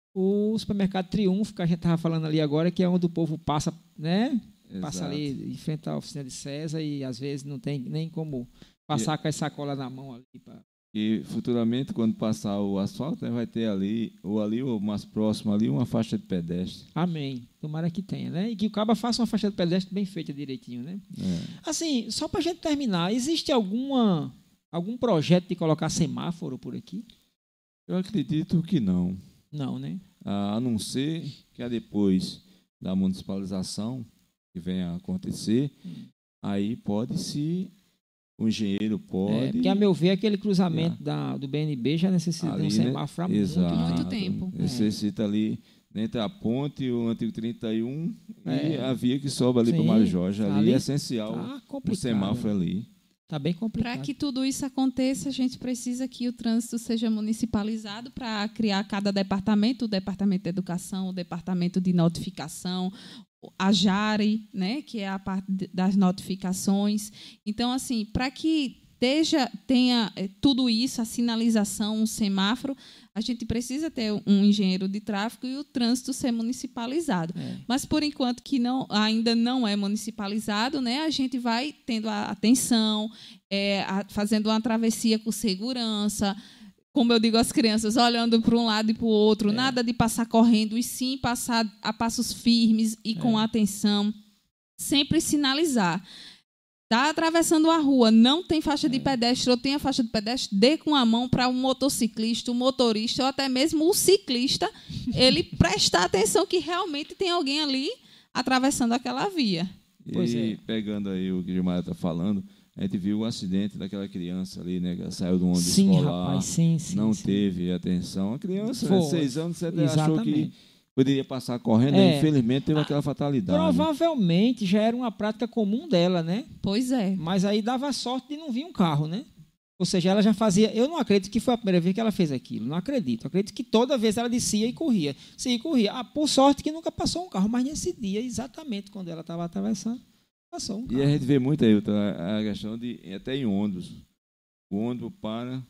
o supermercado Triunfo, que a gente estava falando ali agora, que é onde o povo passa, né, Exato. passa ali em frente à oficina de César e às vezes não tem nem como passar e, com as sacolas na mão ali para... E futuramente, quando passar o asfalto, né, vai ter ali, ou ali, ou mais próximo ali, uma faixa de pedestre. Amém. Tomara que tenha, né? E que o cabo faça uma faixa de pedestre bem feita direitinho, né? É. Assim, só para a gente terminar, existe alguma, algum projeto de colocar semáforo por aqui? Eu acredito que não. Não, né? A, a não ser que é depois da municipalização que venha a acontecer, hum. aí pode-se... O engenheiro pode... É, porque, a meu ver, aquele cruzamento é. da, do B N B já necessita ali, de um semáforo há muito, exato, muito tempo. Necessita é. ali, entre a ponte, o antigo trinta e um, é. e a via que sobe ali para o Mário Jorge. Ali, ali é essencial tá o semáforo ali. Está bem complicado. Para que tudo isso aconteça, a gente precisa que o trânsito seja municipalizado para criar cada departamento, o departamento de educação, o departamento de notificação, a Jari, né, que é a parte das notificações. Então, assim, para que esteja, tenha tudo isso, a sinalização, um semáforo, a gente precisa ter um engenheiro de tráfego e o trânsito ser municipalizado. É. Mas, por enquanto, que não, ainda não é municipalizado, né, a gente vai tendo a atenção, é, a, fazendo uma travessia com segurança, como eu digo às crianças, olhando para um lado e para o outro, é. nada de passar correndo, e sim passar a passos firmes e com é. atenção, sempre sinalizar. Está atravessando a rua, não tem faixa é. de pedestre, ou tem a faixa de pedestre, dê com a mão para um motociclista, um motorista, ou até mesmo o ciclista, ele prestar atenção que realmente tem alguém ali atravessando aquela via. E pois é. pegando aí o que o Gilmar está falando, a gente viu o acidente daquela criança ali, né? Que ela saiu do ônibus sim, escolar, rapaz, sim, sim, não sim. teve atenção. A criança, de seis anos, você Exatamente. achou que poderia passar correndo, é. e infelizmente teve aquela fatalidade. Provavelmente já era uma prática comum dela, né? Pois é. Mas aí dava sorte de não vir um carro, né? Ou seja, ela já fazia... Eu não acredito que foi a primeira vez que ela fez aquilo. Não acredito. Eu acredito que toda vez ela descia e corria. Sim, e corria. Ah, por sorte que nunca passou um carro. Mas nesse dia, exatamente quando ela estava atravessando, passou um carro. E a gente vê muito aí a questão de... Até em ônibus. O ônibus para,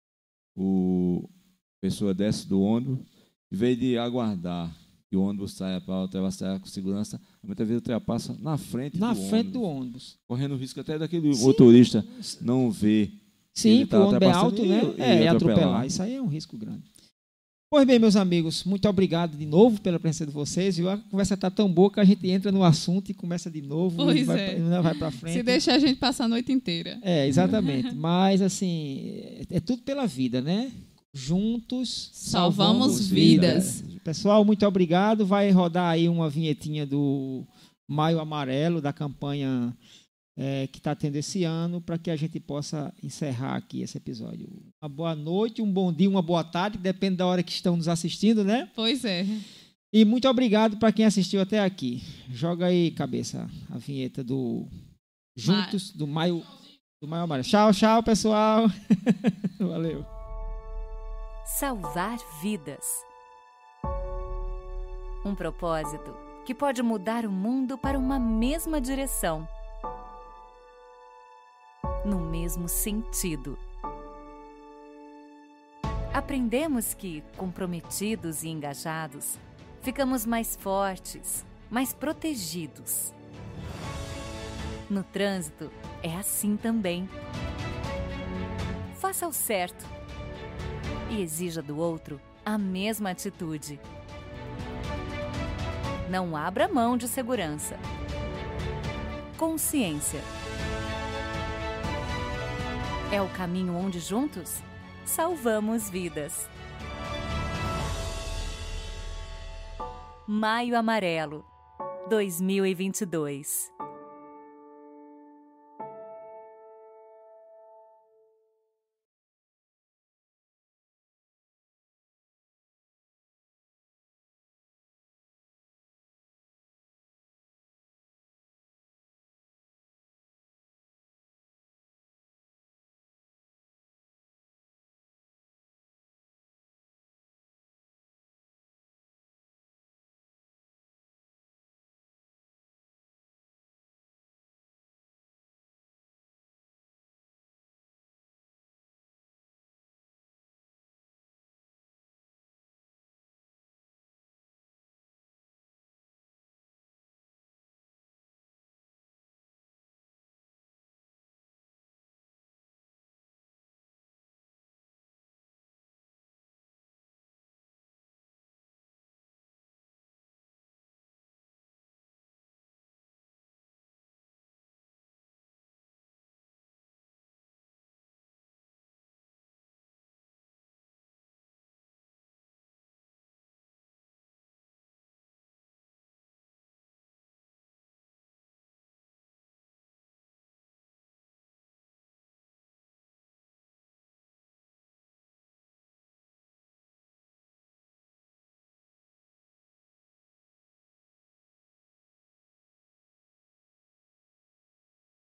o, a pessoa desce do ônibus, em vez de aguardar que o ônibus saia para ultrapassar com segurança, muitas vezes ultrapassa na frente na do frente ônibus. do ônibus. Correndo o risco até daquele Sim. motorista não ver. Sim, porque o ônibus é alto, né? E, é, e atropelar. atropelar. Isso aí é um risco grande. Pois bem, meus amigos, muito obrigado de novo pela presença de vocês. Viu? A conversa está tão boa que a gente entra no assunto e começa de novo. Pois e vai, é. pra, vai para frente. Se deixar a gente passar a noite inteira. É, exatamente. Mas, assim, é, é tudo pela vida, né? Juntos salvamos, salvamos vidas. vidas. Pessoal, muito obrigado. Vai rodar aí uma vinhetinha do Maio Amarelo, da campanha é, que está tendo esse ano, para que a gente possa encerrar aqui esse episódio. Uma boa noite, um bom dia, uma boa tarde, depende da hora que estão nos assistindo, né? Pois é. E muito obrigado para quem assistiu até aqui. Joga aí, cabeça, a vinheta do Juntos, Ma... do Maio, do Maio Amarelo. Tchau, tchau, pessoal. Valeu. Salvar vidas. Um propósito que pode mudar o mundo para uma mesma direção, no mesmo sentido. Aprendemos que, comprometidos e engajados, ficamos mais fortes, mais protegidos. No trânsito, é assim também. Faça o certo e exija do outro a mesma atitude. Não abra mão de segurança. consciência. É o caminho onde juntos salvamos vidas. Maio Amarelo, dois mil e vinte e dois.